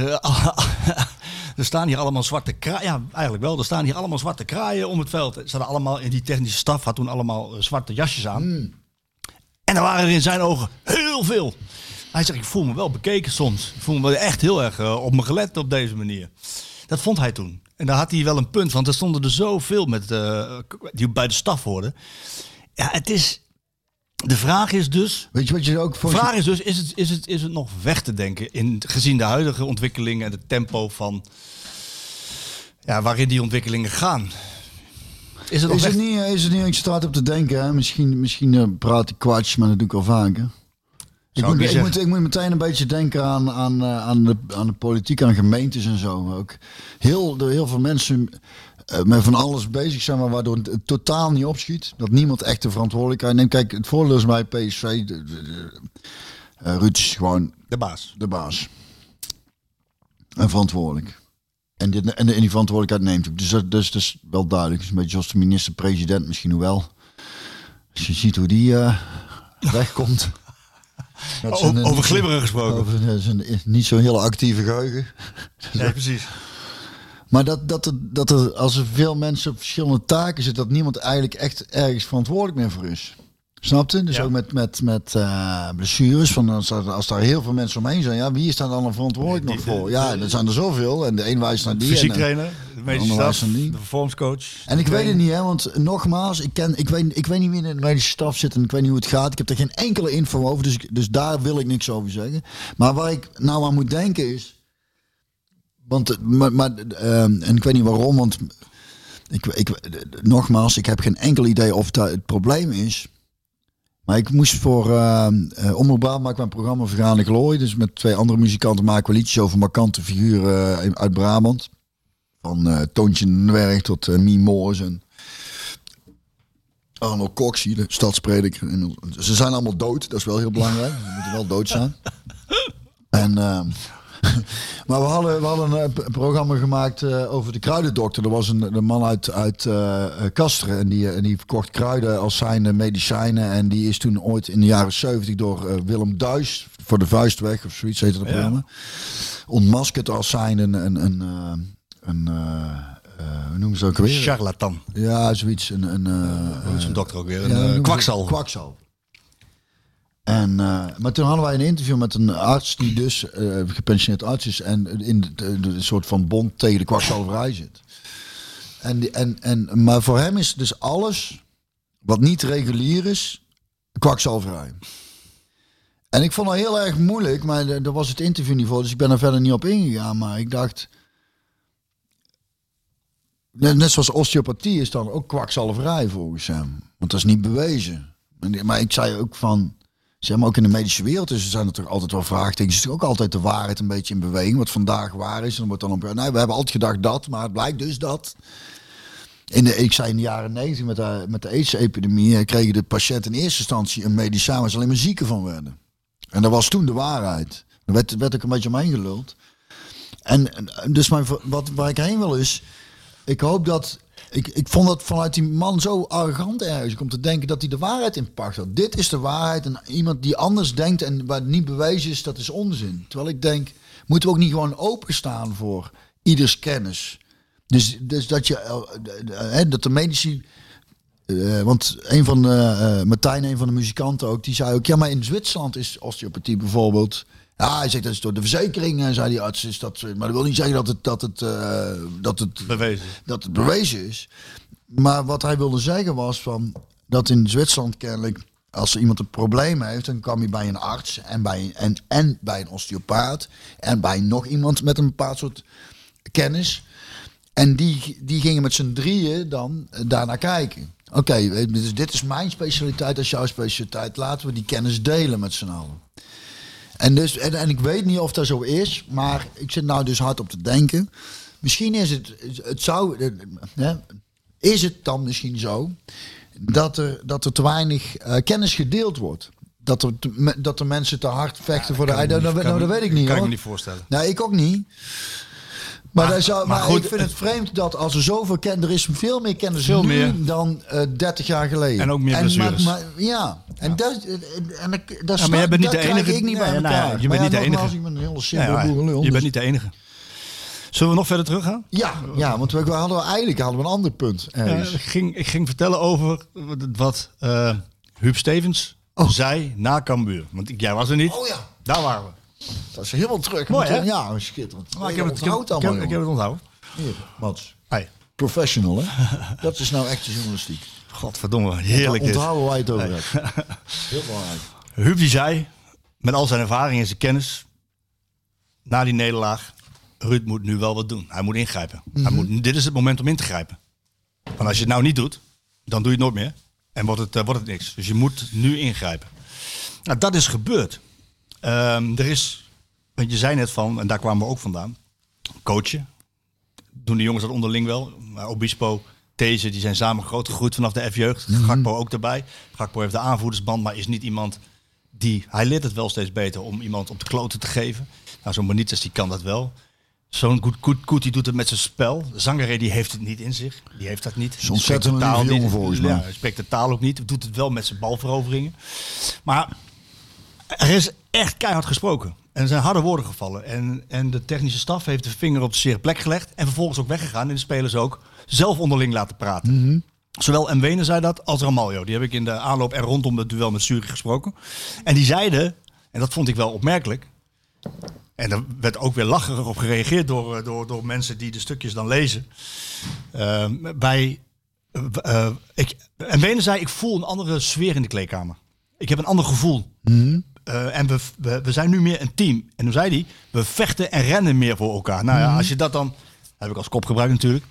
staan hier allemaal zwarte kraaien. Ja, eigenlijk wel. Er staan hier allemaal zwarte kraaien om het veld. Ze hadden allemaal, in die technische staf had toen allemaal zwarte jasjes aan. En er waren er in zijn ogen heel veel. Hij zegt, ik voel me wel bekeken soms. Ik voel me echt heel erg op me gelet op deze manier. Dat vond hij toen. En daar had hij wel een punt, want er stonden er zoveel die bij de staf hoorden. Ja, het is... De vraag is dus... Weet je wat je ook... vraag is dus, is het nog weg te denken gezien de huidige ontwikkelingen en het tempo van... Ja, waarin die ontwikkelingen gaan. Is het niet, ik sta op te denken, hè? Misschien praat ik kwats, maar dat doe ik al vaker. Ik moet meteen een beetje denken aan de politiek, aan gemeentes en zo. Ook heel veel mensen met van alles bezig zijn, maar waardoor het totaal niet opschiet. Dat niemand echt de verantwoordelijkheid neemt. Kijk, het voordeel is bij PSV, Ruud is gewoon de baas. En verantwoordelijk. En die verantwoordelijkheid neemt ook. Dus dat is wel duidelijk. Het is een beetje zoals de minister-president misschien, hoewel. Als je ziet hoe die wegkomt. Over glibberen gesproken. Over zijn niet zo'n hele actieve geheugen. Nee, precies. Maar dat er als er veel mensen op verschillende taken zitten, dat niemand eigenlijk echt ergens verantwoordelijk meer voor is. Snap je? Dus ook met blessures. Van als daar heel veel mensen omheen zijn, ja, wie is daar dan verantwoordelijk nog voor? Ja, er zijn er zoveel. En de een wijst naar die. Fysiek trainer, de medische staf, de performance coach. En ik weet het niet, hè, want nogmaals, ik weet niet wie in de medische staf zit en ik weet niet hoe het gaat. Ik heb er geen enkele info over, dus daar wil ik niks over zeggen. Maar waar ik nou aan moet denken is, en ik weet niet waarom, want nogmaals, ik heb geen enkel idee of dat het probleem is. Maar ik moest voor Omroep Brabant maken we een programma Vergane Glorie. Dus met 2 andere muzikanten maken we liedjes over markante figuren uit Brabant. Van Toontje den Dwerg tot Mie Moors en Arnold Coxie, de stadsprediker. En ze zijn allemaal dood, dat is wel heel belangrijk. Ze moeten wel dood zijn. En... maar we hadden een programma gemaakt over de kruidendokter. Er was een man uit Kasteren en die verkocht kruiden als zijn medicijnen. En die is toen ooit in de jaren 70 door Willem Duis, voor de Vuistweg of zoiets heette dat programma, ontmaskerd als zijn een hoe noemen ze ook weer? Charlatan. Ja, zoiets. Hoe is een dokter ook weer? Een kwakzalver. En, maar toen hadden wij een interview met een arts die dus gepensioneerd arts is en in de soort van bond tegen de kwakzalverij zit. Maar voor hem is dus alles wat niet regulier is, kwakzalverij. En ik vond het heel erg moeilijk, maar dat was het interviewniveau, dus ik ben er verder niet op ingegaan. Maar ik dacht, net zoals osteopathie is dan ook kwakzalverij volgens hem. Want dat is niet bewezen. Maar ik zei ook van... Zeg maar ook in de medische wereld dus zijn er toch altijd wel vraagtekens. Het is ook altijd de waarheid een beetje in beweging. Wat vandaag waar is. En dan wordt dan op. Nee, we hebben altijd gedacht dat, maar het blijkt dus dat. Ik zei in de jaren 90 met de AIDS-epidemie kregen de patiënten in eerste instantie een medicijn waar ze alleen maar zieken van werden. En dat was toen de waarheid. Er werd ook een beetje omheen geluld. En dus waar ik heen wil is, ik hoop dat. Ik vond dat vanuit die man zo arrogant ergens om te denken dat hij de waarheid in pacht had. Dit is de waarheid en iemand die anders denkt en waar het niet bewezen is, dat is onzin. Terwijl ik denk, moeten we ook niet gewoon openstaan voor ieders kennis. Dus dat dat de medici... want Martijn, een van de muzikanten ook, die zei ook, ja, maar in Zwitserland is osteopathie bijvoorbeeld... Ja, hij zegt dat is door de verzekering, zei die arts. Is dat, maar dat wil niet zeggen dat het bewezen is. Maar wat hij wilde zeggen was van dat in Zwitserland kennelijk, als er iemand een probleem heeft, dan kwam hij bij een arts en bij een osteopaat en bij nog iemand met een bepaald soort kennis. En die gingen met z'n drieën dan daarnaar kijken. Oké, dus dit is mijn specialiteit, dat is jouw specialiteit. Laten we die kennis delen met z'n allen. En ik weet niet of dat zo is, maar ik zit nou dus hard op te denken. Misschien is is het dan misschien zo dat er te weinig kennis gedeeld wordt. Dat er mensen te hard vechten voor de... Dat weet ik niet, kan hoor. ik me niet voorstellen. Nee, ik ook niet. Maar goed, ik vind het vreemd dat als er zoveel kennis... Er is veel meer kennis Veel nu meer. dan 30 jaar geleden. En ook meer blessures. Maar maar jij bent niet de krijg enige. ik niet bij elkaar. Je bent niet de nogmaals, enige. Ik ben een hele Ja, simpele boerenlul. je bent dus- niet de enige. Zullen we nog verder teruggaan? Ja, want we hadden een ander punt. Ik ging vertellen over wat Huub Stevens zei na Cambuur. Want jij was er niet. Oh ja, Daar waren we. dat is helemaal terug. Mooi, hè? Ja, schitterend. Maar ik heb het onthouden. Hier, Mats. Hey. Professional, hè? Dat is nou echte journalistiek. Godverdomme, heerlijk dit. Onthouden waar je het over hebt. Heel belangrijk. Huub die zei, met al zijn ervaring en zijn kennis, na die nederlaag, Ruud moet nu wel wat doen. Hij moet ingrijpen. Dit is het moment om in te grijpen. Want als je het nou niet doet, dan doe je het nooit meer. En wordt het niks. Dus je moet nu ingrijpen. Nou, dat is gebeurd. Er is, want je zei net van, en daar kwamen we ook vandaan, coachen. Doen de jongens dat onderling wel. Maar Obispo, These, die zijn samen groot gegroeid vanaf de F-jeugd. Gakpo ook erbij. Gakpo heeft de aanvoerdersband, maar is niet iemand die... Hij leert het wel steeds beter om iemand op de kloten te geven. Nou, zo'n Benitez, die kan dat wel. Zo'n Koet, die doet het met zijn spel. Zangaré, die heeft het niet in zich. Die heeft dat niet. Zo'n ontzettend lieve jongen volgens mij. Ja, hij spreekt de taal ook niet. Doet het wel met zijn balveroveringen. Maar er is echt keihard gesproken. En er zijn harde woorden gevallen. En de technische staf heeft de vinger op de zere plek gelegd. En vervolgens ook weggegaan. En de spelers ook zelf onderling laten praten. Zowel Mwene zei dat als Ramaljo. Die heb ik in de aanloop en rondom het duel met Zurich gesproken. En die zeiden, en dat vond ik wel opmerkelijk... En er werd ook weer lacherig op gereageerd door mensen die de stukjes dan lezen. En Wene zei, ik voel een andere sfeer in de kleedkamer. Ik heb een ander gevoel. En we zijn nu meer een team. En toen zei hij, we vechten en rennen meer voor elkaar. Nou ja, als je dat dan... Heb ik als kop gebruikt natuurlijk.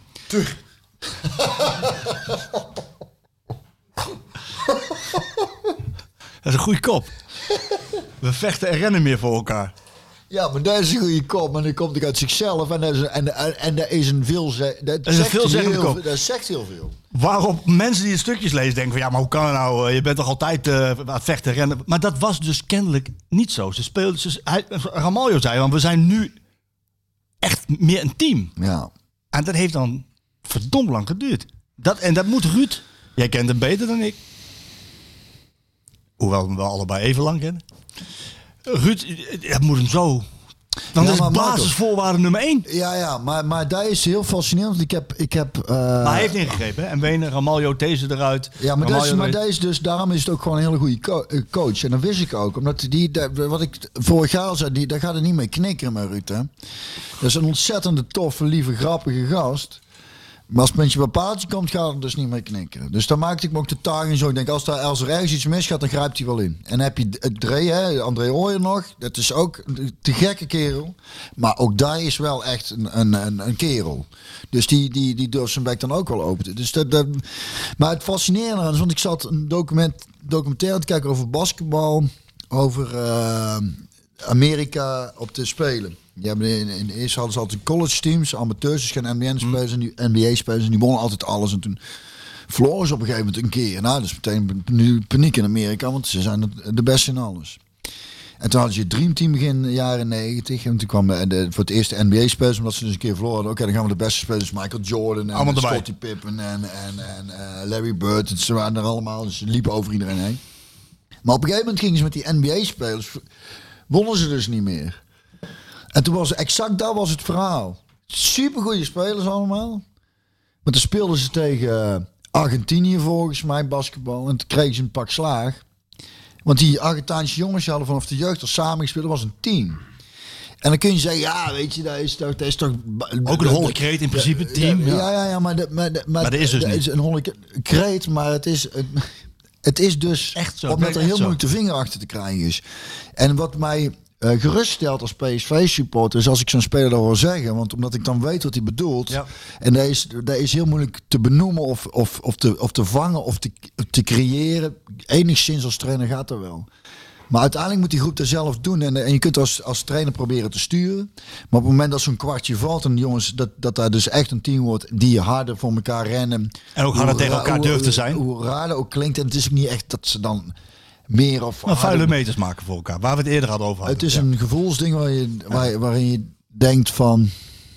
Dat is een goede kop. We vechten en rennen meer voor elkaar. Ja, maar dat is een goede kop. Maar dan komt hij uit zichzelf. En dat is een veelzeggende kop. Dat zegt heel veel. Waarop mensen die de stukjes lezen denken van... Ja, maar hoe kan het nou? Je bent toch altijd aan het vechten en rennen? Maar dat was dus kennelijk niet zo. Ramaljo zei, want we zijn nu echt meer een team. Ja. En dat heeft dan verdomd lang geduurd. Dat moet Ruud... Jij kent hem beter dan ik. Hoewel we hem wel allebei even lang kennen. Ruud, dat moet hem zo... Dan is het basisvoorwaarde nummer 1. Ja, maar dat is heel fascinerend. Maar hij heeft ingegrepen, hè? En Wene, Ramaljo, These eruit. Ja, maar dat is dus, daarom is het ook gewoon een hele goede coach. En dat wist ik ook. Omdat wat ik vorig jaar al zei, daar gaat het niet mee knikkeren met Ruud. Hè? Dat is een ontzettende toffe, lieve, grappige gast. Maar als het met je bepaaltje komt, gaat het dus niet mee knikkeren. Dus dan maakte ik me ook de taak en zo. Ik denk, als er ergens iets misgaat, dan grijpt hij wel in. En dan heb je André Ooyer nog. Dat is ook een te gekke kerel. Maar ook daar is wel echt een kerel. Dus die durft zijn bek dan ook wel open. Dus maar het fascinerende is, want ik zat een documentaire te kijken over basketbal. Over Amerika op te spelen. Ja, in de eerste hadden ze altijd college teams, amateurs, dus geen NBA-spelers en die NBA-spelers en die wonnen altijd alles. En toen verloren ze op een gegeven moment een keer. Nou, dat is meteen nu paniek in Amerika, want ze zijn de beste in alles. En toen hadden ze het Dream Team begin jaren 90. En toen kwam voor het eerst de NBA-spelers, omdat ze dus een keer verloren. Oké, dan gaan we de beste spelers, Michael Jordan en Scottie Pippen en Larry Bird. Ze waren er allemaal, dus ze liepen over iedereen heen. Maar op een gegeven moment gingen ze met die NBA-spelers, wonnen ze dus niet meer. En toen was exact dat was het verhaal. Super goede spelers allemaal. Maar toen speelden ze tegen Argentinië volgens mij basketbal. En toen kregen ze een pak slaag. Want die Argentijnse jongens hadden vanaf de jeugd al samen gespeeld. Dat was een team. En dan kun je zeggen, ja, weet je, dat is toch... Ook een holle kreet in principe, team. Ja, maar dat is dus niet. Is een holle kreet, maar het is dus... Echt zo. Omdat er heel moeilijk de vinger achter te krijgen is. En wat mij... geruststeld als PSV-supporter is als ik zo'n speler dat wil zeggen. Want omdat ik dan weet wat hij bedoelt. Ja. En dat is heel moeilijk te benoemen of te vangen of te creëren. Enigszins als trainer gaat dat wel. Maar uiteindelijk moet die groep dat zelf doen. En je kunt als trainer proberen te sturen. Maar op het moment dat zo'n kwartje valt en jongens, dat daar dus echt een team wordt die harder voor elkaar rennen. En ook harder tegen elkaar durft te zijn. Hoe raar dat ook klinkt. En het is ook niet echt dat ze dan... meer of vuile meters maken voor elkaar. Waar we het eerder hadden over. Het is een gevoelsding waarin je denkt van...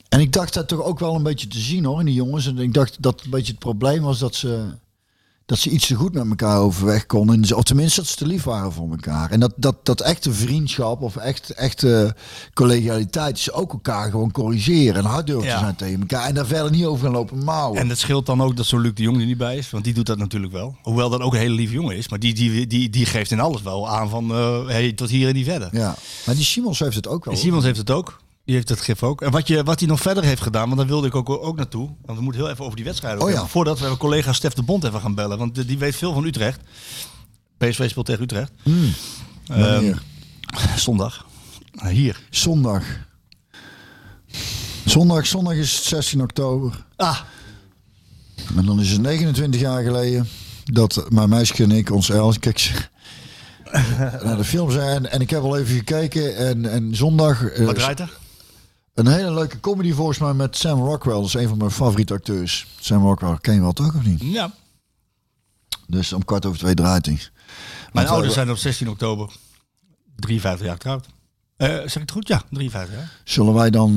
En ik dacht dat toch ook wel een beetje te zien hoor in die jongens. En ik dacht dat een beetje het probleem was dat ze iets te goed met elkaar overweg konden. Of tenminste dat ze te lief waren voor elkaar. En dat echte vriendschap of echte collegialiteit is ook elkaar gewoon corrigeren. En hard durven te zijn tegen elkaar. En daar verder niet over gaan lopen mouwen. En het scheelt dan ook dat zo'n Luc de Jong er niet bij is. Want die doet dat natuurlijk wel. Hoewel dat ook een hele lieve jongen is. Maar die geeft in alles wel aan van hey, tot hier en niet verder. Ja, maar die Simons heeft het ook wel. Simons heeft het ook. Die heeft het gif ook. En wat hij nog verder heeft gedaan, want daar wilde ik ook naartoe. Want we moeten heel even over die wedstrijd hebben. Voordat we collega Stef de Bond even gaan bellen. Want die weet veel van Utrecht. PSV speelt tegen Utrecht. Zondag. Hier. Zondag is 16 oktober. En dan is het 29 jaar geleden dat mijn meisje en ik ons naar de film zijn. En ik heb al even gekeken. En zondag... Wat draait er? Een hele leuke comedy volgens mij met Sam Rockwell. Dat is een van mijn favoriete acteurs. Sam Rockwell, ken je wel toch of niet? Ja. Dus om 2:15 draait hij. Mijn ouders zijn op 16 oktober 53 jaar getrouwd. Zeg ik het goed? Ja, 53 jaar. Zullen wij dan...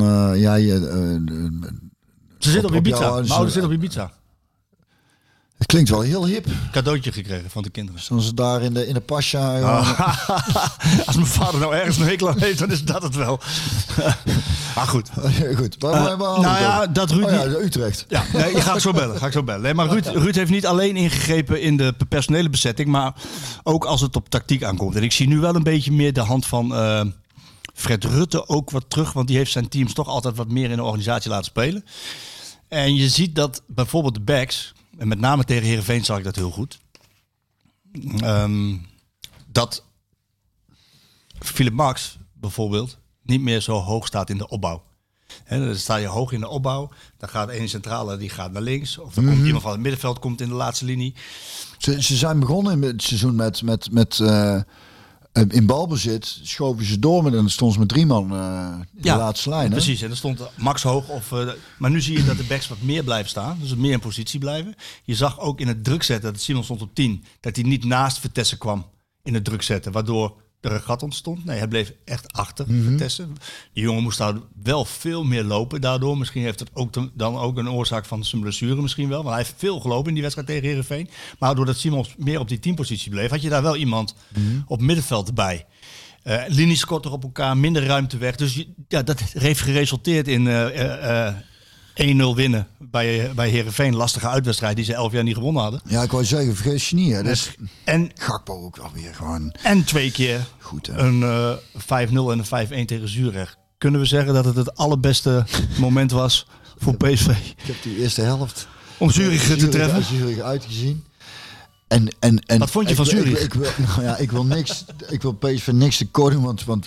Ze zitten op Ibiza. Mijn ouders zitten op Ibiza. Het klinkt wel heel hip. Cadeautje gekregen van de kinderen. Zullen ze daar in de Pasja... Als mijn vader nou ergens een hekel aan heeft, dan is dat het wel. Maar goed. Goed. Dat Ruud... Utrecht. Ja, nee, ga ik zo bellen. Nee, maar Ruud heeft niet alleen ingegrepen in de personele bezetting, maar ook als het op tactiek aankomt. En ik zie nu wel een beetje meer de hand van Fred Rutte ook wat terug, want die heeft zijn teams toch altijd wat meer in de organisatie laten spelen. En je ziet dat bijvoorbeeld de backs, en met name tegen Heerenveen zag ik dat heel goed, dat Philip Max bijvoorbeeld niet meer zo hoog staat in de opbouw. Dan sta je hoog in de opbouw, dan gaat één centrale die gaat naar links, of dan komt iemand van het middenveld komt in de laatste linie. Ze zijn begonnen in het seizoen met in balbezit, schoven ze door en dan stonden ze met 3 man in de laatste lijn. Hè? Precies, en dan stond Max hoog. Maar nu zie je dat de backs wat meer blijven staan, dus meer in positie blijven. Je zag ook in het druk zetten, dat Simons stond op 10, dat hij niet naast Vitesse kwam in het druk zetten, waardoor er een gat ontstond. Nee, hij bleef echt achter Vitesse. Die jongen moest daar wel veel meer lopen daardoor. Misschien heeft het dan ook een oorzaak van zijn blessure misschien wel. Want hij heeft veel gelopen in die wedstrijd tegen Heerenveen. Maar doordat Simons meer op die 10-positie bleef, had je daar wel iemand op middenveld erbij. Linies korter op elkaar, minder ruimte weg. Dus dat heeft geresulteerd in 1-0 winnen bij Heerenveen. Lastige uitwedstrijd die ze 11 jaar niet gewonnen hadden. Ja, ik wou zeggen, vergeet je niet. Hè. Dus en Gakpo ook wel weer gewoon. En 2 keer goed, een 5-0 en een 5-1 tegen Zurich. Kunnen we zeggen dat het allerbeste moment was voor PSV? Ik heb die eerste helft om Zurich te treffen. Zurich uitgezien. En wat vond je van Zurich? Ik wil PSV niks te kort doen, want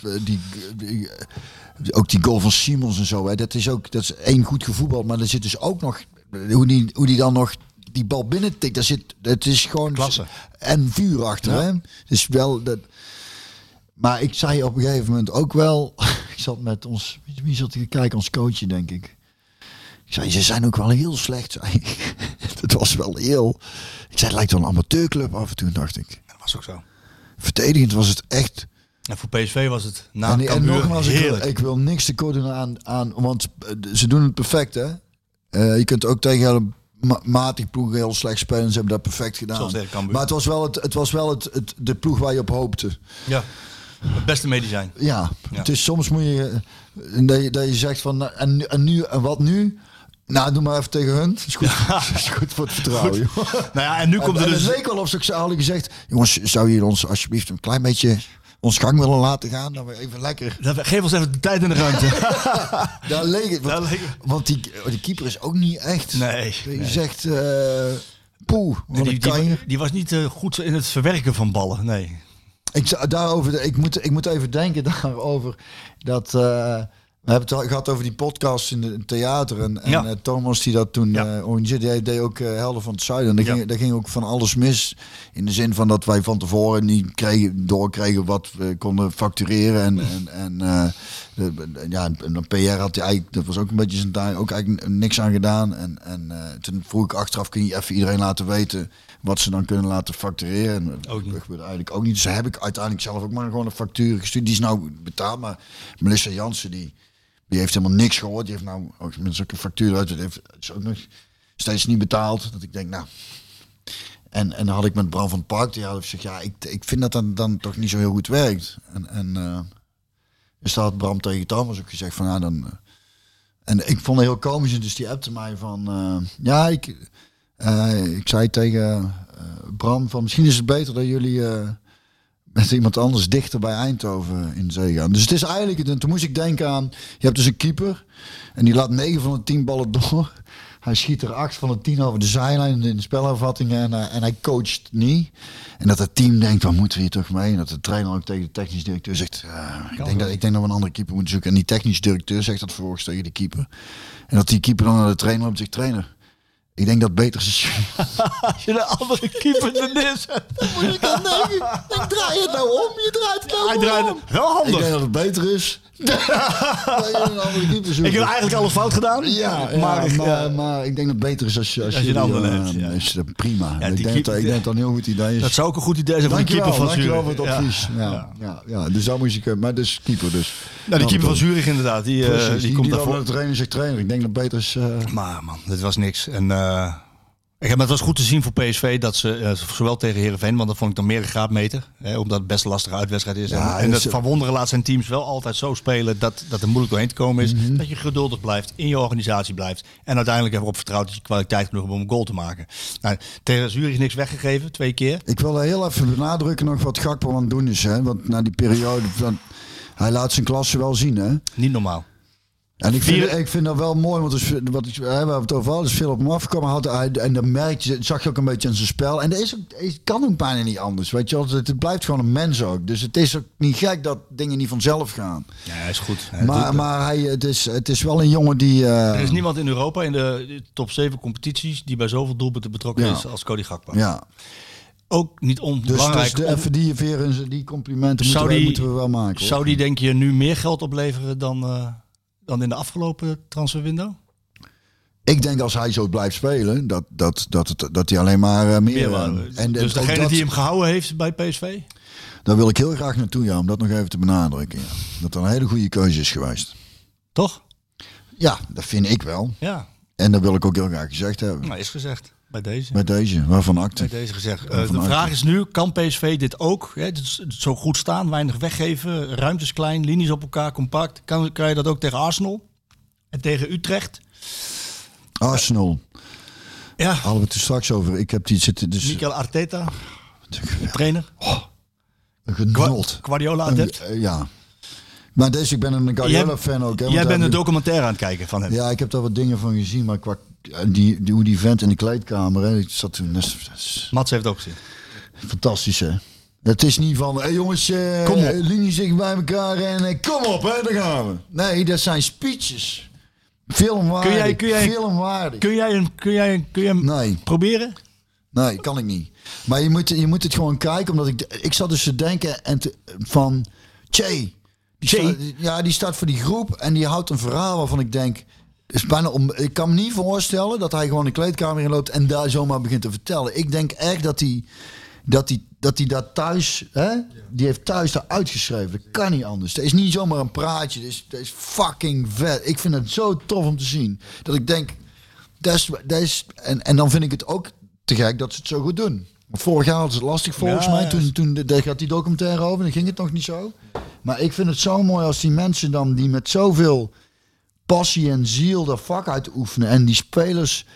ook die goal van Simons en zo, hè, dat is één goed gevoetbal, maar er zit dus ook nog hoe die dan nog die bal binnen tikt. Het is gewoon klasse en vuur achter. Ja. Hè? Dus wel dat. Maar ik zei op een gegeven moment ook wel, ik zat met ons, wie zat te kijken, ons coachje denk ik. Ik zei, ze zijn ook wel heel slecht, zei ik. Het was wel heel. Ik zei, het lijkt wel een amateurclub af en toe, dacht ik. Dat was ook zo. Verdedigend was het echt. En voor PSV was het en nogmaals, ik wil niks tekort doen aan, want ze doen het perfect, hè. Je kunt ook tegen hele matig ploeg heel slecht spelen. Ze hebben dat perfect gedaan. Maar het was wel de ploeg waar je op hoopte. Ja, het beste medicijn. Ja, het is soms moet je dat je zegt van en wat nu? Nou, doe maar even tegen hun. Dat is goed, dat is goed voor het vertrouwen. Nou ja, en nu komt er dus. Het leek wel of ze hadden gezegd, jongens, zou je ons alsjeblieft een klein beetje ons gang willen laten gaan, dan we even lekker. Geef ons even de tijd en de ruimte. Daar leek het. Want die keeper is ook niet echt. Nee. Je zegt, poeh. Die was niet goed in het verwerken van ballen. Nee. Ik moet even denken daarover dat. We hebben het gehad over die podcast in het theater. En Thomas die dat toen organiseerde, die deed ook Helden van het Zuiden. En daar ging ook van alles mis. In de zin van dat wij van tevoren niet doorkregen wat we konden factureren. En PR had hij eigenlijk, dat was ook een beetje zijn taak, ook eigenlijk niks aan gedaan. En toen vroeg ik achteraf, kun je even iedereen laten weten wat ze dan kunnen laten factureren. En dat gebeurde eigenlijk ook niet. Dus heb ik uiteindelijk zelf ook maar gewoon een factuur gestuurd. Die is nou betaald. Maar Melissa Jansen, die Die heeft helemaal niks gehoord. Die heeft nou ook met zulke factuur uit. Is ook nog steeds niet betaald. Dat ik denk, nou. En dan had ik met Bram van het Park. Die had gezegd, ja, ik vind dat dan toch niet zo heel goed werkt. Dus daar had Bram tegen Thomas ook gezegd van, dan. En ik vond het heel komisch. Dus die appte mij van, ik zei tegen Bram van, misschien is het beter dat jullie met iemand anders dichter bij Eindhoven in zee gaan. Dus het is eigenlijk, toen moest ik denken aan, je hebt dus een keeper en die laat 9 van de 10 ballen door. Hij schiet er 8 van de 10 over de zijlijn in de spelervattingen en hij coacht niet. En dat het team denkt, wat moeten we hier toch mee? En dat de trainer ook tegen de technisch directeur zegt, ik denk dat we een andere keeper moeten zoeken. En die technisch directeur zegt dat vervolgens tegen de keeper. En dat die keeper dan naar de trainer loopt en zegt, trainer, ik denk dat het beter is als je de andere keeper er neerzet. Dan moet je dan denken, ik draai het nou om. Je draait het nou Hij draait om. het wel handig. Ik denk dat het beter is. Dat je een andere keeper zoekt. Ik heb eigenlijk alles fout gedaan. Maar ik denk dat het beter is als je een ander hebt. Ja. Is dat prima. Ja, ik denk dat het een heel goed idee is. Dat zou ook een goed idee zijn voor de keeper van Zurich. Dankjewel voor het advies. Ja. Dus daar moest ik... Maar dus keeper dus. Nou, die keeper van Zurich inderdaad. Die komt daarvoor. De trainer zegt trainer. Ik denk dat het beter is... Maar man, dit was niks. En... maar het was goed te zien voor PSV dat ze, zowel tegen Heerenveen, want dat vond ik dan meer een graadmeter, omdat het best een lastige uitwedstrijd is. Ja, en dat Van Wonderen laat zijn teams wel altijd zo spelen dat er moeilijk doorheen te komen is. Mm-hmm. Dat je geduldig blijft, in je organisatie blijft en uiteindelijk erop vertrouwt dat je kwaliteit genoeg hebt om een goal te maken. Nou, tegen Zurich niks weggegeven, 2 keer. Ik wil heel even benadrukken nog wat Gakpo aan het doen is. Hè? Want na die periode, hij laat zijn klasse wel zien. Hè? Niet normaal. En ik vind dat wel mooi, want we hebben het over al, is veel op hem afgekomen. En dan zag je ook een beetje aan zijn spel. En het kan ook bijna niet anders, weet je wel. Het blijft gewoon een mens ook. Dus het is ook niet gek dat dingen niet vanzelf gaan. Ja, hij is goed. Maar het is wel een jongen die... Er is niemand in Europa in de top 7 competities die bij zoveel doelpunten betrokken is als Cody Gakpo. Ja. Ook niet onbelangrijk. Dus even die complimenten moeten we wel maken. Zou die denk je nu meer geld opleveren dan in de afgelopen transferwindow? Ik denk als hij zo blijft spelen, dat hij alleen maar meer... Dus degene die hem gehouden heeft bij PSV? Daar wil ik heel graag naartoe, ja, om dat nog even te benadrukken. Ja. Dat er een hele goede keuze is geweest. Toch? Ja, dat vind ik wel. Ja. En dat wil ik ook heel graag gezegd hebben. Nou, is gezegd. Bij deze, waarvan akte? Bij deze gezegd. De vraag is nu, kan PSV dit ook? Hè, zo goed staan, weinig weggeven, ruimtes klein, linies op elkaar, compact. Kan je dat ook tegen Arsenal? En tegen Utrecht? Arsenal. Ja. Hadden we het er straks over. Ik heb die zitten... Dus... Mikel Arteta, trainer. Een genot. Guardiola adept. Ja. Maar ik ben een Guardiola-fan ook. Hè, jij bent een documentaire aan het kijken van hem. Ja, ik heb daar wat dingen van gezien, maar qua hoe die vent in de kleedkamer, hè, ik zat toen... Mats heeft ook gezien. Fantastisch, hè. Het is niet van, hey jongens, linie zich bij elkaar en kom op, hè, daar gaan we. Nee, dat zijn speeches. Filmwaardig. Kun jij hem proberen? Nee, kan ik niet. Maar je moet het gewoon kijken, omdat ik zat dus te denken van Che. Die staat voor die groep en die houdt een verhaal waarvan ik denk... ik kan me niet voorstellen dat hij gewoon de kleedkamer in loopt en daar zomaar begint te vertellen. Ik denk echt dat hij daar thuis... Hè, die heeft thuis daar uitgeschreven. Dat kan niet anders. Dat is niet zomaar een praatje. Dat is fucking vet. Ik vind het zo tof om te zien. Dat ik denk... En dan vind ik het ook te gek dat ze het zo goed doen. Vorig jaar was het lastig volgens mij. Toen gaat die documentaire over. Dan ging het nog niet zo. Maar ik vind het zo mooi als die mensen dan... die met zoveel passie en ziel dat vak uitoefenen. En die spelers...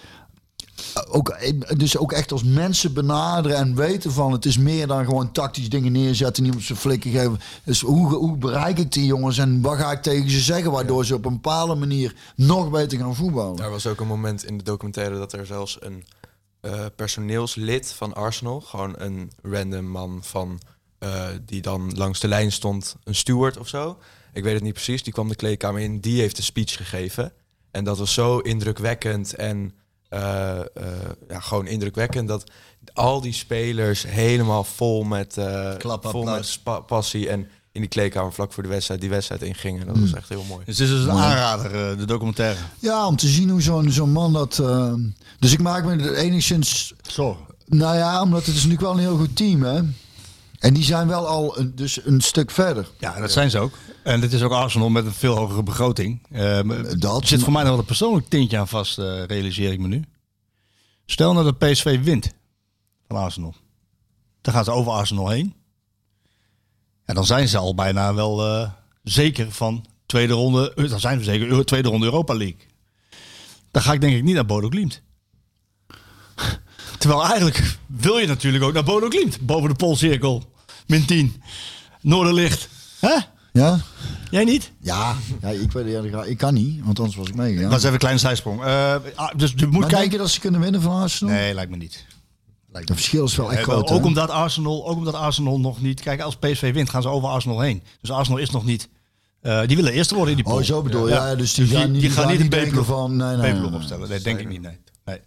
ook echt als mensen benaderen en weten van... het is meer dan gewoon tactisch dingen neerzetten... en iemand zijn flikken geven. Dus hoe bereik ik die jongens en wat ga ik tegen ze zeggen... waardoor ze op een bepaalde manier nog beter gaan voetballen. Er was ook een moment in de documentaire... dat er zelfs een personeelslid van Arsenal... gewoon een random man van... die dan langs de lijn stond, een steward of zo. Ik weet het niet precies, die kwam de kleedkamer in... die heeft een speech gegeven. En dat was zo indrukwekkend en... gewoon indrukwekkend dat al die spelers helemaal vol met passie en in die kleedkamer vlak voor de wedstrijd ingingen. Dat was echt heel mooi. Dus dit is een aanrader, de documentaire. Ja, om te zien hoe zo'n man dat... Dus ik maak me enigszins... Zo. Nou ja, omdat het is natuurlijk wel een heel goed team, hè. En die zijn wel al dus een stuk verder. Ja, dat zijn ze ook. En dit is ook Arsenal met een veel hogere begroting. Dat Er zit voor mij nog wel een persoonlijk tintje aan vast, realiseer ik me nu. Stel nou dat PSV wint van Arsenal. Dan gaan ze over Arsenal heen. En dan zijn ze al bijna wel zeker van tweede ronde. Dan zijn we zeker tweede ronde Europa League. Dan ga ik denk ik niet naar Bodo Glimt. Terwijl eigenlijk wil je natuurlijk ook naar Bodo Glimt. Boven de Poolcirkel. -10. Noorderlicht. Hè? Ja? Jij niet? Ja, ik kan niet, want anders was ik meegegaan. Dat is even een kleine zijsprong. Dus je moet Maar denk kijken. je dat ze kunnen winnen van Arsenal? Nee, lijkt me niet. Het verschil is wel echt groot. Ook omdat Arsenal nog niet... Kijk, als PSV wint, gaan ze over Arsenal heen. Dus Arsenal is nog niet... die willen eerste worden in die pool. Oh, zo bedoel je. Ja, dus die gaan niet een denken van... B-ploeg opstellen. Nee, denk ik niet. Nee.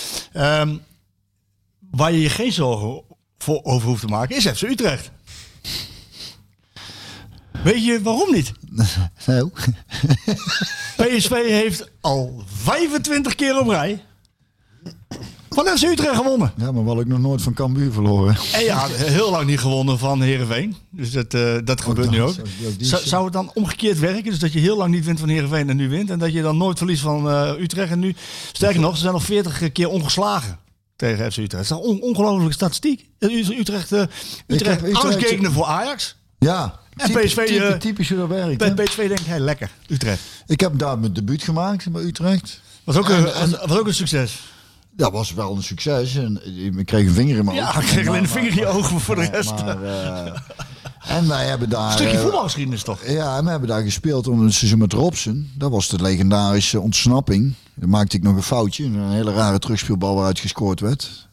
Waar je geen zorgen over hoeft te maken, is FC Utrecht. Weet je waarom niet? Nou. PSV heeft al 25 keer op rij van FC Utrecht gewonnen. Ja, maar wel ook nog nooit van Cambuur verloren. En ja, heel lang niet gewonnen van Heerenveen. Dus dat gebeurt nu ook. Zou het dan omgekeerd werken? Dus dat je heel lang niet wint van Heerenveen en nu wint. En dat je dan nooit verliest van Utrecht. En nu, sterker nog, ze zijn nog 40 keer ongeslagen tegen FC Utrecht. Dat is een ongelofelijke statistiek. Utrecht angstgegner voor Ajax. Ja. En PSV... Typisch hoe dat werkt. PSV denkt, hey, lekker, Utrecht. Ik heb daar mijn debuut gemaakt bij Utrecht. Was ook een succes. Dat was wel een succes. En ik kreeg een vinger in mijn oog. Ja, ik kreeg alleen een vinger in je ogen voor de rest. En wij hebben daar... Een stukje voetbalgeschiedenis toch? Ja, en we hebben daar gespeeld om een seizoen met Robson. Dat was de legendarische ontsnapping. Dan maakte ik nog een foutje. Een hele rare terugspeelbal waaruit gescoord werd.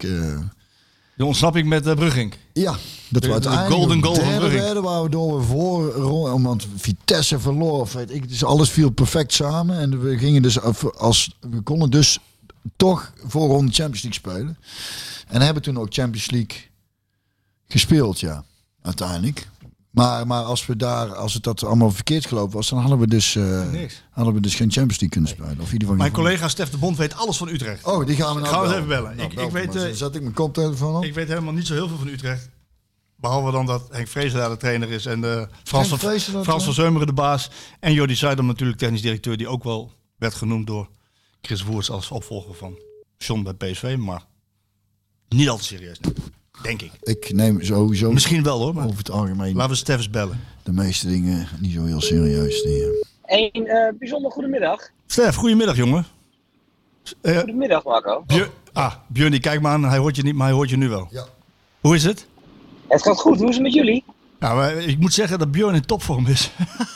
De ontsnapping met Brugging. Ja, dat we uiteindelijk golden goal van Brugging. werden, waardoor we want Vitesse verloor. Weet ik, dus alles viel perfect samen. En we gingen dus we konden dus toch voorronde Champions League spelen. En hebben toen ook Champions League gespeeld, ja, uiteindelijk. Maar als het dat allemaal verkeerd gelopen was, dan hadden we dus geen Champions League kunnen spelen. Of in ieder geval mijn collega Stef de Bond weet alles van Utrecht. Oh, die gaan we nou even bellen. Nou, zet ik mijn koptelefoon op. Ik weet helemaal niet zo heel veel van Utrecht. Behalve dan dat Henk Vrezer daar de trainer is en Frans van Zeumeren de baas. En Jordi Zuidam natuurlijk technisch directeur, die ook wel werd genoemd door Chris Woerts als opvolger van John bij PSV. Maar niet al te serieus, denk ik. Ik neem sowieso... Misschien wel hoor, maar over het algemeen... Laten we Stef eens bellen. De meeste dingen niet zo heel serieus. Een bijzonder goedemiddag. Stef, goedemiddag jongen. Goedemiddag Marco. Björn, die kijkt me aan. Hij hoort je niet, maar hij hoort je nu wel. Ja. Hoe is het? Het gaat goed. Hoe is het met jullie? Nou, ik moet zeggen dat Björn in topvorm is.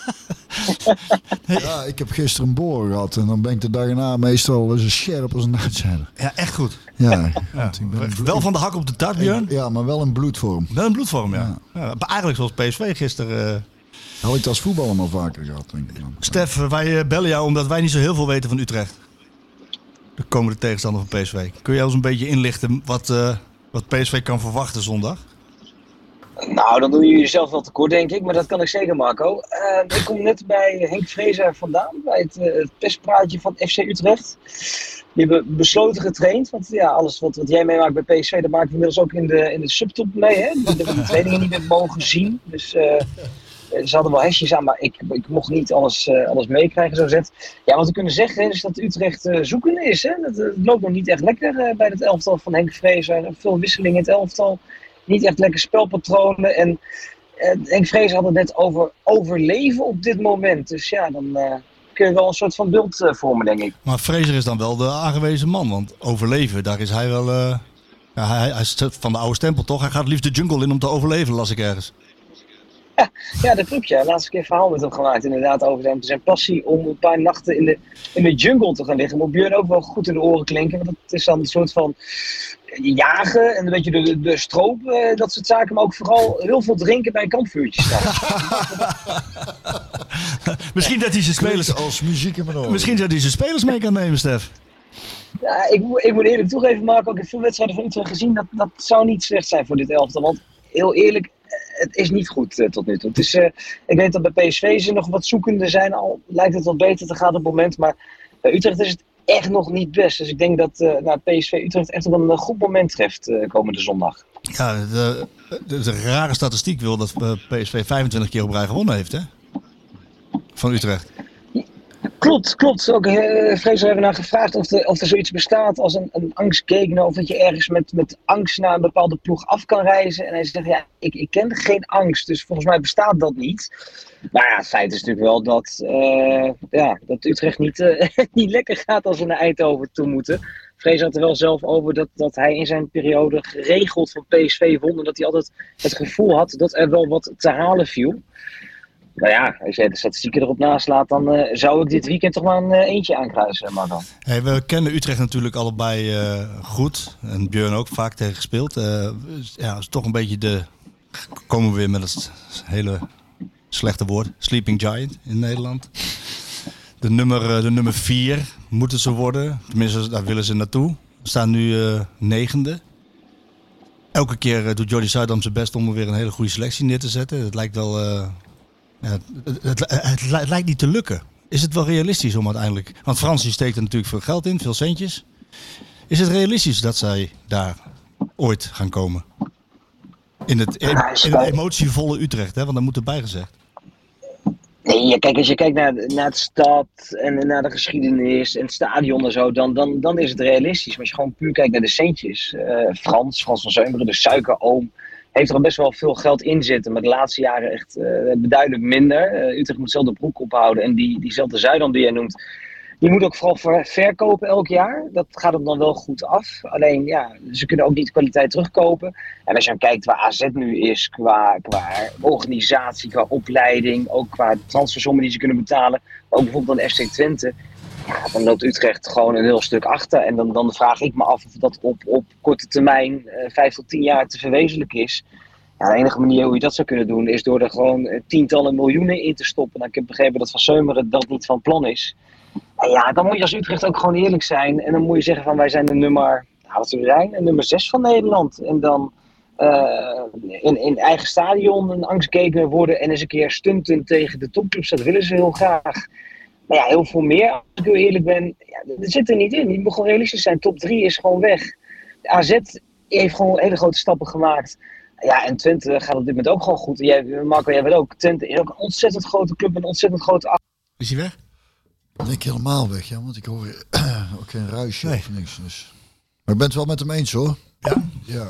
Ja, ik heb gisteren een boor gehad en dan ben ik de dag erna meestal zo scherp als een uitzender. Ja, echt goed. Ja. Wel van de hak op de tak, Björn? Ja, maar wel in bloedvorm. Wel in bloedvorm, ja. Eigenlijk zoals PSV gisteren. Had ik het als voetballer maar vaker gehad, denk ik dan. Stef, wij bellen jou omdat wij niet zo heel veel weten van Utrecht. De komende tegenstander van PSV. Kun jij ons een beetje inlichten wat PSV kan verwachten zondag? Nou, dan doen jullie jezelf wel tekort, denk ik. Maar dat kan ik zeker, Marco. Ik kom net bij Henk Vrezer vandaan. Bij het perspraatje van FC Utrecht. Die hebben besloten getraind. Want ja, alles wat jij meemaakt bij PSV, dat maken we inmiddels ook in de subtop mee. Hè? Dat we de trainingen niet meer mogen zien. Dus ze hadden wel hesjes aan, maar ik mocht niet alles meekrijgen, zo gezegd. Ja, wat we kunnen zeggen is dat Utrecht zoekende is. Hè? Het loopt nog niet echt lekker bij het elftal van Henk Vrezer. Veel wisseling in het elftal. Niet echt lekker spelpatronen. En Henk Vrezer had het net over overleven op dit moment. Dus ja, dan kun je wel een soort van beeld vormen, denk ik. Maar Vrezer is dan wel de aangewezen man. Want overleven, daar is hij wel... hij is van de oude stempel, toch? Hij gaat liefst de jungle in om te overleven, las ik ergens. Ja, dat klopt. Ja. Laatst keer een verhaal met hem gemaakt, inderdaad, over zijn passie om een paar nachten in de jungle te gaan liggen. Moet Björn ook wel goed in de oren klinken. Want het is dan een soort van jagen en een beetje de stroop, dat soort zaken. Maar ook vooral heel veel drinken bij kampvuurtjes staan. Misschien dat hij zijn spelers als muziek in mijn oren. Misschien dat hij zijn spelers mee kan nemen, Stef. Ja, ik moet eerlijk toegeven, Marco, ik heb veel wedstrijden van Utrecht gezien. Dat zou niet slecht zijn voor dit elftal. Want heel eerlijk, het is niet goed tot nu toe. Het is, ik weet dat bij PSV ze nog wat zoekende zijn. Al lijkt het wat beter te gaan op het moment. Maar bij Utrecht is het echt nog niet best. Dus ik denk dat PSV Utrecht echt op een goed moment treft komende zondag. Ja, de rare statistiek wil dat PSV 25 keer op rij gewonnen heeft, hè? Van Utrecht. Klopt. Ook Fraser hebben naar gevraagd of er zoiets bestaat als een angstgegner. Of dat je ergens met angst naar een bepaalde ploeg af kan reizen. En hij zegt, ja, ik ken geen angst. Dus volgens mij bestaat dat niet. Maar ja, het feit is natuurlijk wel dat Utrecht niet lekker gaat als we naar Eindhoven toe moeten. Fraser had er wel zelf over dat hij in zijn periode geregeld van PSV won. En dat hij altijd het gevoel had dat er wel wat te halen viel. Nou ja, als jij de statistieken erop naslaat, dan zou ik dit weekend toch maar een eentje aankruisen, Marco. Hey, we kennen Utrecht natuurlijk allebei goed. En Björn ook vaak tegen gespeeld. Is toch een beetje komen we weer met het hele slechte woord. Sleeping Giant in Nederland. De nummer 4 moeten ze worden. Tenminste, daar willen ze naartoe. We staan nu 9e. Elke keer doet Jordi Zuidam zijn best om er weer een hele goede selectie neer te zetten. Het lijkt wel... Het lijkt niet te lukken. Is het wel realistisch om uiteindelijk... Want Frans die steekt er natuurlijk veel geld in, veel centjes. Is het realistisch dat zij daar ooit gaan komen? In het emotievolle Utrecht, hè? Want dat moet erbij gezegd. Nee, kijk, als je kijkt naar het stad en naar de geschiedenis en het stadion en zo, dan is het realistisch. Maar als je gewoon puur kijkt naar de centjes. Frans van Zeumeren, de suikeroom, heeft er al best wel veel geld in zitten. Maar de laatste jaren echt beduidelijk minder. Utrecht moet zelf de broek ophouden. En diezelfde Zuidam die jij noemt, die moet ook vooral verkopen elk jaar. Dat gaat hem dan wel goed af. Alleen, ja, ze kunnen ook niet de kwaliteit terugkopen. En als je dan kijkt waar AZ nu is, qua organisatie, qua opleiding, ook qua transfersommen die ze kunnen betalen. Ook bijvoorbeeld aan FC Twente. Ja, dan loopt Utrecht gewoon een heel stuk achter. En dan vraag ik me af of dat op korte termijn 5 tot 10 jaar te verwezenlijken is. Ja, de enige manier hoe je dat zou kunnen doen is door er gewoon tientallen miljoenen in te stoppen. Nou, ik heb begrepen dat Van Zeumeren dat niet van plan is. En ja, dan moet je als Utrecht ook gewoon eerlijk zijn. En dan moet je zeggen van wij zijn de nummer 6 van Nederland. En dan in eigen stadion een angstgegner worden en eens een keer stunten tegen de topclubs. Dat willen ze heel graag. Maar ja, heel veel meer, als ik heel eerlijk ben, ja, dat zit er niet in. Je moet gewoon realistisch zijn. Top 3 is gewoon weg. De AZ heeft gewoon hele grote stappen gemaakt. Ja, en Twente gaat op dit moment ook gewoon goed. Marco, jij weet ook, Twente is ook een ontzettend grote club met een ontzettend grote... Is hij weg? Dan denk ik helemaal weg, ja, want ik hoor ook geen ruisje of niks. Dus. Maar ik ben het wel met hem eens, hoor. Ja,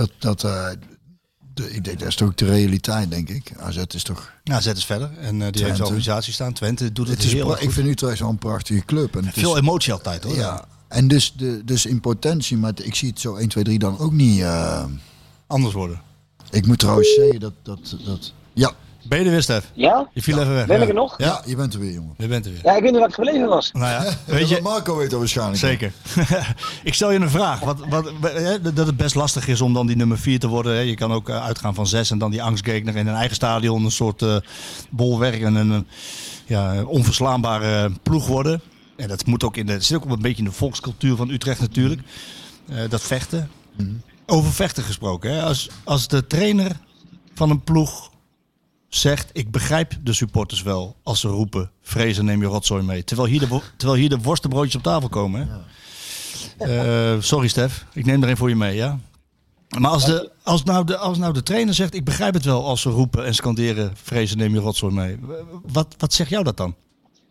ik denk dat is toch de realiteit, denk ik. AZ is toch... Ja, AZ is verder en die heeft de organisatie staan. Twente doet het heel goed. Ik vind Utrecht wel een prachtige club. En veel emotie altijd, hoor. Ja, en dus in potentie, maar ik zie het zo 1, 2, 3 dan ook niet... anders worden. Ik moet trouwens zeggen dat ja. Ben je er weer, Stef? Ja? Je viel even weg. Ben ik er nog? Ja, je bent er weer, jongen. Je bent er weer. Ja, ik weet niet waar ik gebleven was. Nou ja, weet je, Marco weet dat waarschijnlijk. Zeker. Ik stel je een vraag. Dat het best lastig is om dan die nummer 4 te worden. Je kan ook uitgaan van 6 en dan die angstgegner in een eigen stadion. Een soort bolwerk en een onverslaanbare ploeg worden. En dat moet ook het zit ook een beetje in de volkscultuur van Utrecht natuurlijk. Dat vechten. Mm-hmm. Over vechten gesproken. Hè? Als de trainer van een ploeg zegt, ik begrijp de supporters wel als ze roepen, Fraser neem je rotzooi mee. Terwijl hier de worstenbroodjes op tafel komen. Hè? Ja. Sorry Stef, ik neem er een voor je mee, ja. Maar als nou de trainer zegt, ik begrijp het wel als ze roepen en scanderen, Fraser neem je rotzooi mee. Wat zegt jou dat dan?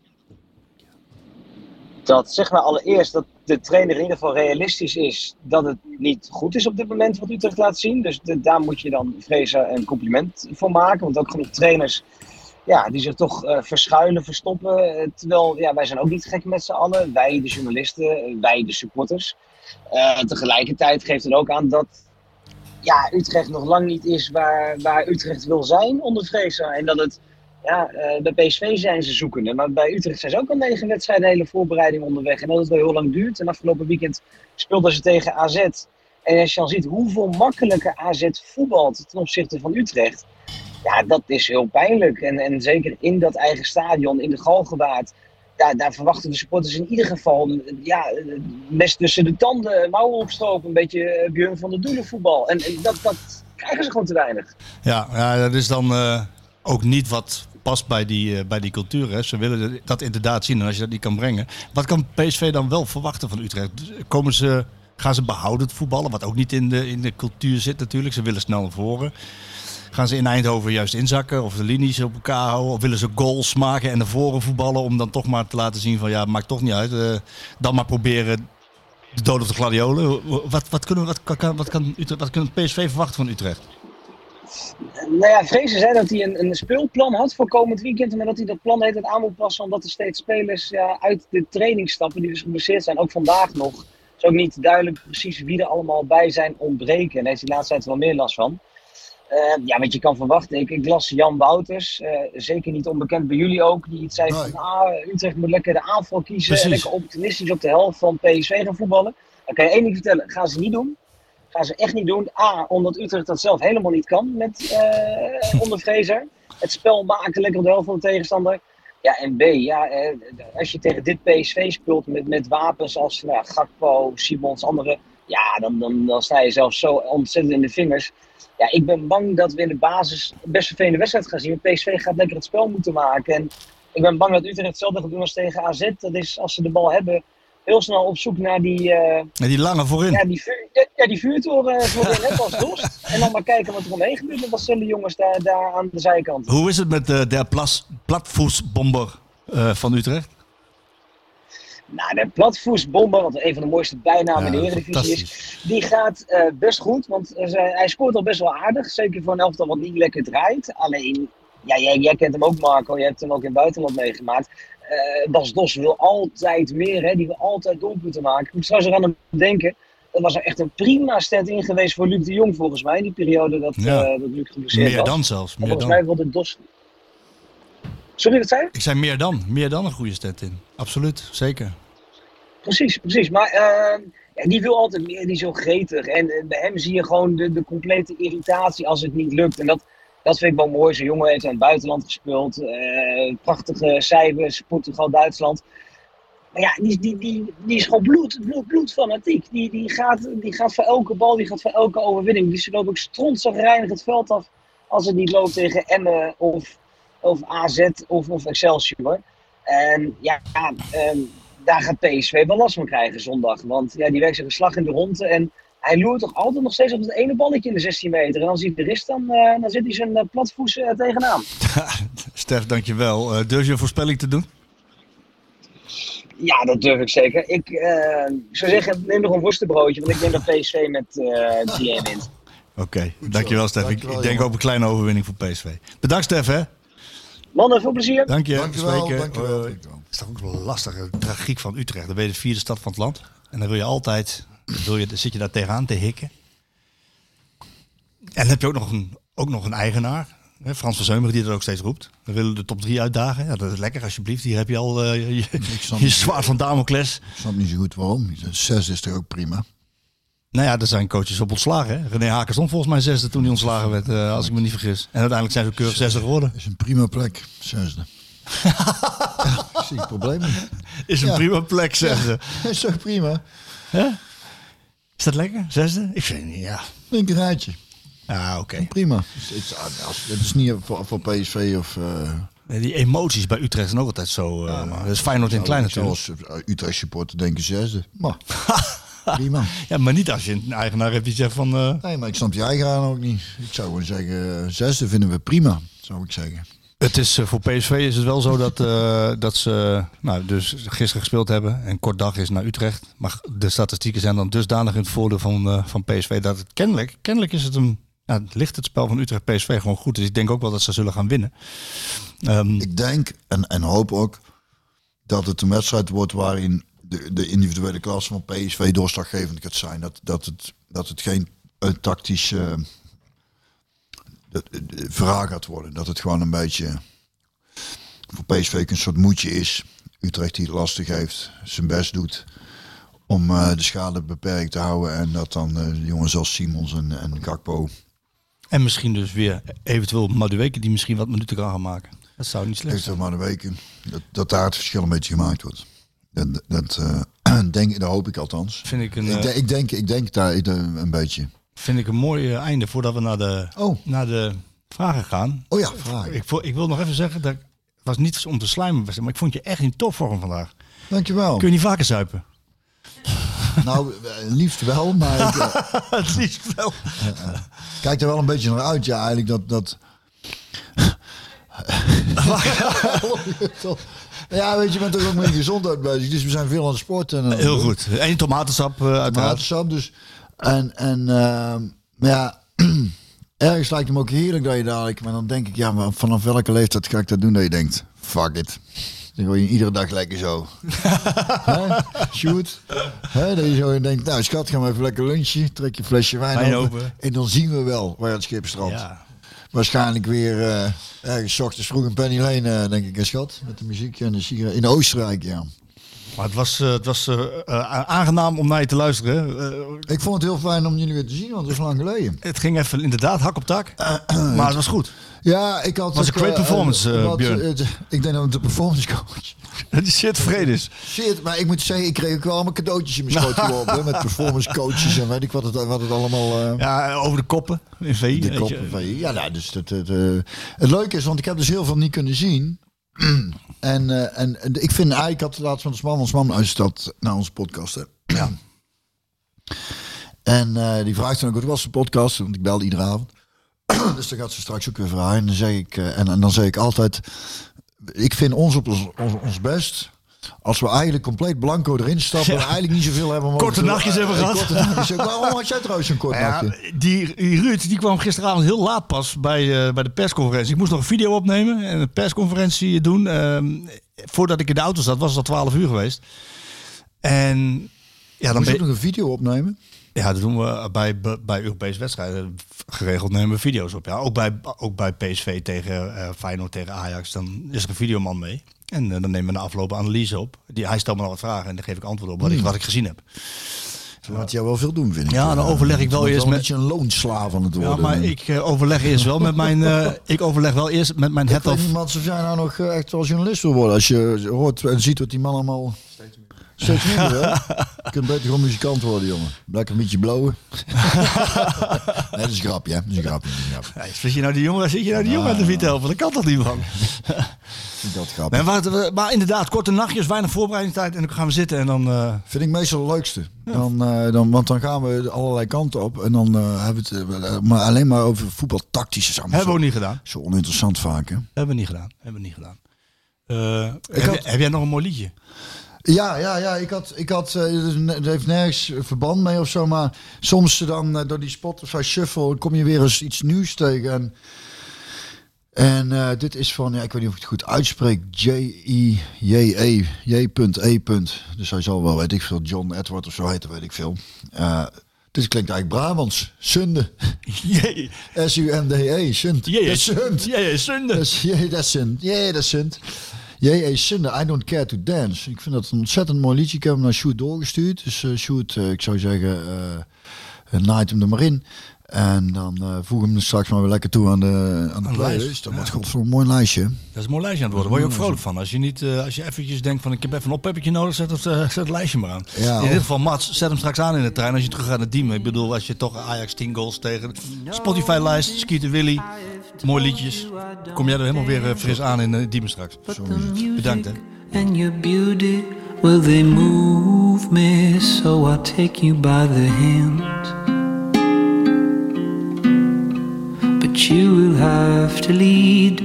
Dat zeg maar allereerst dat de trainer in ieder geval realistisch is dat het niet goed is op dit moment wat Utrecht laat zien. Dus daar moet je dan Fraser een compliment voor maken. Want ook genoeg trainers die zich toch verschuilen, verstoppen. Terwijl wij zijn ook niet gek met z'n allen. Wij de journalisten, wij de supporters. Tegelijkertijd geeft het ook aan dat Utrecht nog lang niet is waar Utrecht wil zijn onder Fraser. En dat het... bij PSV zijn ze zoekende, maar bij Utrecht zijn ze ook al 9 wedstrijden, hele voorbereiding onderweg. En dat het wel heel lang duurt. En afgelopen weekend speelden ze tegen AZ. En als je dan ziet hoeveel makkelijker AZ voetbalt ten opzichte van Utrecht. Ja, dat is heel pijnlijk. En zeker in dat eigen stadion, in de Galgenwaard. Daar verwachten de supporters in ieder geval mes tussen de tanden, mouwen opstropen. Een beetje Björn van der Doelen voetbal. En dat krijgen ze gewoon te weinig. Ja, dat is dan ook niet wat past bij die cultuur. Hè. Ze willen dat inderdaad zien en als je dat niet kan brengen. Wat kan PSV dan wel verwachten van Utrecht? Gaan ze behoudend voetballen, wat ook niet in de cultuur zit natuurlijk. Ze willen snel naar voren. Gaan ze in Eindhoven juist inzakken of de linies op elkaar houden? Of willen ze goals maken en naar voren voetballen om dan toch maar te laten zien van ja, maakt toch niet uit. Dan maar proberen de dood of de gladiolen. Wat kan PSV verwachten van Utrecht? Nou ja, Vrezen zei dat hij een speelplan had voor komend weekend. Maar dat hij dat plan heet het aan moet passen. Omdat er steeds spelers uit de training stappen die dus geblesseerd zijn. Ook vandaag nog. Het is ook niet duidelijk precies wie er allemaal bij zijn ontbreken. En daar heeft hij de laatste tijd wel meer last van. Wat je kan verwachten. Ik las Jan Wouters. Zeker niet onbekend bij jullie ook. Die iets zei van Utrecht moet lekker de aanval kiezen. Precies. En lekker optimistisch op de helft van PSV gaan voetballen. Dan kan je één ding vertellen. Gaan ze niet doen. Gaan ze echt niet doen. A, omdat Utrecht dat zelf helemaal niet kan met onder Vrezer. Het spel maken lekker op de helft van de tegenstander. Ja, en B, als je tegen dit PSV speelt met wapens als Gakpo, Simons, anderen. Ja, dan sta je zelfs zo ontzettend in de vingers. Ja, ik ben bang dat we in de basis een best vervelende wedstrijd gaan zien. Want PSV gaat lekker het spel moeten maken. En ik ben bang dat Utrecht hetzelfde gaat doen als tegen AZ. Dat is, als ze de bal hebben, heel snel op zoek naar die lange voorin. Ja, die vuurtoren voorin, net als Dost. En dan maar kijken wat er omheen gebeurt met dat stille jongens daar aan de zijkant. Hoe is het met de platvoetsbomber van Utrecht? Nou, de platvoetsbomber, wat een van de mooiste bijnamen in de Eredivisie is, die gaat best goed. Want hij scoort al best wel aardig. Zeker voor een elftal wat niet lekker draait. Alleen, jij kent hem ook, Marco. Je hebt hem ook in het buitenland meegemaakt. Bas Dost wil altijd meer, hè? Die wil altijd doelpunten maken. Ik moet trouwens eraan hem denken. Dat was er echt een prima stand-in geweest voor Luc de Jong volgens mij. In die periode dat Luc geblesseerd was. Meer dan zelfs. Volgens mij wilde Dost... Sorry, wat zei je? Ik zei meer dan een goede stand-in. Absoluut, zeker. Precies. Maar die wil altijd meer, die is zo gretig. En bij hem zie je gewoon de complete irritatie als het niet lukt. En dat vind ik wel mooi. Zo'n jongen heeft in het buitenland gespeeld. Prachtige cijfers, Portugal, Duitsland. Maar ja, die is gewoon bloedfanatiek. Die gaat voor elke bal, die gaat voor elke overwinning. Die loopt ook strontzagrijnig het veld af als het niet loopt tegen Emmen of AZ of Excelsior. En daar gaat PSV wel last van krijgen zondag. Want die werkt zich een slag in de ronde. En hij loert toch altijd nog steeds op het ene balletje in de 16 meter. En als hij er is, dan zit hij zijn platvoets tegenaan. Stef, dankjewel. Durf je een voorspelling te doen? Ja, dat durf ik zeker. Ik zou zeggen, neem nog een worstenbroodje. Want ik denk dat PSV met 3-1 wint. Oké, dankjewel Stef. Ik denk ook een kleine overwinning voor PSV. Bedankt Stef, hè? Mannen, veel plezier. Dank je. Dankjewel. Het is toch ook wel lastig, de tragiek van Utrecht. Dan ben je de vierde stad van het land. En dan wil je altijd, zit je daar tegenaan te hikken. En dan heb je ook nog een eigenaar. Frans van Zeumeren die dat ook steeds roept. We willen de top 3 uitdagen. Ja, dat is lekker alsjeblieft. Hier heb je al je zwaard van Damocles. Ik snap niet zo goed waarom. 6 is toch ook prima? Nou ja, er zijn coaches op ontslagen. Hè? René Haken stond volgens mij zesde toen hij ontslagen werd, als ik me niet vergis. En uiteindelijk zijn ze keurig zesde geworden. Is een prima plek, zesde. Zie ik probleem niet. Is een prima plek, zesde. Is toch prima? Huh? Is dat lekker, zesde? Ik vind het niet, ja. Een rijtje. Ah, oké. Prima. Het is niet voor PSV of... Die emoties bij Utrecht zijn ook altijd zo... dat is Feyenoord in klein natuurlijk. Zoals Utrecht supporter denken zesde. Maar prima. Ja, maar niet als je een eigenaar hebt die zegt van... Nee, maar ik snap die eigenaar ook niet. Ik zou gewoon zeggen, zesde vinden we prima, zou ik zeggen. Het is, voor PSV is het wel zo dat ze dus gisteren gespeeld hebben. En kort dag is naar Utrecht. Maar de statistieken zijn dan dusdanig in het voordeel van PSV... dat het kennelijk is het ligt het spel van Utrecht PSV gewoon goed. Dus ik denk ook wel dat ze zullen gaan winnen. Ik denk en hoop ook dat het een wedstrijd wordt waarin de individuele klasse van PSV doorslaggevend gaat zijn. Dat het geen tactisch vraag gaat worden. Dat het gewoon een beetje voor PSV een soort moedje is. Utrecht die het lastig heeft, zijn best doet om de schade beperkt te houden. En dat dan jongens als Simons en Gakpo. En misschien dus weer eventueel Madueke die misschien wat minuten kan gaan maken. Dat zou niet slecht zijn. Madueke, dat daar het verschil een beetje gemaakt wordt. Dat hoop ik althans. Ik denk daar een beetje. Vind ik een mooi einde voordat we naar de vragen gaan. Oh ja, vragen. Ik wil nog even zeggen, dat was niet om te slijmen, maar ik vond je echt in topvorm vandaag. Dankjewel. Kun je niet vaker zuipen? Nou, liefst wel, maar... Het liefst wel. Kijk er wel een beetje naar uit, ja, eigenlijk dat... Ja, weet je, bent toch ook met gezondheid bezig. Dus we zijn veel aan het sporten. En, heel goed. En tomatensap uiteraard. Tomatensap, dus. Maar ja, ergens lijkt hem ook heerlijk dat je dadelijk... Maar dan denk ik, ja, maar vanaf welke leeftijd ga ik dat doen dat je denkt... Fuck it. Dan gooi je iedere dag lekker zo. Shoot. Dat je zo denkt, nou schat, gaan we even lekker lunchen. Trek je flesje wijn open. En dan zien we wel waar het schip strandt. Ja. Waarschijnlijk weer ergens 's ochtends vroeg in Penny Lane, denk ik, schat. Met de muziek en de sigaret. In Oostenrijk, ja. Maar het was aangenaam om naar je te luisteren. Ik vond het heel fijn om jullie weer te zien, want het was lang geleden. Het ging even inderdaad hak op tak, maar het was goed. Ja, ik had... Het was een great performance, Björn. Ik denk dat de performance coach... Die shit tevreden is. Shit, maar ik moet zeggen, ik kreeg ook wel allemaal cadeautjes in mijn schoot geworpen. Met performance coaches en weet ik wat het allemaal... Ja, over de koppen in VI. De koppen VI. Ja, nou, dus het leuke is, want ik heb dus heel veel niet kunnen zien... En ik vind eigenlijk, ik had laatst van ons man uitgestapt naar onze podcast. Hè. Ja. En die vraagt dan ook, wat was de podcast? Want ik belde iedere avond. Dus dan gaat ze straks ook weer vragen. En dan zeg ik, en dan zeg ik altijd, ik vind ons op ons best... Als we eigenlijk compleet blanco erin stappen... en eigenlijk niet zoveel hebben... Korte nachtjes hebben gehad. Waarom had jij trouwens een kort nachtje? Die Ruud die kwam gisteravond heel laat pas bij de persconferentie. Ik moest nog een video opnemen en een persconferentie doen. Voordat ik in de auto zat was het al 12 uur geweest. En ja, dan moest je nog een video opnemen? Ja, dat doen we bij Europese wedstrijden. Geregeld nemen we video's op. Ja. Ook bij PSV tegen Feyenoord tegen Ajax. Dan is er een videoman mee. En dan nemen we na afloop een analyse op. Hij stelt me dan wat vragen en dan geef ik antwoord op wat ik gezien heb. Ze laat jou wel veel doen, vind ik. Ja, dan overleg ik wel eerst met... een loonslaaf aan het worden. Ja, maar ik overleg eerst wel met mijn... ik overleg wel eerst met mijn head of... Ik weet niet, Mats, of jij nou nog echt wel journalist wil worden. Als je hoort en ziet wat die man allemaal... Steeds minder, hè? Je kunt beter gewoon muzikant worden, jongen. Lekker een beetje blowen. Nee, dat is een grapje, hè? Dat is een grapje. Ja, zit je nou die jongen aan de fiets helpen? Dat kan toch niet, man? Dat grappig. Nee, maar inderdaad, korte nachtjes, weinig voorbereidingstijd. En dan gaan we zitten en dan... Vind ik meestal het leukste. Ja. Want dan gaan we allerlei kanten op. En dan hebben we het maar alleen maar over voetbaltactische zaken. Hebben we ook niet gedaan. Zo oninteressant vaak, hè? Hebben we niet gedaan. Heb jij nog een mooi liedje? Ja. Ik had het heeft nergens verband mee of zo, maar soms dan door die Spotify Shuffle kom je weer eens iets nieuws tegen. En dit is van, ik weet niet of ik het goed uitspreek, J.E. Dus hij zal wel, weet ik veel, John Edward of zo heet, weet ik veel. Dit klinkt eigenlijk Brabants. Sunde. S-U-N-D-E. Sund. Sunde. Dat is Sund. J.E. Sunde, I Don't Care to Dance. Ik vind dat een ontzettend mooi liedje. Ik heb hem naar Sjoerd doorgestuurd. Dus Sjoerd, ik zou zeggen, naait hem er maar in. En dan voeg hem straks maar weer lekker toe aan de playlist. Dat wordt godverdomme een mooi lijstje. Dat is een mooi lijstje aan het worden. Daar word je ook vrolijk van. Als je eventjes denkt van ik heb even een oppeppertje nodig, zet het lijstje maar aan. Ja, in dit geval Mats, zet hem straks aan in de trein als je terug gaat naar Diemen. Ik bedoel, als je toch Ajax 10 goals tegen Spotify-lijst, Skeeter Willy, mooie liedjes. Kom jij er helemaal weer fris aan in Diemen straks. Bedankt, hè. And your beauty, will they move me, so I'll take you by the hand. But you will have to lead.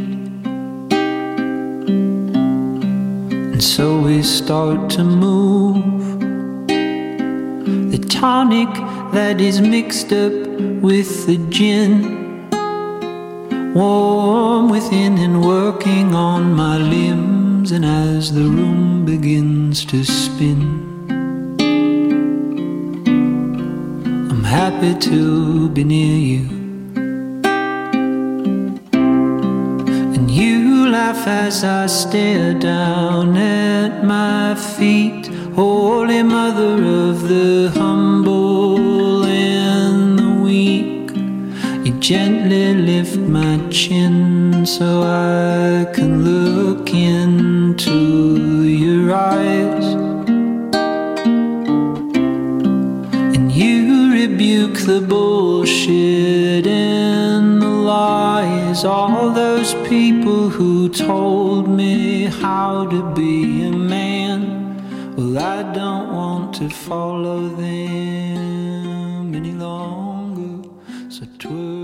And so we start to move. The tonic that is mixed up with the gin, warm within and working on my limbs. And as the room begins to spin, I'm happy to be near you. And you laugh as I stare down at my feet. Holy Mother of the humble and the weak, you gently lift my chin so I can look into your eyes. And you rebuke the bullshit and the lies. All those people who told me how to be a man. Well, I don't want to follow them any longer. So twirl